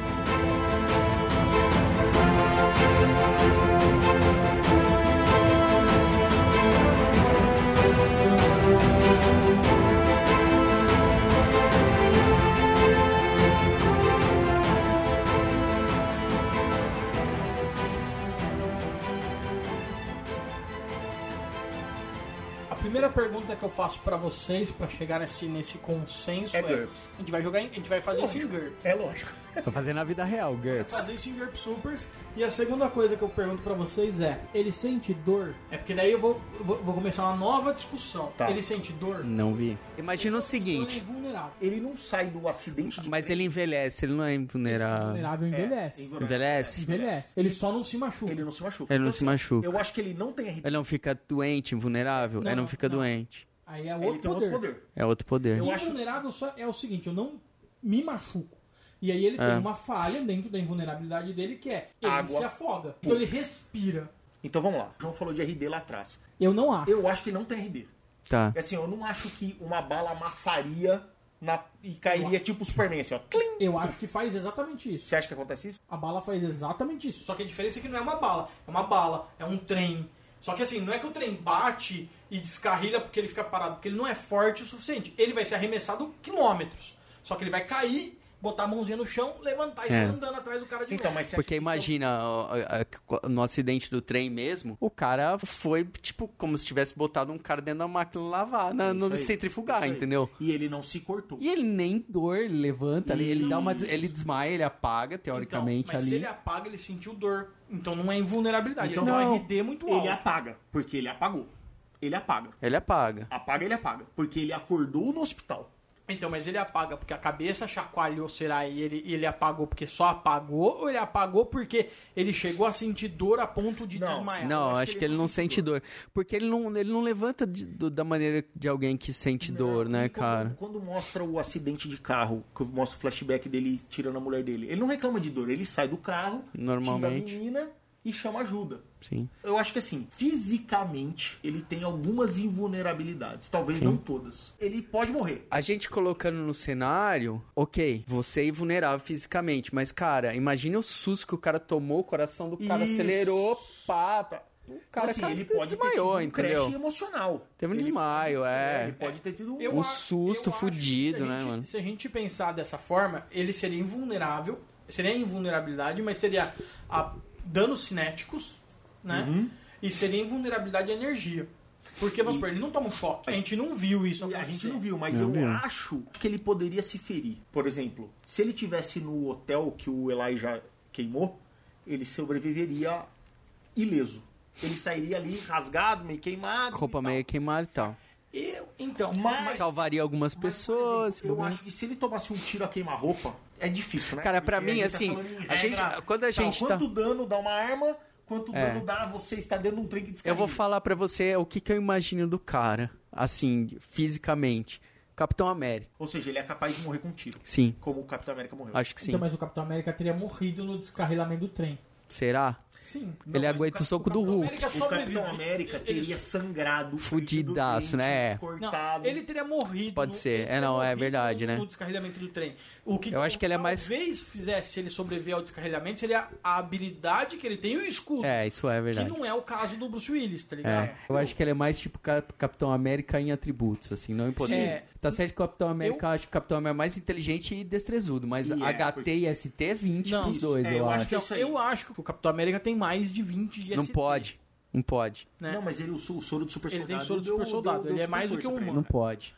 [SPEAKER 3] A primeira pergunta que eu faço pra vocês, pra chegar nesse consenso,
[SPEAKER 2] É GURPS.
[SPEAKER 3] a gente vai fazer isso em GURPS.
[SPEAKER 2] É lógico.
[SPEAKER 10] Tô fazendo na vida real, GURPS.
[SPEAKER 3] Fazer isso em GURPS Supers. E a segunda coisa que eu pergunto pra vocês é: ele sente dor? É porque daí eu vou começar uma nova discussão.
[SPEAKER 2] Tá.
[SPEAKER 3] Ele sente dor?
[SPEAKER 10] Não vi. Imagina o
[SPEAKER 3] Ele é
[SPEAKER 10] seguinte,
[SPEAKER 3] invulnerável.
[SPEAKER 2] Ele não sai do acidente de
[SPEAKER 10] mas ele envelhece, ele não é invulnerável.
[SPEAKER 3] Invulnerável envelhece.
[SPEAKER 10] Envelhece?
[SPEAKER 3] Envelhece. Ele só não se machuca.
[SPEAKER 2] Ele não se machuca.
[SPEAKER 10] Ele não
[SPEAKER 2] Então,
[SPEAKER 10] se machuca.
[SPEAKER 2] Eu acho que ele não tem RP.
[SPEAKER 10] Ele não fica doente, invulnerável? Ele não fica doente.
[SPEAKER 3] Aí é
[SPEAKER 2] Ele
[SPEAKER 3] outro
[SPEAKER 2] tem
[SPEAKER 3] poder.
[SPEAKER 2] outro poder.
[SPEAKER 10] É outro poder.
[SPEAKER 2] Eu acho-
[SPEAKER 3] Invulnerável só é o seguinte: eu não me machuco. E aí ele tem uma falha dentro da invulnerabilidade dele, que é ele
[SPEAKER 2] Água.
[SPEAKER 3] se afoga. Então ele respira.
[SPEAKER 2] Então vamos lá. O João falou de RD lá atrás.
[SPEAKER 3] Eu não acho.
[SPEAKER 2] Eu acho que não tem RD.
[SPEAKER 10] Tá.
[SPEAKER 2] Assim, eu não acho que uma bala amassaria e cairia tipo o Superman, assim, ó. Tlim!
[SPEAKER 3] Eu acho que faz exatamente isso.
[SPEAKER 2] Você acha que acontece isso?
[SPEAKER 3] A bala faz exatamente isso. Só que a diferença é que não é uma bala. É uma bala, é um trem. Só que assim, não é que o trem bate e descarrilha porque ele fica parado, porque ele não é forte o suficiente. Ele vai ser arremessado quilômetros. Só que ele vai cair, botar a mãozinha no chão, levantar e sair andando atrás do cara de
[SPEAKER 2] Então,
[SPEAKER 3] novo.
[SPEAKER 2] mas você
[SPEAKER 10] Porque
[SPEAKER 2] acha que
[SPEAKER 10] imagina, no acidente do trem mesmo, o cara foi, tipo, como se tivesse botado um cara dentro da máquina de lavar, no
[SPEAKER 2] Isso aí,
[SPEAKER 10] centrifugar,
[SPEAKER 2] isso aí.
[SPEAKER 10] entendeu?
[SPEAKER 2] E ele não se cortou.
[SPEAKER 10] E ele nem dor, ele levanta ali, ele desmaia, ele apaga, teoricamente,
[SPEAKER 3] então, mas
[SPEAKER 10] ali.
[SPEAKER 3] se ele apaga, ele sentiu dor. Então não é invulnerabilidade.
[SPEAKER 2] Então,
[SPEAKER 3] Então é
[SPEAKER 2] não.
[SPEAKER 3] um RD muito alto.
[SPEAKER 2] Ele apaga, porque ele apagou. Ele apaga.
[SPEAKER 10] Ele apaga.
[SPEAKER 2] Apaga, ele apaga. Porque ele acordou no hospital.
[SPEAKER 3] Então, mas ele apaga porque a cabeça chacoalhou, será? E ele apagou porque só apagou? Ou ele apagou porque ele chegou a sentir dor a ponto de desmaiar?
[SPEAKER 10] Não, acho que ele não sente dor. Porque ele não levanta da maneira de alguém que sente dor, né,
[SPEAKER 2] E
[SPEAKER 10] cara?
[SPEAKER 2] Quando mostra o acidente de carro, que mostra o flashback dele tirando a mulher dele, ele não reclama de dor. Ele sai do carro,
[SPEAKER 10] Normalmente.
[SPEAKER 2] tira a menina e chama ajuda.
[SPEAKER 10] Sim.
[SPEAKER 2] Eu acho que assim, fisicamente, ele tem algumas invulnerabilidades. Talvez não todas. Ele pode morrer.
[SPEAKER 10] A gente colocando no cenário, ok, você é invulnerável fisicamente, mas, cara, imagine o susto que o cara tomou, o coração do cara
[SPEAKER 2] Isso.
[SPEAKER 10] acelerou, pá. O cara
[SPEAKER 2] assim, ele pode
[SPEAKER 10] desmaiou,
[SPEAKER 2] ter tido um
[SPEAKER 10] entendeu?
[SPEAKER 2] crash emocional.
[SPEAKER 10] Teve um desmaio,
[SPEAKER 2] Ele pode ter tido
[SPEAKER 10] Um susto
[SPEAKER 3] eu acho
[SPEAKER 10] fudido,
[SPEAKER 3] que se a
[SPEAKER 10] né,
[SPEAKER 3] gente-
[SPEAKER 10] mano?
[SPEAKER 3] Se a gente pensar dessa forma, ele seria invulnerável, seria invulnerabilidade, mas seria danos cinéticos, né?
[SPEAKER 2] Uhum.
[SPEAKER 3] E seria invulnerabilidade à energia. Porque, vamos supor, ele não toma um choque. A gente não viu isso
[SPEAKER 2] A
[SPEAKER 3] acontecer.
[SPEAKER 2] gente não viu, mas eu acho que ele poderia se ferir. Por exemplo, se ele tivesse no hotel que o Elijah queimou, ele sobreviveria ileso. Ele sairia ali rasgado, meio queimado.
[SPEAKER 10] Roupa meio queimada e tal.
[SPEAKER 3] Então,
[SPEAKER 2] Mas-
[SPEAKER 10] Salvaria algumas pessoas.
[SPEAKER 2] Eu acho que se ele tomasse um tiro a queima-roupa, é difícil, né?
[SPEAKER 10] Cara, pra
[SPEAKER 2] Porque
[SPEAKER 10] mim,
[SPEAKER 2] a gente
[SPEAKER 10] assim,
[SPEAKER 2] falando em
[SPEAKER 10] a gente-
[SPEAKER 2] regra,
[SPEAKER 10] quando a gente
[SPEAKER 2] quanto dano dá uma arma, quanto
[SPEAKER 10] É.
[SPEAKER 2] dano dá você está dentro de um trem que
[SPEAKER 10] Eu
[SPEAKER 2] descarrega.
[SPEAKER 10] vou falar pra você o que eu imagino do cara, assim, fisicamente. Capitão América.
[SPEAKER 2] Ou seja, ele é capaz de morrer com um tiro.
[SPEAKER 10] Sim.
[SPEAKER 2] Como o Capitão América morreu.
[SPEAKER 10] Acho que sim.
[SPEAKER 3] Então, mas o Capitão América teria morrido no descarrilamento do trem.
[SPEAKER 10] Será?
[SPEAKER 3] Sim.
[SPEAKER 10] Ele aguenta o soco do Hulk.
[SPEAKER 2] O Capitão América teria sangrado.
[SPEAKER 10] Fudidaço, né?
[SPEAKER 2] Cortado.
[SPEAKER 3] Não, ele teria morrido.
[SPEAKER 10] Pode ser. É verdade, né?
[SPEAKER 3] No descarrilamento do trem. O que
[SPEAKER 10] eu acho que ele é mais...
[SPEAKER 3] talvez fizesse ele sobreviver ao descarrilamento seria a habilidade que ele tem e o escudo.
[SPEAKER 10] Isso é verdade.
[SPEAKER 3] Que não é o caso do Bruce Willis, tá ligado?
[SPEAKER 10] Eu acho que ele é mais tipo Capitão América em atributos, assim, não em poder. Tá certo que o Capitão América, acho que o Capitão América é mais inteligente e destrezudo, mas HT e ST é 20 pros dois, eu acho.
[SPEAKER 3] Eu acho que o Capitão América tem mais de 20 de
[SPEAKER 10] Não
[SPEAKER 3] ST.
[SPEAKER 10] pode. Não pode.
[SPEAKER 3] Né?
[SPEAKER 2] Não, mas ele, o soro do super soldado.
[SPEAKER 3] Ele tem soro do super soldado. Ele é mais do que um humano.
[SPEAKER 10] Não pode.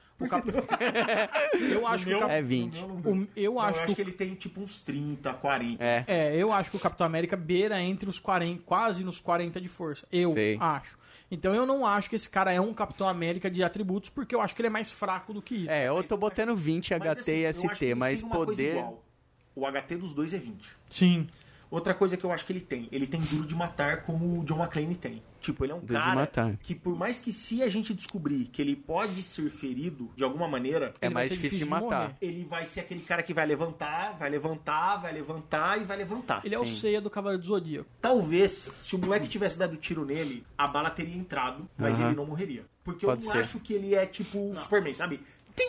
[SPEAKER 3] Eu acho que
[SPEAKER 10] é 20.
[SPEAKER 3] Eu acho
[SPEAKER 2] que ele tem tipo uns 30, 40.
[SPEAKER 3] Eu acho que o Capitão América beira entre os 40, quase nos 40 de força. Eu acho. Então eu não acho que esse cara é um Capitão América de atributos, porque eu acho que ele é mais fraco do que isso.
[SPEAKER 10] Eu tô botando 20 HT e ST, mas poder...
[SPEAKER 2] O HT dos dois é 20.
[SPEAKER 3] Sim.
[SPEAKER 2] Outra coisa que eu acho que ele tem duro de matar como o John McClane tem. Tipo, ele é um cara que por mais que se a gente descobrir que ele pode ser ferido de alguma maneira...
[SPEAKER 10] É mais difícil de matar.
[SPEAKER 2] Ele vai ser aquele cara que vai levantar e vai levantar.
[SPEAKER 3] Ele é o Seiya do Cavaleiro do Zodíaco.
[SPEAKER 2] Talvez, se o moleque tivesse dado tiro nele, a bala teria entrado, mas ele não morreria. Porque eu não acho que ele é tipo Superman, sabe?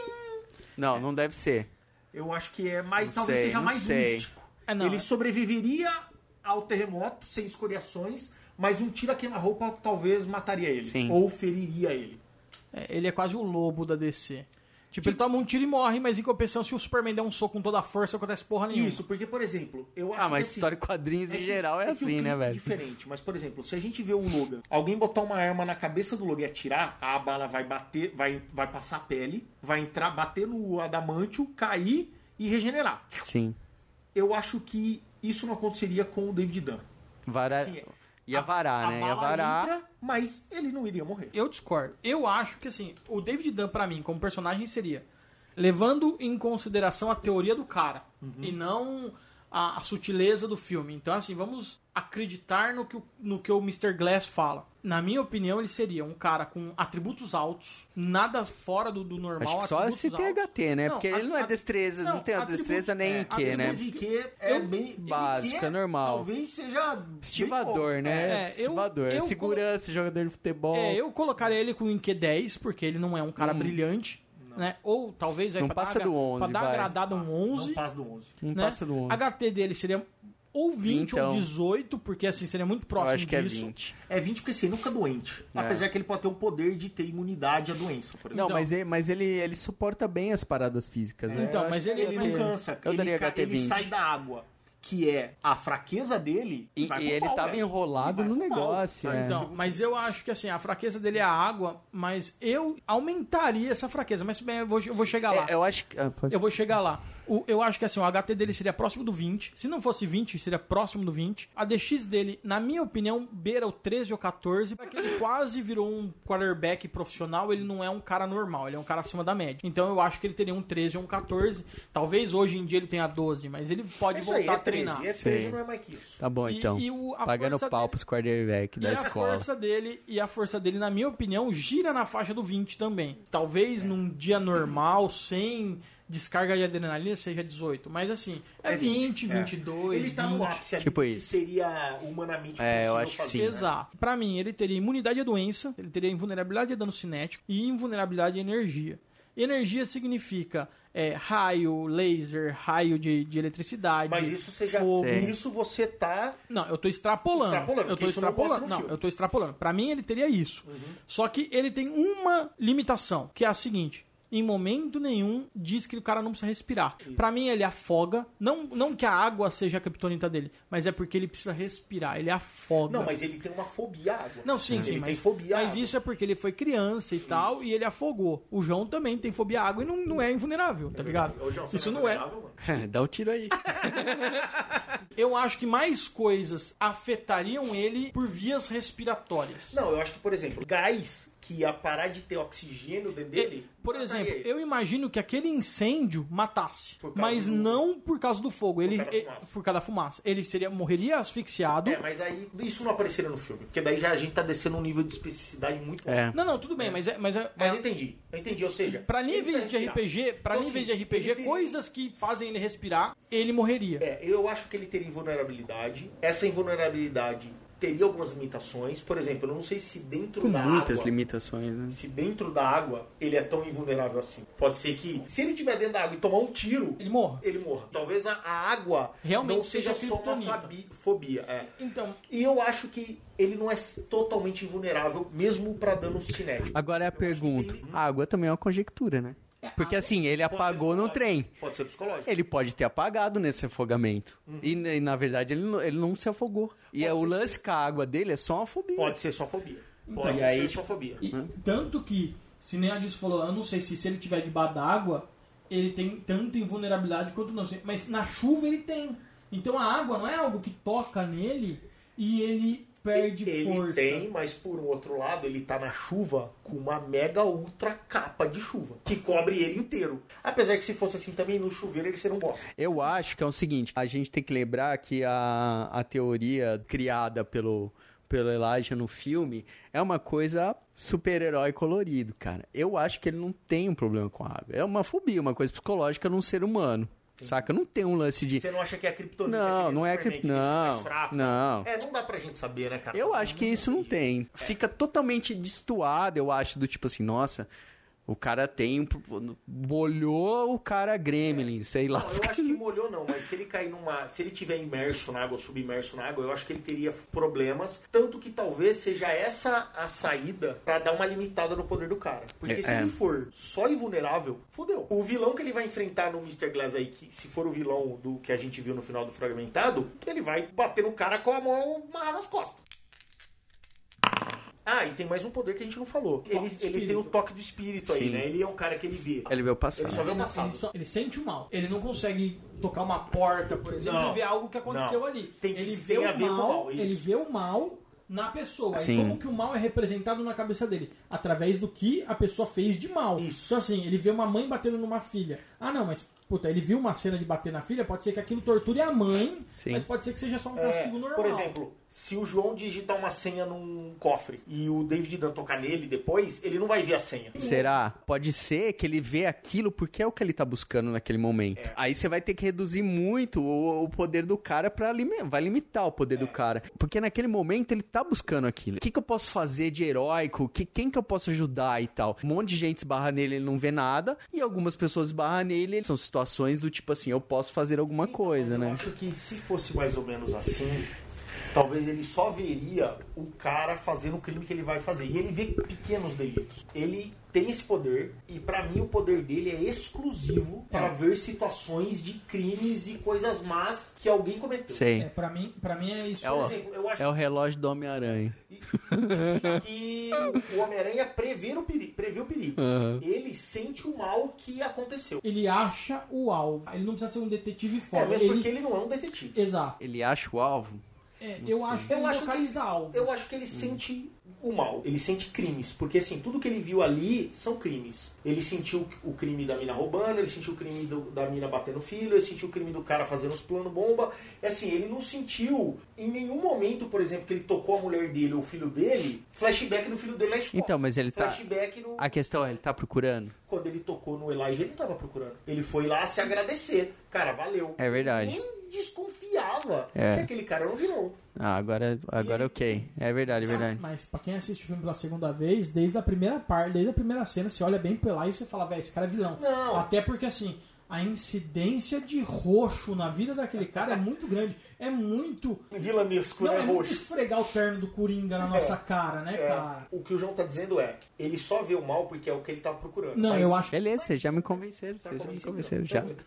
[SPEAKER 10] Não deve ser.
[SPEAKER 2] Eu acho que é mais... Talvez seja mais místico. Ele sobreviveria ao terremoto sem escoriações, mas um tiro a queima-roupa talvez mataria ele.
[SPEAKER 10] Sim.
[SPEAKER 2] Ou feriria ele.
[SPEAKER 3] Ele é quase o lobo da DC. Tipo, ele toma um tiro e morre, mas em compensação, se o Superman der um soco com toda a força, acontece porra nenhuma.
[SPEAKER 2] Isso, porque, por exemplo, eu acho
[SPEAKER 10] mas
[SPEAKER 2] que
[SPEAKER 10] história de quadrinhos em geral é assim, né, velho?
[SPEAKER 2] É diferente, mas, por exemplo, se a gente vê o Logan, alguém botar uma arma na cabeça do Logan e atirar, a bala vai bater, vai passar a pele, vai entrar, bater no adamantio, cair e regenerar.
[SPEAKER 10] Sim.
[SPEAKER 2] Eu acho que isso não aconteceria com o David Dunn.
[SPEAKER 10] Ia varar, né? Ia varar.
[SPEAKER 2] Entra, mas ele não iria morrer.
[SPEAKER 3] Eu discordo. Eu acho que, assim, o David Dunn, pra mim, como personagem, seria levando em consideração a teoria do cara e não a sutileza do filme. Então, assim, vamos acreditar no que o Mr. Glass fala. Na minha opinião, ele seria um cara com atributos altos, nada fora do normal.
[SPEAKER 10] Acho que só se tem HT, né? Porque ele não é destreza, não tem a destreza nem Q, né?
[SPEAKER 2] Q é bem
[SPEAKER 10] básico, é normal.
[SPEAKER 2] Talvez seja
[SPEAKER 10] estivador, né? Estivador. Segurança, jogador de futebol.
[SPEAKER 3] Eu colocaria ele com o Q 10, porque ele não é um cara brilhante. Né? Ou talvez
[SPEAKER 10] não passa do 11,
[SPEAKER 3] pra dar agradado um 11.
[SPEAKER 2] Não passa do 11.
[SPEAKER 10] Não passa do 11.
[SPEAKER 3] HT dele seria ou 20 ou 18, porque assim seria muito próximo disso.
[SPEAKER 10] Eu acho que é 20.
[SPEAKER 2] É 20 porque assim, ele nunca fica doente. Apesar que ele pode ter o poder de ter imunidade à doença, por exemplo.
[SPEAKER 10] Não, mas ele suporta bem as paradas físicas, né?
[SPEAKER 3] Então, mas ele
[SPEAKER 2] não cansa.
[SPEAKER 10] Eu daria HT 20.
[SPEAKER 2] Ele sai da água, que é a fraqueza dele,
[SPEAKER 10] e ele tava enrolado no negócio.
[SPEAKER 3] Então, mas eu acho que assim, a fraqueza dele é a água, mas eu aumentaria essa fraqueza. Mas bem, eu vou chegar lá.
[SPEAKER 10] Eu acho que...
[SPEAKER 3] Eu vou chegar lá. Eu acho que assim, o HT dele seria próximo do 20. Se não fosse 20, seria próximo do 20. A DX dele, na minha opinião, beira o 13 ou 14. Porque ele quase virou um quarterback profissional. Ele não é um cara normal, ele é um cara acima da média. Então eu acho que ele teria um 13 ou um 14. Talvez hoje em dia ele tenha 12, mas ele pode voltar a treinar.
[SPEAKER 2] 13 não é mais que isso.
[SPEAKER 10] Tá bom, então. Pagando pau pros quarterback da escola.
[SPEAKER 3] A força dele, na minha opinião, gira na faixa do 20 também. Talvez num dia normal, sem descarga de adrenalina, seja 18. Mas assim, é 20, 22,
[SPEAKER 2] ele tá
[SPEAKER 3] 20.
[SPEAKER 2] no ápice ali,
[SPEAKER 10] tipo
[SPEAKER 2] que
[SPEAKER 10] isso.
[SPEAKER 2] seria humanamente possível.
[SPEAKER 10] Eu acho que sim.
[SPEAKER 3] Exato. Pra mim, ele teria imunidade à doença, ele teria invulnerabilidade a dano cinético e invulnerabilidade à energia. Energia significa raio, laser, raio de eletricidade.
[SPEAKER 2] Mas isso isso você tá...
[SPEAKER 3] Não, eu tô extrapolando. Eu tô extrapolando. Pra mim, ele teria isso. Só que ele tem uma limitação, que é a seguinte: em momento nenhum diz que o cara não precisa respirar. Isso. Pra mim, ele afoga. Não que a água seja a criptonita dele, mas é porque ele precisa respirar. Ele afoga.
[SPEAKER 2] Não, mas ele tem uma fobia à água.
[SPEAKER 3] Não, sim,
[SPEAKER 2] ele
[SPEAKER 3] mas
[SPEAKER 2] tem fobia à
[SPEAKER 3] água. Isso é porque ele foi criança e tal, e ele afogou. O João também tem fobia à água e não é invulnerável, tá ligado? Isso não é.
[SPEAKER 10] Dá um tiro aí.
[SPEAKER 3] Eu acho que mais coisas afetariam ele por vias respiratórias.
[SPEAKER 2] Não, eu acho que, por exemplo, gás que ia parar de ter oxigênio dentro dele...
[SPEAKER 3] Por exemplo, eu imagino que aquele incêndio matasse,
[SPEAKER 2] Por causa
[SPEAKER 3] mas
[SPEAKER 2] do-
[SPEAKER 3] não por causa do fogo,
[SPEAKER 2] causa da fumaça.
[SPEAKER 3] por causa da fumaça. Ele morreria asfixiado.
[SPEAKER 2] Mas aí isso não apareceria no filme, porque daí já a gente tá descendo um nível de especificidade muito alto.
[SPEAKER 3] Não, tudo bem, mas
[SPEAKER 2] eu entendi, ou seja...
[SPEAKER 3] Pra
[SPEAKER 2] ele
[SPEAKER 3] níveis
[SPEAKER 2] precisa
[SPEAKER 3] de
[SPEAKER 2] respirar.
[SPEAKER 3] RPG,
[SPEAKER 2] Então, assim, ele teria-
[SPEAKER 3] coisas que fazem ele respirar, ele morreria.
[SPEAKER 2] Eu acho que ele teria invulnerabilidade. Essa invulnerabilidade teria algumas limitações. Por exemplo, eu não sei se dentro
[SPEAKER 10] Com
[SPEAKER 2] da
[SPEAKER 10] muitas
[SPEAKER 2] água...
[SPEAKER 10] limitações, né?
[SPEAKER 2] Se dentro da água ele é tão invulnerável assim. Pode ser que, se ele estiver dentro da água e tomar um tiro...
[SPEAKER 3] Ele morra.
[SPEAKER 2] Talvez a água
[SPEAKER 3] Realmente
[SPEAKER 2] não seja
[SPEAKER 3] seja
[SPEAKER 2] só uma
[SPEAKER 3] criptonita.
[SPEAKER 2] fobia.
[SPEAKER 3] Então...
[SPEAKER 2] E eu acho que ele não é totalmente invulnerável, mesmo pra dano cinético.
[SPEAKER 10] Agora é a pergunta. A água também é uma conjectura, né? Porque assim, ele apagou no trem.
[SPEAKER 2] Pode ser psicológico.
[SPEAKER 10] Ele pode ter apagado nesse afogamento. E na verdade ele não se afogou. E o lance com a água dele é só uma fobia.
[SPEAKER 2] Pode ser só fobia.
[SPEAKER 3] Então,
[SPEAKER 2] Pode
[SPEAKER 3] e
[SPEAKER 2] ser
[SPEAKER 3] aí,
[SPEAKER 2] só fobia.
[SPEAKER 3] Tanto que, se nem a Disso falou, eu não sei se ele tiver debaixo d'água, ele tem tanta invulnerabilidade quanto não sei. Mas na chuva ele tem. Então a água não é algo que toca nele e ele perde força.
[SPEAKER 2] Ele tem, mas por um outro lado, ele tá na chuva com uma mega ultra capa de chuva, que cobre ele inteiro. Apesar que se fosse assim também, no chuveiro ele seria um bosta.
[SPEAKER 10] Eu acho que é o seguinte, a gente tem que lembrar que a teoria criada pelo Elijah no filme é uma coisa super-herói colorido, cara. Eu acho que ele não tem um problema com a água. É uma fobia, uma coisa psicológica num ser humano. Saca? Não tem um lance de...
[SPEAKER 2] Você não acha que é a criptonita?
[SPEAKER 10] Não é criptonita. Não.
[SPEAKER 2] Não dá pra gente saber, né, cara?
[SPEAKER 10] Eu acho que isso não tem. Fica totalmente destoado, eu acho, do tipo assim, nossa... O cara tem... Molhou o cara gremlin, sei lá.
[SPEAKER 2] Não, eu acho que molhou não, mas se ele cair numa... Se ele tiver imerso na água, submerso na água, eu acho que ele teria problemas. Tanto que talvez seja essa a saída pra dar uma limitada no poder do cara. Porque se ele for só invulnerável, fudeu. O vilão que ele vai enfrentar no Mr. Glass aí, que se for o vilão do que a gente viu no final do Fragmentado, ele vai bater no cara com a mão amarrada nas costas. E tem mais um poder que a gente não falou. Ele tem o toque do espírito aí, né? Ele é um cara que ele vê.
[SPEAKER 10] Ele vê o passado.
[SPEAKER 2] Ele só vê o passado.
[SPEAKER 3] Ele sente o mal. Ele não consegue tocar uma porta, por exemplo, e ver algo que aconteceu ali.
[SPEAKER 2] Ele vê o mal.
[SPEAKER 3] Ele vê o mal na pessoa.
[SPEAKER 10] Sim.
[SPEAKER 3] E como que o mal é representado na cabeça dele? Através do que a pessoa fez de mal.
[SPEAKER 2] Isso.
[SPEAKER 3] Então assim, ele vê uma mãe batendo numa filha. Não, mas... Puta, ele viu uma cena de bater na filha, pode ser que aquilo torture a mãe, mas pode ser que seja só um castigo normal.
[SPEAKER 2] Por exemplo, se o João digitar uma senha num cofre e o David Dunn tocar nele depois, ele não vai ver a senha.
[SPEAKER 10] Será? Pode ser que ele vê aquilo porque é o que ele tá buscando naquele momento. Aí você vai ter que reduzir muito o poder do cara vai limitar o poder do cara. Porque naquele momento ele tá buscando aquilo. O que eu posso fazer de heróico? Quem que eu posso ajudar e tal? Um monte de gente esbarra nele, ele não vê nada. E algumas pessoas esbarram nele, são situações do tipo assim, eu posso fazer alguma coisa, né?
[SPEAKER 2] Eu acho que se fosse mais ou menos assim, talvez ele só veria o cara fazendo o crime que ele vai fazer. E ele vê pequenos delitos. Ele tem esse poder, e pra mim o poder dele é exclusivo para ver situações de crimes e coisas más que alguém cometeu.
[SPEAKER 10] Sei.
[SPEAKER 3] Pra mim é isso.
[SPEAKER 2] Por exemplo, eu acho
[SPEAKER 10] o relógio do Homem-Aranha.
[SPEAKER 2] Só que o Homem-Aranha prevê o perigo.
[SPEAKER 10] Uhum.
[SPEAKER 2] Ele sente o mal que aconteceu.
[SPEAKER 3] Ele acha o alvo. Ele não precisa ser um detetive foda.
[SPEAKER 2] Mesmo porque ele não é um detetive.
[SPEAKER 3] Exato.
[SPEAKER 10] Ele acha o alvo?
[SPEAKER 3] Eu acho que ele localiza alvo.
[SPEAKER 2] Eu acho que ele sente o mal. Ele sente crimes. Porque, assim, tudo que ele viu ali são crimes. Ele sentiu o crime da mina roubando, ele sentiu o crime da mina batendo filho, ele sentiu o crime do cara fazendo os planos bomba. Assim, ele não sentiu em nenhum momento, por exemplo, que ele tocou a mulher dele ou o filho dele, flashback no filho dele na escola.
[SPEAKER 10] Então, mas ele
[SPEAKER 2] flashback
[SPEAKER 10] A questão é, ele tá procurando?
[SPEAKER 2] Quando ele tocou no Elijah, ele não tava procurando. Ele foi lá se agradecer. Cara, valeu.
[SPEAKER 10] É verdade.
[SPEAKER 2] Ele nem desconfiava que aquele cara era um vilão.
[SPEAKER 10] Agora ok. É verdade, é verdade.
[SPEAKER 3] Mas pra quem assiste o filme pela segunda vez, desde a primeira parte, desde a primeira cena, você olha bem pra lá e você fala, velho, esse cara é vilão.
[SPEAKER 2] Não.
[SPEAKER 3] Até porque, assim, a incidência de roxo na vida daquele cara é muito grande. É muito...
[SPEAKER 2] vilanesco,
[SPEAKER 3] não,
[SPEAKER 2] né,
[SPEAKER 3] é muito
[SPEAKER 2] roxo.
[SPEAKER 3] esfregar o terno do Coringa na nossa cara, né, cara?
[SPEAKER 2] O que o João tá dizendo é, ele só vê o mal porque é o que ele tava procurando.
[SPEAKER 3] Não, eu acho...
[SPEAKER 10] Beleza, vocês já me convenceram. Já.
[SPEAKER 2] Bom,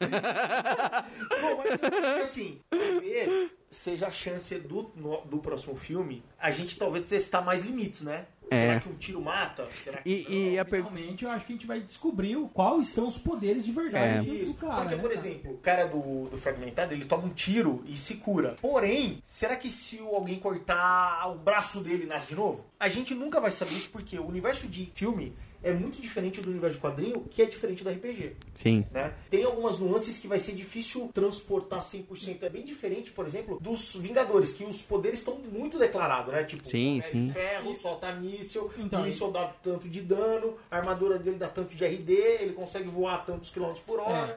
[SPEAKER 2] mas assim, talvez seja a chance do próximo filme a gente talvez testar mais limites, né? Será que um tiro mata? Será que
[SPEAKER 3] Finalmente, eu acho que a gente vai descobrir quais são os poderes de verdade do cara.
[SPEAKER 2] Porque, por exemplo, o cara do Fragmentado, ele toma um tiro e se cura. Porém, será que se alguém cortar o braço dele, nasce de novo? A gente nunca vai saber isso porque o universo de filme é muito diferente do universo de quadrinho, que é diferente do RPG.
[SPEAKER 10] Sim.
[SPEAKER 2] Né? Tem algumas nuances que vai ser difícil transportar 100%. É bem diferente, por exemplo, dos Vingadores, que os poderes estão muito declarados, né? Tipo,
[SPEAKER 10] sim.
[SPEAKER 2] ferro, solta míssil, míssil dá tanto de dano, a armadura dele dá tanto de RD, ele consegue voar a tantos quilômetros por hora.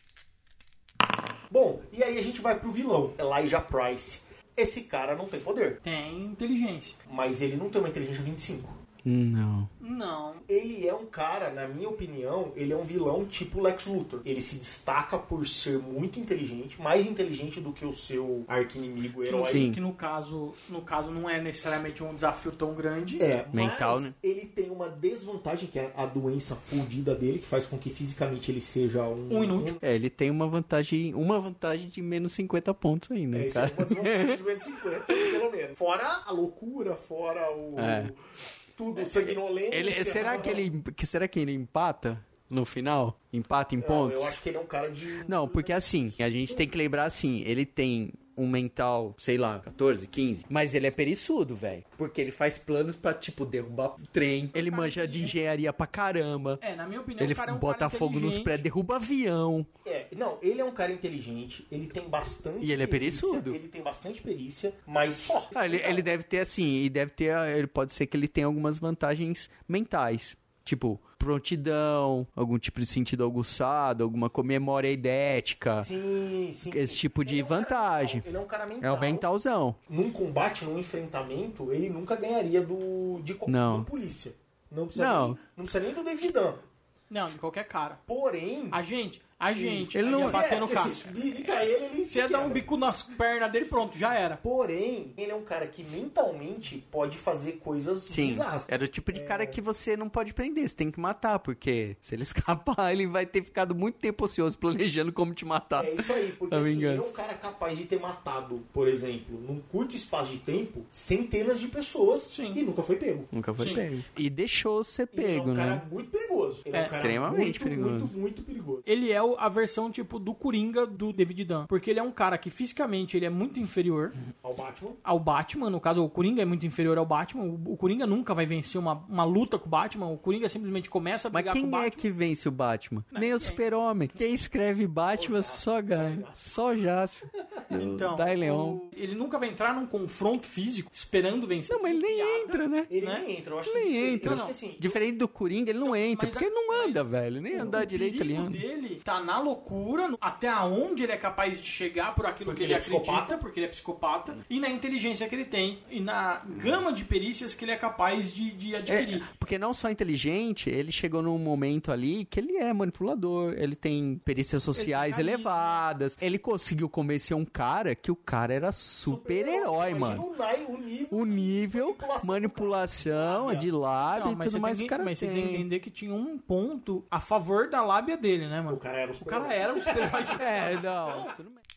[SPEAKER 2] Bom, e aí a gente vai pro vilão, Elijah Price. Esse cara não tem poder.
[SPEAKER 3] Tem inteligência.
[SPEAKER 2] Mas ele não tem uma inteligência 25.
[SPEAKER 10] Não.
[SPEAKER 2] Ele é um cara, na minha opinião, ele é um vilão tipo Lex Luthor. Ele se destaca por ser muito inteligente, mais inteligente do que o seu arqui-inimigo herói.
[SPEAKER 3] Que no caso não é necessariamente um desafio tão grande.
[SPEAKER 10] Mental,
[SPEAKER 2] mas
[SPEAKER 10] né?
[SPEAKER 2] Ele tem uma desvantagem, que é a doença fudida dele, que faz com que fisicamente ele seja um
[SPEAKER 3] inútil.
[SPEAKER 10] Ele tem uma vantagem de menos 50 pontos aí, né, cara?
[SPEAKER 2] Isso é uma desvantagem de menos 50, pelo menos. Fora a loucura, fora o... tudo sanguinolência.
[SPEAKER 10] Será que ele empata no final? Empata em pontos?
[SPEAKER 2] Eu acho que ele é um cara de...
[SPEAKER 10] Não, porque assim, a gente tem que lembrar assim, ele tem um mental, sei lá, 14, 15, mas ele é periçudo, velho. Porque ele faz planos pra, tipo, derrubar trem, ele manja de engenharia pra caramba.
[SPEAKER 3] Na minha opinião,
[SPEAKER 10] ele
[SPEAKER 3] o cara é um
[SPEAKER 10] bota
[SPEAKER 3] cara
[SPEAKER 10] fogo nos prédios, derruba avião.
[SPEAKER 2] Ele é um cara inteligente, ele tem bastante
[SPEAKER 10] E ele é periçudo.
[SPEAKER 2] Ele tem bastante perícia, mas só.
[SPEAKER 10] Ele deve ter, assim, ele pode ser que ele tenha algumas vantagens mentais. Tipo, prontidão, algum tipo de sentido aguçado, alguma memória idética.
[SPEAKER 2] Sim.
[SPEAKER 10] Esse tipo de vantagem.
[SPEAKER 2] Ele é um cara mental.
[SPEAKER 10] É um mentalzão.
[SPEAKER 2] Num combate, num enfrentamento, ele nunca ganharia do polícia. Não precisa nem do David Dunn.
[SPEAKER 3] Não, de qualquer cara.
[SPEAKER 2] Porém...
[SPEAKER 3] A gente
[SPEAKER 2] ele não
[SPEAKER 3] ia bater no carro.
[SPEAKER 2] Se
[SPEAKER 3] ia dar um bico nas pernas dele, pronto, já era.
[SPEAKER 2] Porém, ele é um cara que mentalmente pode fazer coisas desastres.
[SPEAKER 10] Era o tipo de cara que você não pode prender, você tem que matar, porque se ele escapar, ele vai ter ficado muito tempo ocioso planejando como te matar.
[SPEAKER 2] É isso aí, porque assim, ele é um cara capaz de ter matado, por exemplo, num curto espaço de tempo, centenas de pessoas e nunca foi pego.
[SPEAKER 10] Pego. E deixou ser pego,
[SPEAKER 2] ele é um
[SPEAKER 10] né?
[SPEAKER 2] cara muito perigoso. Ele é um cara
[SPEAKER 10] extremamente perigoso.
[SPEAKER 2] Muito perigoso.
[SPEAKER 3] Ele é a versão, tipo, do Coringa do David Dunn. Porque ele é um cara que fisicamente ele é muito inferior ao Batman. No caso, o Coringa é muito inferior ao Batman. O Coringa nunca vai vencer uma luta com o Batman. O Coringa simplesmente começa a brigar com o Batman.
[SPEAKER 10] Mas quem é que vence o Batman? Nem o Super-Homem. Quem escreve Batman só ganha. Só Jasper.
[SPEAKER 3] Então,
[SPEAKER 10] Dai Leon.
[SPEAKER 3] Ele nunca vai entrar num confronto físico esperando vencer.
[SPEAKER 10] Não, mas ele nem entra, né?
[SPEAKER 2] Ele nem entra. Eu acho
[SPEAKER 10] nem entra.
[SPEAKER 2] Eu acho que, assim,
[SPEAKER 10] diferente do Coringa, ele não entra. Porque ele não anda, velho. Nem andar direito ali.
[SPEAKER 3] O dele tá na loucura, até onde ele é capaz de chegar por aquilo que ele acredita, porque ele é psicopata, e na inteligência que ele tem, e na gama de perícias que ele é capaz de adquirir.
[SPEAKER 10] Porque não só inteligente, ele chegou num momento ali que ele é manipulador, ele tem perícias sociais elevadas, ele conseguiu convencer um cara que o cara era super-herói, mano. O nível, manipulação de lábia e tudo mais que o cara tem.
[SPEAKER 3] Mas você tem que entender que tinha um ponto a favor da lábia dele, né, mano?
[SPEAKER 2] O cara era o
[SPEAKER 3] super-herói.
[SPEAKER 10] Tudo bem.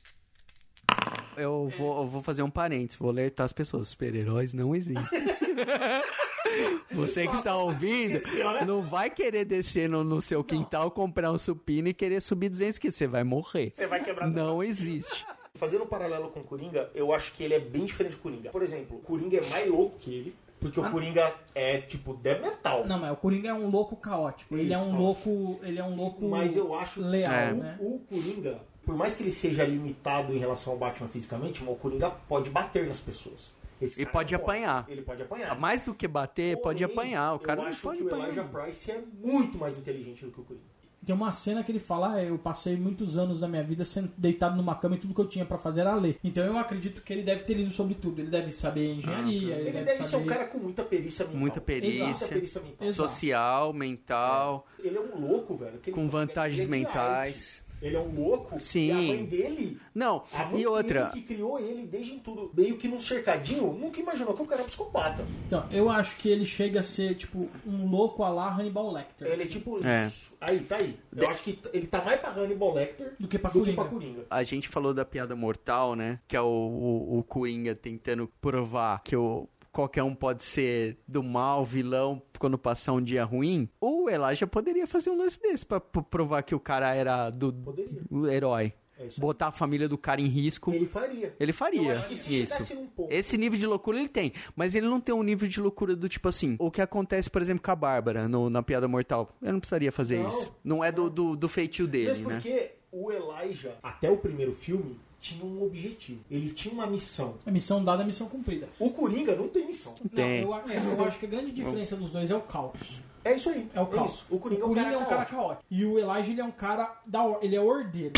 [SPEAKER 10] Eu vou fazer um parênteses, vou alertar as pessoas. Super-heróis não existem. Você que está ouvindo, não vai querer descer no seu quintal, comprar um supino e querer subir 200 quilos. Você vai morrer.
[SPEAKER 2] Você vai quebrar.
[SPEAKER 10] Não existe.
[SPEAKER 2] Fazendo um paralelo com o Coringa, eu acho que ele é bem diferente do Coringa. Por exemplo, o Coringa é mais louco que ele. Porque o Coringa é, tipo, demental.
[SPEAKER 3] Não, mas o Coringa é um louco caótico. Ele é um louco
[SPEAKER 2] mas eu acho que
[SPEAKER 3] leal, né?
[SPEAKER 2] o Coringa, por mais que ele seja limitado em relação ao Batman fisicamente, o Coringa pode bater nas pessoas.
[SPEAKER 10] E pode apanhar.
[SPEAKER 2] Ele pode apanhar.
[SPEAKER 10] Mais do que bater, pode apanhar. O cara não pode apanhar.
[SPEAKER 2] Eu acho que o Elijah Price é muito mais inteligente do que o Coringa.
[SPEAKER 3] Tem uma cena que ele fala, eu passei muitos anos da minha vida deitado numa cama e tudo que eu tinha pra fazer era ler. Então eu acredito que ele deve ter lido sobre tudo. Ele deve saber engenharia.
[SPEAKER 2] Ele deve ser um cara com muita perícia mental.
[SPEAKER 10] Muita perícia mental. Social, mental.
[SPEAKER 2] Ele é um louco, velho.
[SPEAKER 10] Com vantagens mentais.
[SPEAKER 2] Ele é um louco.
[SPEAKER 10] Sim.
[SPEAKER 2] E a mãe dele...
[SPEAKER 10] Não,
[SPEAKER 2] a mãe
[SPEAKER 10] e outra...
[SPEAKER 2] dele que criou ele desde tudo, meio que num cercadinho, nunca imaginou que o cara é um psicopata.
[SPEAKER 3] Então, eu acho que ele chega a ser, tipo, um louco a lá Hannibal Lecter.
[SPEAKER 2] Ele é tipo... Aí, tá aí. Eu acho que ele tá mais pra Hannibal Lecter
[SPEAKER 3] do que pra
[SPEAKER 2] Coringa.
[SPEAKER 10] A gente falou da piada mortal, né? Que é o Coringa tentando provar que qualquer um pode ser do mal, vilão, quando passar um dia ruim, o Elijah poderia fazer um lance desse pra provar que o cara era o herói. Botar a família do cara em risco.
[SPEAKER 2] Ele faria.
[SPEAKER 10] Eu
[SPEAKER 2] acho que se chegasse num ponto.
[SPEAKER 10] Esse nível de loucura ele tem. Mas ele não tem um nível de loucura do tipo assim. O que acontece, por exemplo, com a Bárbara na Piada Mortal. Eu não precisaria fazer isso. Não é do feitio dele,
[SPEAKER 2] né? Mas porque o Elijah, até o primeiro filme, tinha um objetivo. Ele tinha uma missão.
[SPEAKER 3] A missão dada é a missão cumprida.
[SPEAKER 2] O Coringa não tem missão.
[SPEAKER 10] Tem.
[SPEAKER 3] Eu acho que a grande diferença dos dois é o caos.
[SPEAKER 2] É isso aí.
[SPEAKER 3] É o caos.
[SPEAKER 2] Isso. O Coringa
[SPEAKER 3] é um cara caótico. E o Elijah, ele é um cara ele é ordeiro.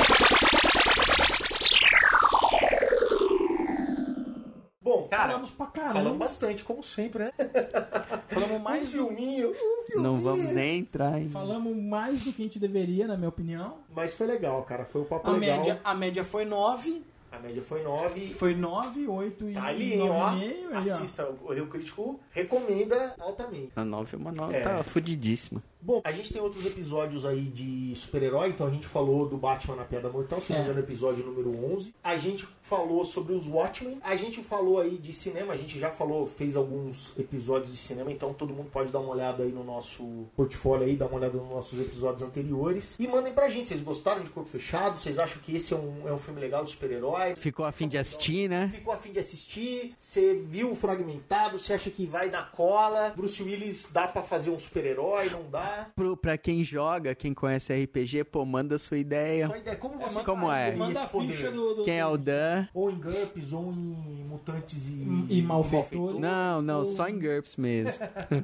[SPEAKER 2] Bom, cara,
[SPEAKER 3] falamos pra caramba.
[SPEAKER 2] Falamos bastante, como sempre, né?
[SPEAKER 3] Falamos mais
[SPEAKER 2] um filminho.
[SPEAKER 10] Não vamos nem entrar em...
[SPEAKER 3] Falamos mais do que a gente deveria, na minha opinião.
[SPEAKER 2] Mas foi legal, cara. Foi um papo legal.
[SPEAKER 3] A média foi 9.
[SPEAKER 2] A média foi 9.
[SPEAKER 3] Foi 9, 8 e
[SPEAKER 2] tá ali,
[SPEAKER 3] 9,5.
[SPEAKER 2] Assista, o Erro Crítico recomenda altamente.
[SPEAKER 10] A 9 é uma nota fudidíssima.
[SPEAKER 2] Bom, a gente tem outros episódios aí de super-herói, então a gente falou do Batman na Piada Mortal, se não me engano, episódio número 11. A gente falou sobre os Watchmen, a gente falou aí de cinema, a gente já falou, fez alguns episódios de cinema, então todo mundo pode dar uma olhada aí no nosso portfólio aí, dar uma olhada nos nossos episódios anteriores. E mandem pra gente, vocês gostaram de Corpo Fechado? Vocês acham que esse é um filme legal de super-herói?
[SPEAKER 10] Ficou a fim de assistir, né?
[SPEAKER 2] Ficou a fim de assistir, você viu o fragmentado, você acha que vai dar cola? Bruce Willis dá pra fazer um super-herói, não dá?
[SPEAKER 10] Pra quem joga, quem conhece RPG, pô, manda sua ideia.
[SPEAKER 2] Sua ideia, como você
[SPEAKER 10] como é?
[SPEAKER 3] Manda a ficha do
[SPEAKER 10] quem é o Dan?
[SPEAKER 2] Ou em GURPS, ou em Mutantes
[SPEAKER 3] e Malfeitores.
[SPEAKER 10] Não, só em GURPS mesmo.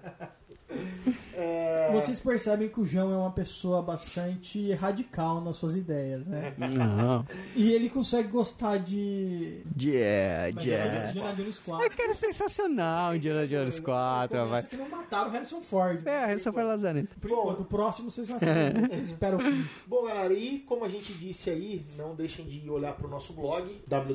[SPEAKER 3] Vocês percebem que o João é uma pessoa bastante radical nas suas ideias, né?
[SPEAKER 10] Não.
[SPEAKER 3] E ele consegue gostar de Indiana Jones 4.
[SPEAKER 10] É que era sensacional Indiana Jones 4, vai.
[SPEAKER 3] Que não mataram o Harrison Ford.
[SPEAKER 10] Harrison Ford Lazarento.
[SPEAKER 3] Bom, do próximo vocês vão saber. Vocês esperam que...
[SPEAKER 2] Bom, galera, e como a gente disse aí, não deixem de olhar pro nosso blog,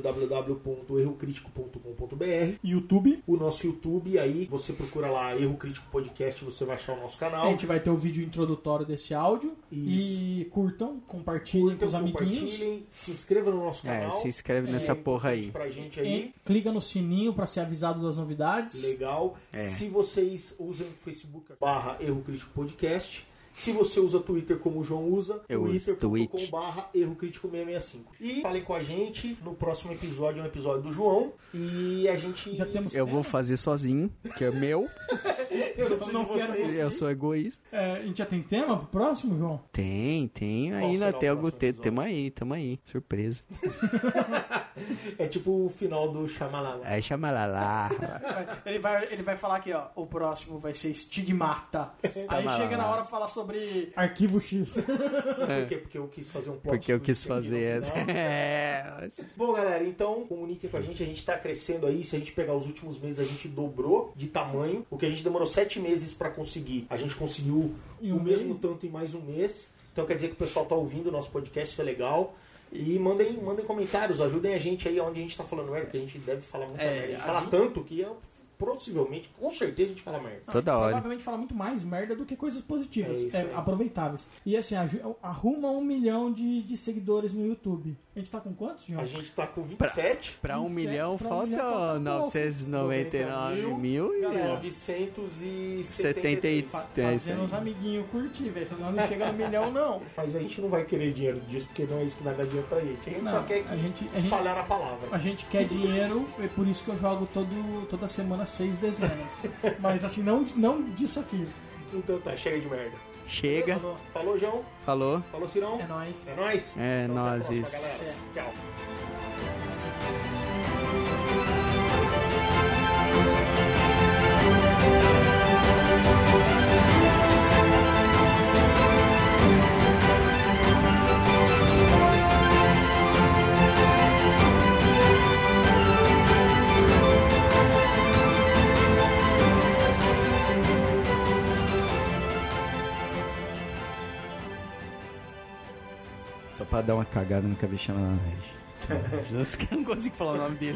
[SPEAKER 2] www.errocrítico.com.br,
[SPEAKER 3] YouTube.
[SPEAKER 2] O nosso YouTube, aí você procura lá Erro Crítico Podcast, você vai achar o nosso canal.
[SPEAKER 3] A gente vai ter o vídeo introdutório desse áudio. Isso. E curtam, compartilhem com os amiguinhos.
[SPEAKER 2] Se inscrevam no nosso canal.
[SPEAKER 10] Se inscreve nessa porra aí.
[SPEAKER 2] Pra gente aí.
[SPEAKER 3] Clica no sininho pra ser avisado das novidades.
[SPEAKER 2] Legal. Se vocês usam o Facebook /Erro Crítico Podcast. Se você usa Twitter como o João usa, twitter.com/Erro Crítico 665. E falem com a gente no próximo episódio, episódio do João. E a gente...
[SPEAKER 10] Eu vou fazer sozinho, que é meu. Eu sou egoísta.
[SPEAKER 3] A gente já tem tema pro próximo, João?
[SPEAKER 10] Tem. Ainda tem algo. Tamo aí. Surpresa.
[SPEAKER 2] É tipo o final do Xamalala.
[SPEAKER 10] É Xamalala.
[SPEAKER 3] Ele vai falar aqui, ó. O próximo vai ser Estigmata. Aí chega na hora de falar sobre Arquivo X.
[SPEAKER 2] Por quê? Porque eu quis fazer um plot.
[SPEAKER 10] Porque eu quis fazer essa.
[SPEAKER 2] Bom, galera, então comuniquem com a gente tá crescendo aí. Se a gente pegar os últimos meses, a gente dobrou de tamanho. O que a gente demorou 7 meses pra conseguir, a gente conseguiu o mesmo tanto em mais um mês. Então quer dizer que o pessoal tá ouvindo o nosso podcast, isso é legal. E mandem comentários, ajudem a gente aí onde a gente tá falando merda, porque a gente deve falar muita merda. A gente fala tanto que possivelmente, com certeza a gente fala merda.
[SPEAKER 10] Toda hora.
[SPEAKER 3] Provavelmente fala muito mais merda do que coisas positivas, aproveitáveis. E assim, arruma 1 milhão de seguidores no YouTube. A gente tá com quantos, João?
[SPEAKER 2] A gente tá com 27.
[SPEAKER 10] Pra 1 milhão falta 999 mil e
[SPEAKER 2] 973.
[SPEAKER 3] Fazendo os amiguinhos curtir, velho. Senão não chega no milhão, não.
[SPEAKER 2] Mas a gente não vai querer dinheiro disso, porque não é isso que vai dar dinheiro pra gente. A gente só quer espalhar a palavra.
[SPEAKER 3] A gente quer dinheiro, é por isso que eu jogo toda semana 6 dezenas. Mas assim, não disso aqui.
[SPEAKER 2] Então tá, chega de merda.
[SPEAKER 10] Chega.
[SPEAKER 2] Falou, João.
[SPEAKER 10] Falou,
[SPEAKER 2] Cirão.
[SPEAKER 3] É nóis.
[SPEAKER 2] É nóis?
[SPEAKER 10] É
[SPEAKER 2] então,
[SPEAKER 10] nóis.
[SPEAKER 2] Até a próxima, galera. Tchau.
[SPEAKER 4] Só pra dar uma cagada, nunca vi chamar na Regi.
[SPEAKER 10] Eu não consigo falar o nome dele.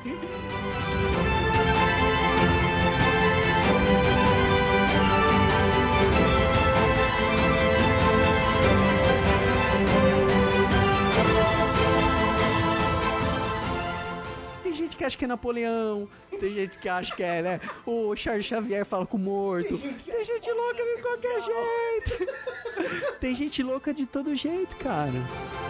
[SPEAKER 10] Tem gente que
[SPEAKER 4] que acha que é Napoleão, tem gente que acha que é, né? O Charles Xavier fala com o morto. Tem gente louca de qualquer jeito. Tem gente louca de todo jeito, cara.